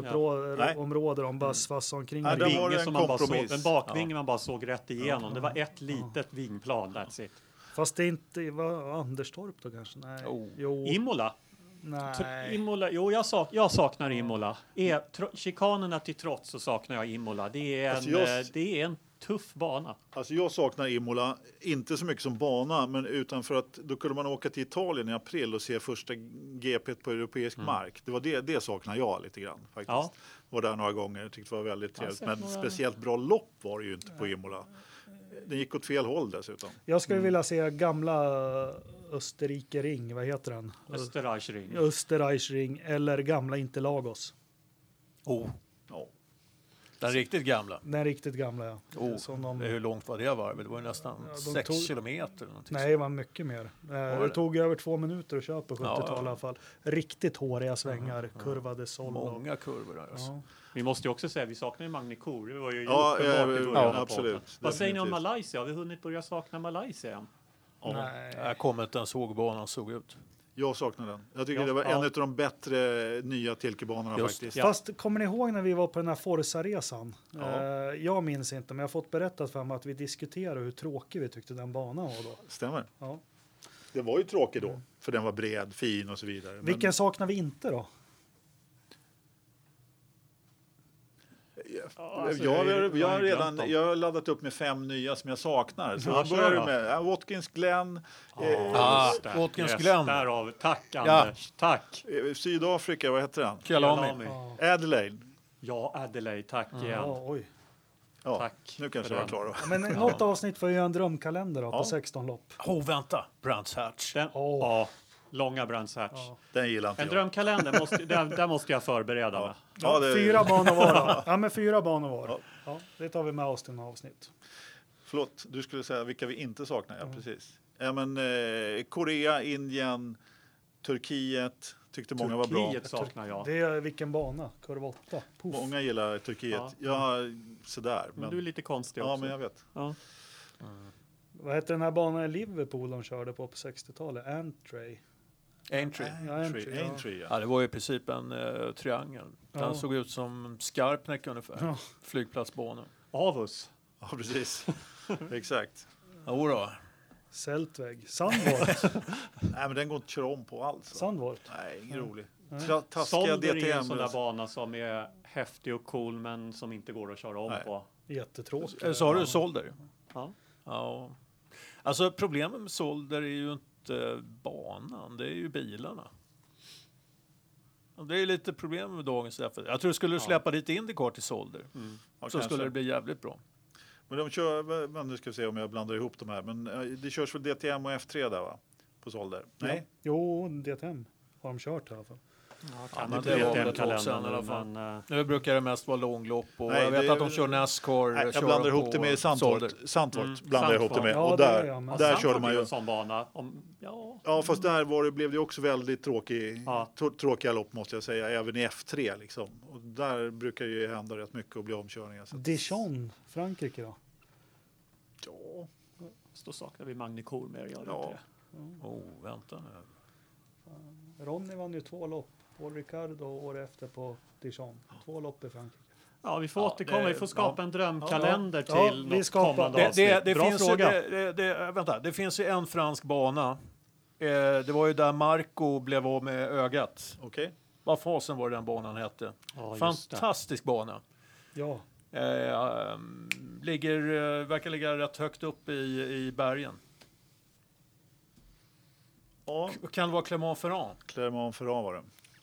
Nej. stadionområdet. De bara svassade omkring. Nej, i där ringen. var det Vinge en som man bara såg, kompromiss. en bakvinge man bara såg rätt igenom. Det var ett litet vingplan, that's it. Fast det inte var Anderstorp då kanske? Nej. Oh. Jo. Imola. Nej. Tr- Imola. Jo, jag, sak, jag saknar Imola. E, tro, chikanerna till trots så saknar jag Imola. Det är en, Alltså, jag- eh, det är en tuff bana. Alltså jag saknar Imola, inte så mycket som bana, men utan för att då kunde man åka till Italien i april och se första G P på europeisk mark. Det var det, det saknar jag lite grann faktiskt. Ja. Var där några gånger, jag tyckte det var väldigt Jag har trevligt. sett Men några- speciellt bra lopp var det ju inte på Imola. Den gick åt fel håll dessutom. Jag skulle vilja se gamla Österrike-ring. Vad heter den? Österreichring. Österreichring eller gamla Interlagos. oh, Ja. den riktigt gamla. Den riktigt gamla, ja. Oh, Som de, Hur långt var det varvet? Det var ju nästan Ja, de sex tog- kilometer. Eller någonting nej, det var mycket mer. Eh, det? det tog över två minuter att köra på Ja, sjuttiotalet ja. i alla fall. Riktigt håriga svängar, kurvade så. såll. och- Många kurvor där. Alltså. Ja. Vi måste ju också säga, vi saknar ju Magny Kour. Det var ju Ja, uppenbart eh, i början ja, av absolut. podden. Vad säger ni om Definitivt. Malaysia? Har vi hunnit börja sakna Malaysia än? Nej. Jag kommer inte ens ihåg hur banan såg ut. Jag saknar den. Jag tycker Ja, det var ja. en av de bättre nya Tilkebanorna Just faktiskt. Ja. Fast kommer ni ihåg när vi var på den här Forza-resan? Ja. Eh, jag minns inte, men jag har fått berättat för mig att vi diskuterade hur tråkig vi tyckte den banan var då. Stämmer. Ja. Det var ju tråkigt då, för den var bred, fin och så vidare. Men- Vilken saknar vi inte då? alltså, jag, har- jag- jag, jag har har redan glömt dem. jag har laddat upp med fem nya som jag saknar. Så Ja, jag kör börjar då. med ja, Watkins Glen, eh, Ah, Just det. Watkins Yes, Glen. Därav. Tack Ja. Anders, tack. eh, Sydafrika, vad heter den? Kialami. Kialami. Ja. Adelaide. Ja, Adelaide, tack igen. Ja, oj. Ja, Tack nu kanske för jag den. var klar då. Ja, men något avsnitt får ju göra en drömkalender då, Ja. på sexton lopp. Oh, vänta. Brands Hatch. Den, Åh. Ja, långa Brands Hatch. Ja. Den gillar inte En jag. drömkalender, måste, där, där måste jag förbereda mig. Ja, det, Fyra banor var då. Ja, men fyra banor var. Ja. Ja, det tar vi med oss till några avsnitt. Förlåt, du skulle säga vilka vi inte saknar. Ja, precis. Ja, men, eh, Korea, Indien, Turkiet tyckte många var bra. Turkiet saknar jag. Det är vilken bana? Kurva åtta. Puff. Många gillar Turkiet. Ja. Ja, sådär. Men Men, du är lite konstig ja, också. men jag vet. Ja. Vad hette den här banan i Liverpool de körde på på sextiotalet? Antray. Aintree. Ja, Aintree, Aintree, ja. Aintree, ja. Ja, det var i princip en uh, triangel. Den Ja. såg ut som Skarpnäck ungefär. Ja. Flygplatsbana. Avus. Ja, precis. Exakt. Jo då. Seltväg. Sandvoort. Nej, men den går inte att köra om på alls. va? Sandvoort. Nej, ingen rolig. Nej. Tra- Taskiga Solder är en D T sån där M. bana som är häftig och cool men som inte går att köra om Nej. på. Jättetråkigt. Eh, Sa du Solder? Ja. Ja. Alltså problemet med Solder är ju inte banan, det är ju bilarna. Och det är lite problem med dagens F ett. Jag tror du skulle släppa dit Indycar till Solder. Mm. Ja, Så kanske. skulle det bli jävligt bra. Men de kör, men nu ska vi se om jag blandar ihop de här. Men eh, det körs väl D T M och F tre där va? På Solder? Nej? Jo, D T M har de kört i alla fall. Ja, Ja, kan men inte det var veta väl en ett tag kalender sedan i alla nu, fall. men, eh, Nu brukar det mest vara långlopp och Nej, jag vet det- att de kör Nascar. Nej, jag kör blandar de ihop på det med Solder. Sandvort. Sandvort Mm, blandar jag ihop det med. Sandvort. Och Ja, det där, gör jag med. ja, där Sandford körde man är ju. en sån bana. Om, ja. Ja, fast där var det, blev det också väldigt tråkig, Ja. tr- tråkiga lopp måste jag säga, även i F tre liksom. Och där brukar ju hända rätt mycket och bli omkörningar. Så. att- Dijon, Frankrike då? Ja, Så saknar vi Magny Cormier, gör vi Ja. inte det? Oh, vänta nu. Ronny vann ju två lopp. Paul Ricardo år efter på Dijon. Två lopp i Frankrike. Ja, vi får Ja, återkomma. det- Vi får skapa ja. en drömkalender Ja, till vi något skapar- kommande Det, avsnitt. det, det, Bra finns ju, fråga. det, det, det, vänta, det finns ju en fransk bana. Eh, det var ju där Marco blev av med ögat. okej. Vad fasen var det den banan hette? Ja, just det. Fantastisk bana. Ja, Eh, um, ligger, eh, verkar ligga rätt högt upp i, i bergen. Ja, K- Kan det vara Clermont-Ferrand? Clermont-Ferrand var det.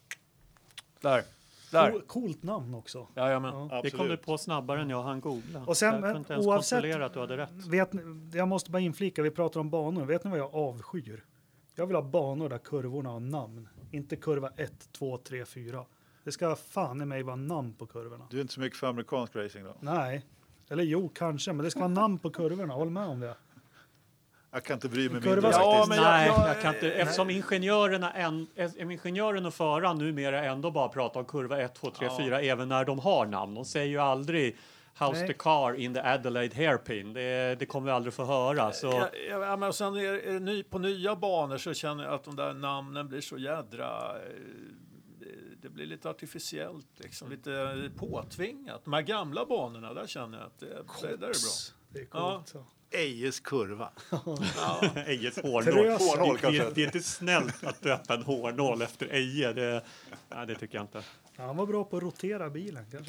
Där. Där. cool, coolt namn också. Jajamän. Ja. Det Absolut. kom du på snabbare än jag hann googla. Och sen, jag kunde men inte ens oavsett- kontrollera att du hade rätt. Vet ni, jag måste bara inflika, vi pratar om banor. Vet ni vad jag avskyr? Jag vill ha banor där kurvorna har namn. Inte kurva ett, två, tre, fyra. Det ska fan i mig vara namn på kurvorna. Du är inte så mycket för amerikansk racing då? Nej. Eller jo, kanske, men det ska vara namn på kurvorna. Håll med om det. Jag kan inte bry mig Kurva- mindre Ja, faktiskt. men jag- Nej, jag, jag- kan inte. Eftersom ingenjörerna, en, ingenjören och föraren numera ändå bara pratar om kurva ett, två, tre, Ja. fyra även när de har namn. De säger ju aldrig How's Nej. the car in the Adelaide hairpin. Det, det kommer vi aldrig få höra. Så. Ja, ja, ja, men sen är, är det ny, på nya banor så känner jag att de där namnen blir så jädra... eh, det- Det blir lite artificiellt, liksom, lite påtvingat. De här gamla banorna, där känner jag att det, det, där är bra. Det är coolt. Så. Ejes kurva. Ejes hårnål. Trös. Hårnål Det, kanske. det, det är inte snällt att döpa en hårnål efter Eje. Det, nej, det tycker jag inte. Ja, han var bra på att rotera bilen kanske.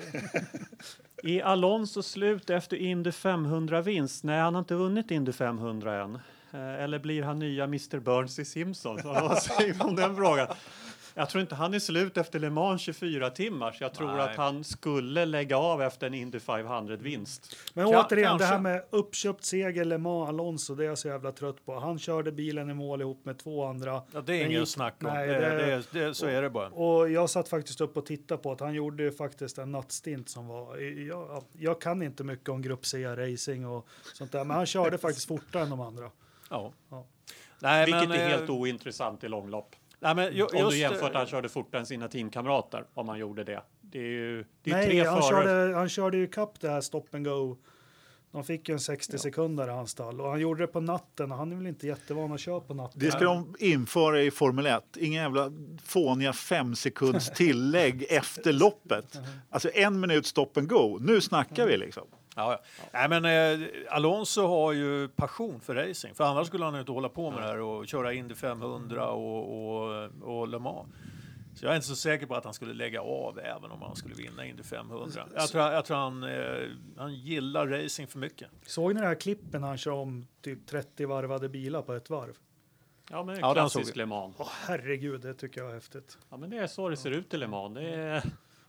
Är Alonso slut efter Indy femhundra-vinst? Nej, han har inte vunnit Indy femhundra än. Eh, Eller blir han nya mister Burns i Simpsons? Vad säger man om den frågan? Jag tror inte han är slut efter Le Mans tjugofyra timmar. Så jag tror Nej. att han skulle lägga av efter en Indy femhundra-vinst. Men Ka- återigen, det här kanske. med uppköpt seger Le Mans Alonso, det är jag så jävla trött på. Han körde bilen i mål ihop med två andra. Ja, det är Den inget gick- snack om. nej, det, det- det, det, så är det bara. Och jag satt faktiskt upp och tittade på att han gjorde ju faktiskt en nattstint som var... Jag, jag kan inte mycket om Grupp C-racing och sånt där, men han körde faktiskt fortare än de andra. Ja. Ja. Nej, Vilket men, är eh, helt ointressant i långlopp. nej, men ju, Om just, du jämför att eh, han körde fortare än sina teamkamrater. Om han gjorde det. Det är ju det är Nej, tre han förare. körde, han körde ju kapp det här stop and go. De fick ju en sextio sekunder i hans stall och han gjorde det på natten och han är väl inte jättevan att köra på natten. Det ska de införa i Formel ett. Inga jävla fåniga fem sekunds tillägg efter loppet. Alltså en minut stop and go. Nu snackar vi liksom. Ja, ja. Nej, men eh, Alonso har ju passion för racing. För annars skulle han inte hålla på med det här och köra Indy femhundra och, och, och Le Mans. Så jag är inte så säker på att han skulle lägga av även om han skulle vinna Indy femhundra. Jag tror, jag tror han, eh, han gillar racing för mycket. Såg ni det här klippen när han kör om typ trettio varvade bilar på ett varv? Ja, men Ja, den såg klassisk vi. Le Mans. Åh, herregud, det tycker jag är häftigt. Ja, men det är så det ser ut i Le Mans. Det är...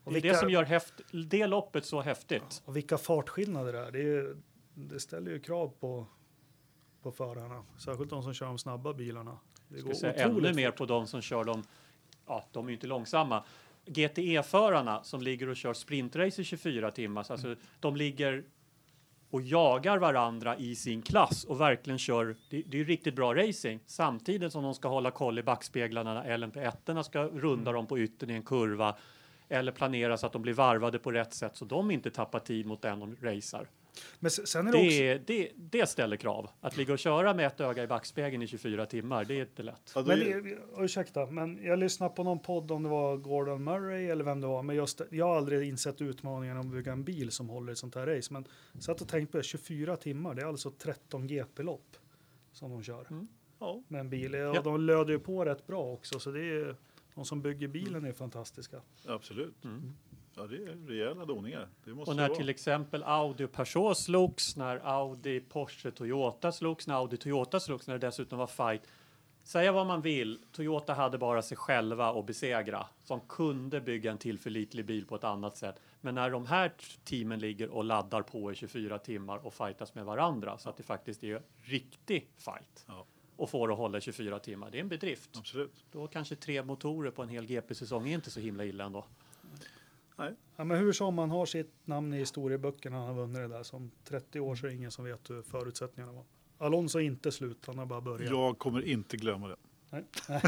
Det är vilka, det som gör häft, det loppet så häftigt. Och vilka fartskillnader det är. Det, är ju, det ställer ju krav på, på förarna. Särskilt de som kör de snabba bilarna. Det går säga ännu mer på de som kör de, ja, de är ju inte långsamma. G T E-förarna som ligger och kör sprintrace i tjugofyra timmar. Mm. Alltså, de ligger och jagar varandra i sin klass och verkligen kör, det, det är ju riktigt bra racing. Samtidigt som de ska hålla koll i backspeglarna när L M P ettorna ska runda dem på yttern i en kurva. Eller planera så att de blir varvade på rätt sätt så de inte tappar tid mot den de racear. Men sen är det, det, också... det, det ställer krav. Att ligga och köra med ett öga i backspegeln i tjugofyra timmar, det är inte lätt. Ja, men, är... ursäkta, men jag lyssnade på någon podd om det var Gordon Murray eller vem det var. Men just, jag har aldrig insett utmaningen om att bygga en bil som håller ett sånt här race. Men så att jag tänkte på det, tjugofyra timmar, det är alltså tretton G P-lopp som de kör. Mm. Ja. Med en bil. Och ja. De löder ju på rätt bra också, så det är... De som bygger bilen mm. är fantastiska. Absolut. Mm. Ja, det är rejäla doningar. Det måste och när vara. Till exempel Audi och Peugeot slogs, när Audi, Porsche, Toyota slogs, när Audi, Toyota slogs, när det dessutom var fight. Säga vad man vill, Toyota hade bara sig själva att besegra. Som kunde bygga en tillförlitlig bil på ett annat sätt. Men när de här teamen ligger och laddar på i tjugofyra timmar och fightas med varandra så att det faktiskt är riktig fight. Ja. Och får att hålla tjugofyra timmar. Det är en bedrift. Absolut. Då kanske tre motorer på en hel G P-säsong är inte så himla illa ändå. Nej. Ja, men hur som man har sitt namn i historieböckerna han har vunnit det där. Som trettio år så är ingen som vet hur förutsättningarna var. Alonso är inte slut, han har bara börjat. Jag kommer inte glömma det. Nej.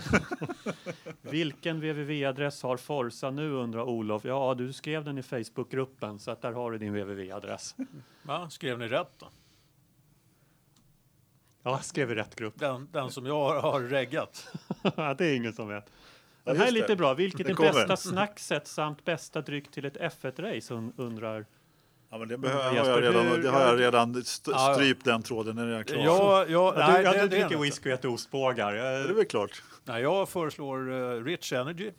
Vilken W W V-adress har Forza nu, undrar Olof. Ja, du skrev den i Facebookgruppen så att där har du din W W V-adress. Ja, skrev ni rätt då? Ja, skrev i rätt grupp. Den, den som jag har reggat. Ja, det är ingen som vet. Den ja, här är lite det. Bra. Vilket är bästa snackset samt bästa dryck till ett F ett-race, un- Ja, men det, behöver, har jag redan, det har jag redan st- strypt ja, ja. den tråden när det är klart. Ja, ja, ja, nej, du ja, det, du det dricker whisky och äter ostbågar. Det är väl klart. Nej, jag föreslår uh, Rich Energy.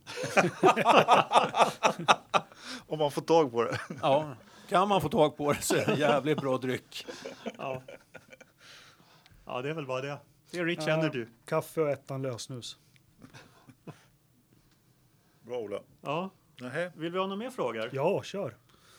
Om man får tag på det. Ja, kan man få tag på det så är det en jävligt bra dryck. Ja. Ja, det är väl bara det. Det är Rich ja, Energy. Kaffe och ettan lösnus. Bra, Ola. Ja. Nähä. Vill vi ha några mer frågor? Ja, kör.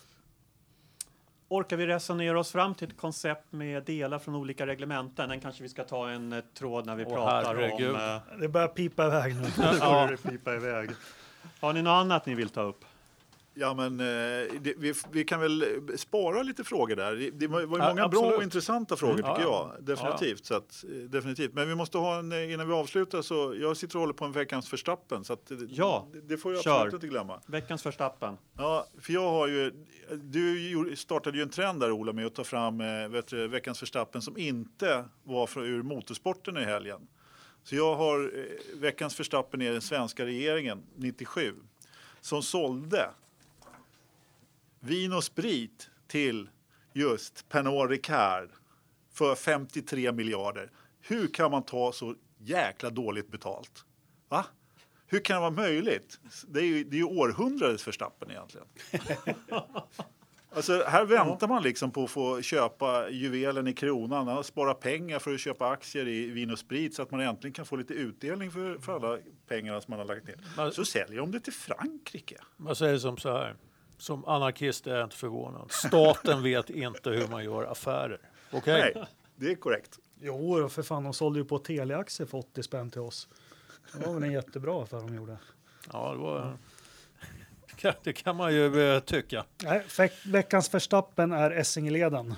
Orkar vi resonera oss fram till ett koncept med delar från olika reglementen? Den kanske vi ska ta en uh, tråd när vi Åh, pratar herregud. om... Uh... Det börjar pipa iväg nu. Ja, det pipa iväg. Har ni något annat ni vill ta upp? Ja, men eh, det, vi, vi kan väl spara lite frågor där. Det, det var ju många ja, bra och intressanta frågor mm, tycker ja, jag. Definitivt. Ja. Så att, definitivt. Men vi måste ha en, innan vi avslutar så jag sitter och håller på en veckans Verstappen. Så att, ja, det, det får jag kör. absolut inte glömma. Veckans Verstappen. Ja, för jag har ju, du startade ju en trend där, Ola, med att ta fram eh, vet du, veckans Verstappen som inte var från, ur motorsporten i helgen. Så jag har eh, veckans Verstappen är den svenska regeringen nittiosju som sålde vin och sprit till just Pernod Ricard för femtiotre miljarder. Hur kan man ta så jäkla dåligt betalt? Va? Hur kan det vara möjligt? Det är ju, det är ju århundradets Verstappen egentligen. Alltså här väntar man liksom på att få köpa juvelen i kronan, spara pengar för att köpa aktier i vin och sprit så att man äntligen kan få lite utdelning för, för alla pengarna som man har lagt ner. Så säljer de det till Frankrike. Man säger som så här. Som anarkist är jag inte förvånad. Staten vet inte hur man gör affärer. Okej? Nej, det är korrekt. Jo, för fan, de sålde ju på teleaktier för åttio spänn till oss. Det var väl en jättebra affär de gjorde. Ja, det var... Det kan man ju uh, tycka. Nej, veck- veckans Verstappen är Essingeleden.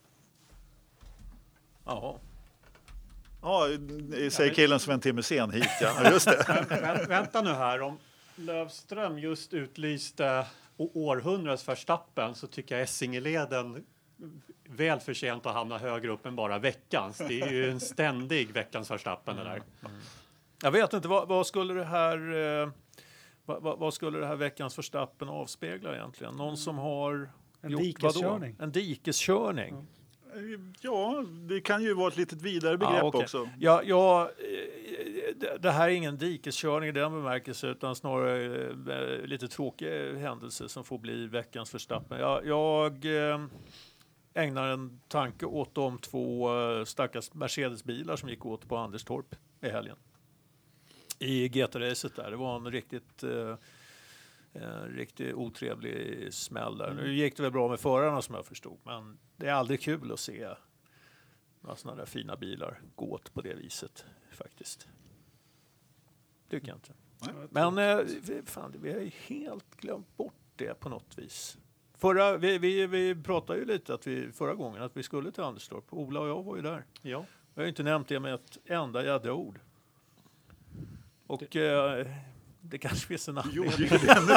Jaha. Ja, säger killen som en timme sen hit. Ja, just det. Vä- vänta nu här. Om Lövström just utlyste århundradets Verstappen så tycker jag Essingeleden väl förtjänt att hamna högre upp än bara veckans. Det är ju en ständig veckans Verstappen det där. Mm. Jag vet inte, vad, vad skulle det här eh, vad, vad skulle det här veckans Verstappen avspegla egentligen? Någon som har en gjort, dikeskörning. Vadå? En dikeskörning. Mm. Ja, det kan ju vara ett litet vidare begrepp ah, okay. också. Ja, ja, det här är ingen dikeskörning i den bemärkelse utan snarare lite tråkig händelse som får bli veckans Verstappen. Jag, jag ägnar en tanke åt de två stackars Mercedes-bilar som gick åt på Anderstorp i helgen. I G T-racet där. Det var en riktigt En riktigt otrevlig smäll där. Nu gick det väl bra med förarna som jag förstod, men det är aldrig kul att se några sådana där fina bilar gå åt på det viset faktiskt. Tycker jag inte. Nej. Men eh, fan, vi har ju helt glömt bort det på något vis. Förra, vi, vi, vi pratade ju lite att vi, förra gången att vi skulle till Anderstorp. Ola och jag var ju där. Ja. Jag har ju inte nämnt det med ett enda jädra ord. Och det, eh, det kanske finns en Jo, anledning.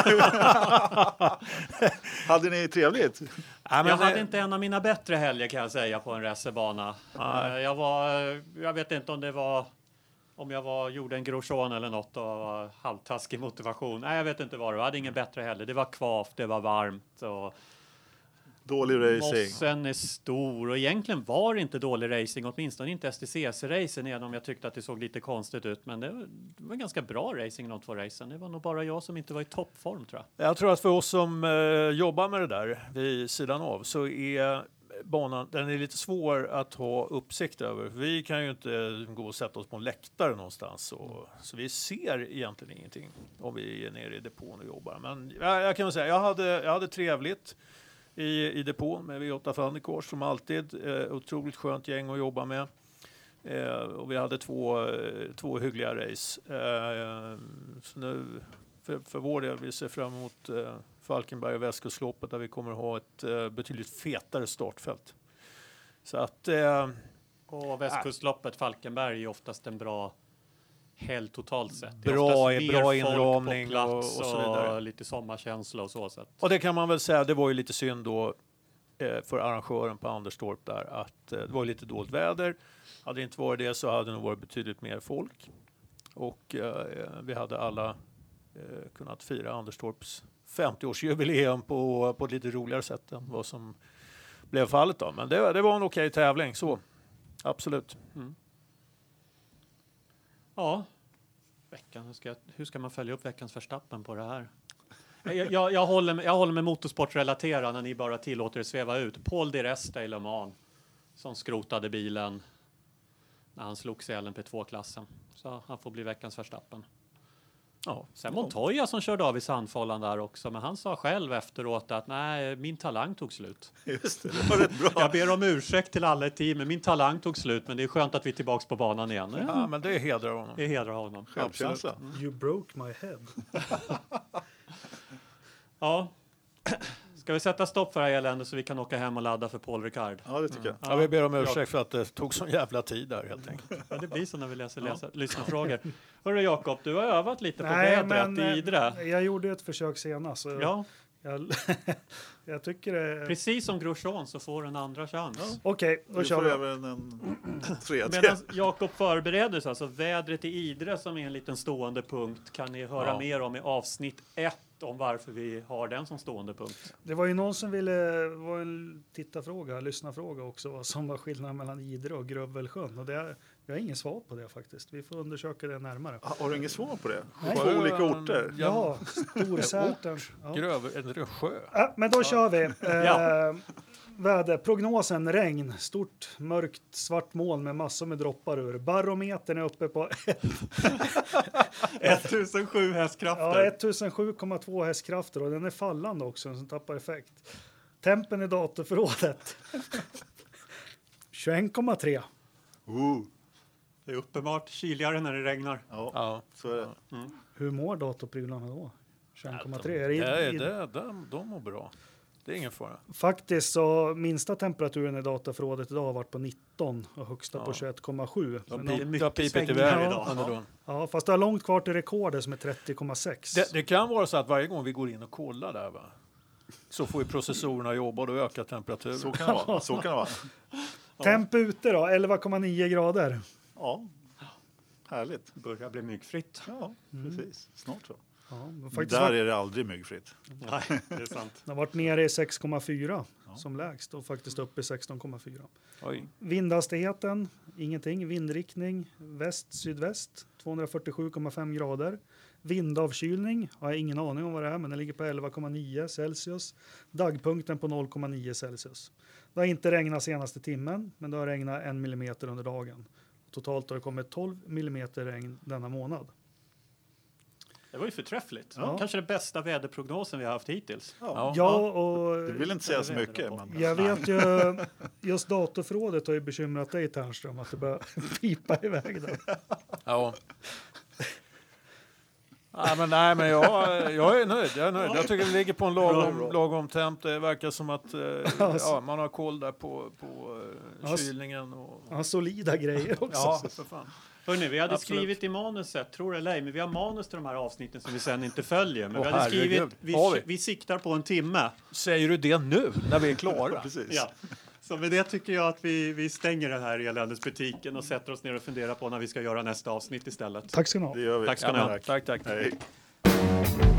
Hade ni trevligt? Nej, men Jag hade det- inte en av mina bättre helger kan jag säga på en racerbana. Nej. Eh, Jag var, jag vet inte om det var, om jag var, gjorde en Grosjean eller något och var halvtaskig motivation. Nej, jag vet inte vad det var. Jag hade ingen bättre helger. Det var kvavt, det var varmt och Dålig racing. mossen är stor. Och egentligen var det inte dålig racing, åtminstone inte S T C C-racen, även om jag tyckte att det såg lite konstigt ut. Men det var, det var ganska bra racing de två racen. Det var nog bara jag som inte var i toppform, tror jag. Jag tror att för oss som eh, jobbar med det där vid sidan av så är banan, den är lite svår att ha uppsikt över. Vi kan ju inte gå och sätta oss på en läktare någonstans. Och, så vi ser egentligen ingenting om vi är nere i depån och jobbar. Men ja, jag kan väl säga, jag hade, jag hade trevligt i, i depån med V åtta Thundercars som alltid. Eh, otroligt skönt gäng att jobba med. Eh, och vi hade två, eh, två hyggliga race. Eh, så nu, för, för vår del, vi ser fram emot eh, Falkenberg och Västkustloppet där vi kommer att ha ett eh, betydligt fetare startfält. Så att... Eh, Och västkustloppet, Falkenberg, är oftast en bra helg totalt sett. Det är Bra- oftast är mer bra folk inramning på plats och- och så vidare. lite sommarkänsla och så. så att. och det kan man väl säga, det var ju lite synd då eh, för arrangören på Anderstorp där att eh, det var lite dåligt väder. Hade det inte varit det så hade det nog varit betydligt mer folk. Och eh, vi hade alla eh, kunnat fira Anderstorps femtioårsjubileum på, på ett lite roligare sätt än vad som blev fallet då. Men det, det var en okej tävling, så absolut. Ja, veckan. Hur ska, jag, hur ska man följa upp veckans Verstappen på det här? Jag, jag, jag, håller, med- jag håller med motorsportrelaterad när ni bara tillåter det sväva ut. Paul Di Resta i Le Mans som skrotade bilen när han slog sig i L M P två-klassen. Så han får bli veckans Verstappen. Ja, Sen Montoya som körde av i Sandfållan där också, men han sa själv efteråt att nej, min talang tog slut. Just det, det var rätt bra. Jag ber om ursäkt till alla i teamet, min talang tog slut, men det är skönt att vi är tillbaka på banan igen. Ja, ja, men det hedrar honom. det hedrar honom. Självkänsla. You broke my head. Ja. Ska vi sätta stopp för det här eländet så vi kan åka hem och ladda för Paul Ricard? Ja, det tycker jag. Ja, vi ber om ursäkt för att det tog sån jävla tid där helt enkelt. Ja, det blir så när vi läser läsa, lyssnarfrågor. Hörru Jakob, du har övat lite på Nej, vädret men, i Idre. eh, jag gjorde ett försök senast. Så Ja, jag, jag tycker det... precis som Grosjean så får du en andra chans. Okej, då Du kör får vi. även en tredje. Medan Jakob förbereder sig, alltså vädret i Idre som är en liten stående punkt, kan ni höra Ja. mer om i avsnitt ett om varför vi har den som stående punkt. Det var ju någon som ville, det var en tittarfråga, lyssnarfråga också, vad som var skillnaden mellan Idre och Grövelsjön. Och det är, jag har ingen svar på det faktiskt. Vi får undersöka det närmare. Ah, har du inget svar på det? Nej. På olika orter? Ja, Storsäten. Ja. Gröv, en röd sjö. Ja, men då kör vi. Eh, Ja. Väderprognosen, regn, stort mörkt svart moln med massor med droppar ur. Barometern är uppe på tusenhusju hästkrafter. ja, ettusensju komma två hästkrafter och den är fallande också, som tappar effekt. Tempen i datorförrådet tjugoett komma tre. Oh. Det är uppenbart kyligare när det regnar. Ja, Ja. så är det. Hur mår datorprylarna då? tjugoett komma tre. Det, Är det i- det, i- det, de, de mår bra. Det är ingen fara. Faktiskt så minsta temperaturen i datorförrådet idag har varit på nitton och högsta Ja. på tjugoett komma sju. De Men det är pip, mycket de har pipit svängningar iväg idag. under Ja. dagen. Ja, fast det har långt kvar till rekordet som är trettio komma sex. Det, det kan vara så att varje gång vi går in och kollar där, va, så får ju processorerna jobba och då ökar temperaturen. Så kan det vara. Så kan det vara. Temp ute då, elva komma nio grader. Ja, härligt. Börjar bli myggfritt. Ja, precis. Snart så. Ja, det har faktiskt Där varit, är det aldrig myggfritt. Nej, det är sant. det har varit nere i sex komma fyra Ja. som lägst och faktiskt uppe i sexton komma fyra. Oj. Vindhastigheten, ingenting. Vindriktning, väst-sydväst, tvåhundrafyrtiosju komma fem grader. Vindavkylning, har jag ingen aning om vad det är, men den ligger på elva komma nio Celsius. Dagpunkten på noll komma nio Celsius. Det har inte regnat senaste timmen, men det har regnat en millimeter under dagen. Totalt har det kommit tolv millimeter regn denna månad. Det var ju förträffligt. Ja. Kanske det bästa väderprognosen vi har haft hittills. Ja. Ja, och Det vill inte säga så mycket. Men... jag vet ju, just datorförrådet har ju bekymrat dig, Ternström, att det börjar pipa iväg där. Ja. Nej, men, nej, men jag, jag är nöjd. Jag är nöjd. Jag tycker det ligger på en lagom, lagom temp. Det verkar som att eh, ja, man har koll där på, på eh, kylningen. Och... Ja, solida grejer också. Ja, för fan. Hörrni, vi hade Absolut. skrivit i manuset, tror eller ej, men vi har manus till de här avsnitten som vi sen inte följer. Men Åh, vi hade skrivit, herregud. vi, Har vi? vi siktar på en timme. Säger du det nu, när vi är klara? Precis. Ja. Så med det tycker jag att vi, vi stänger den här eländesbutiken och sätter oss ner och funderar på när vi ska göra nästa avsnitt istället. Tack ska ni ha. Det gör vi. Tack ska ni ha. Tack, tack. Hej.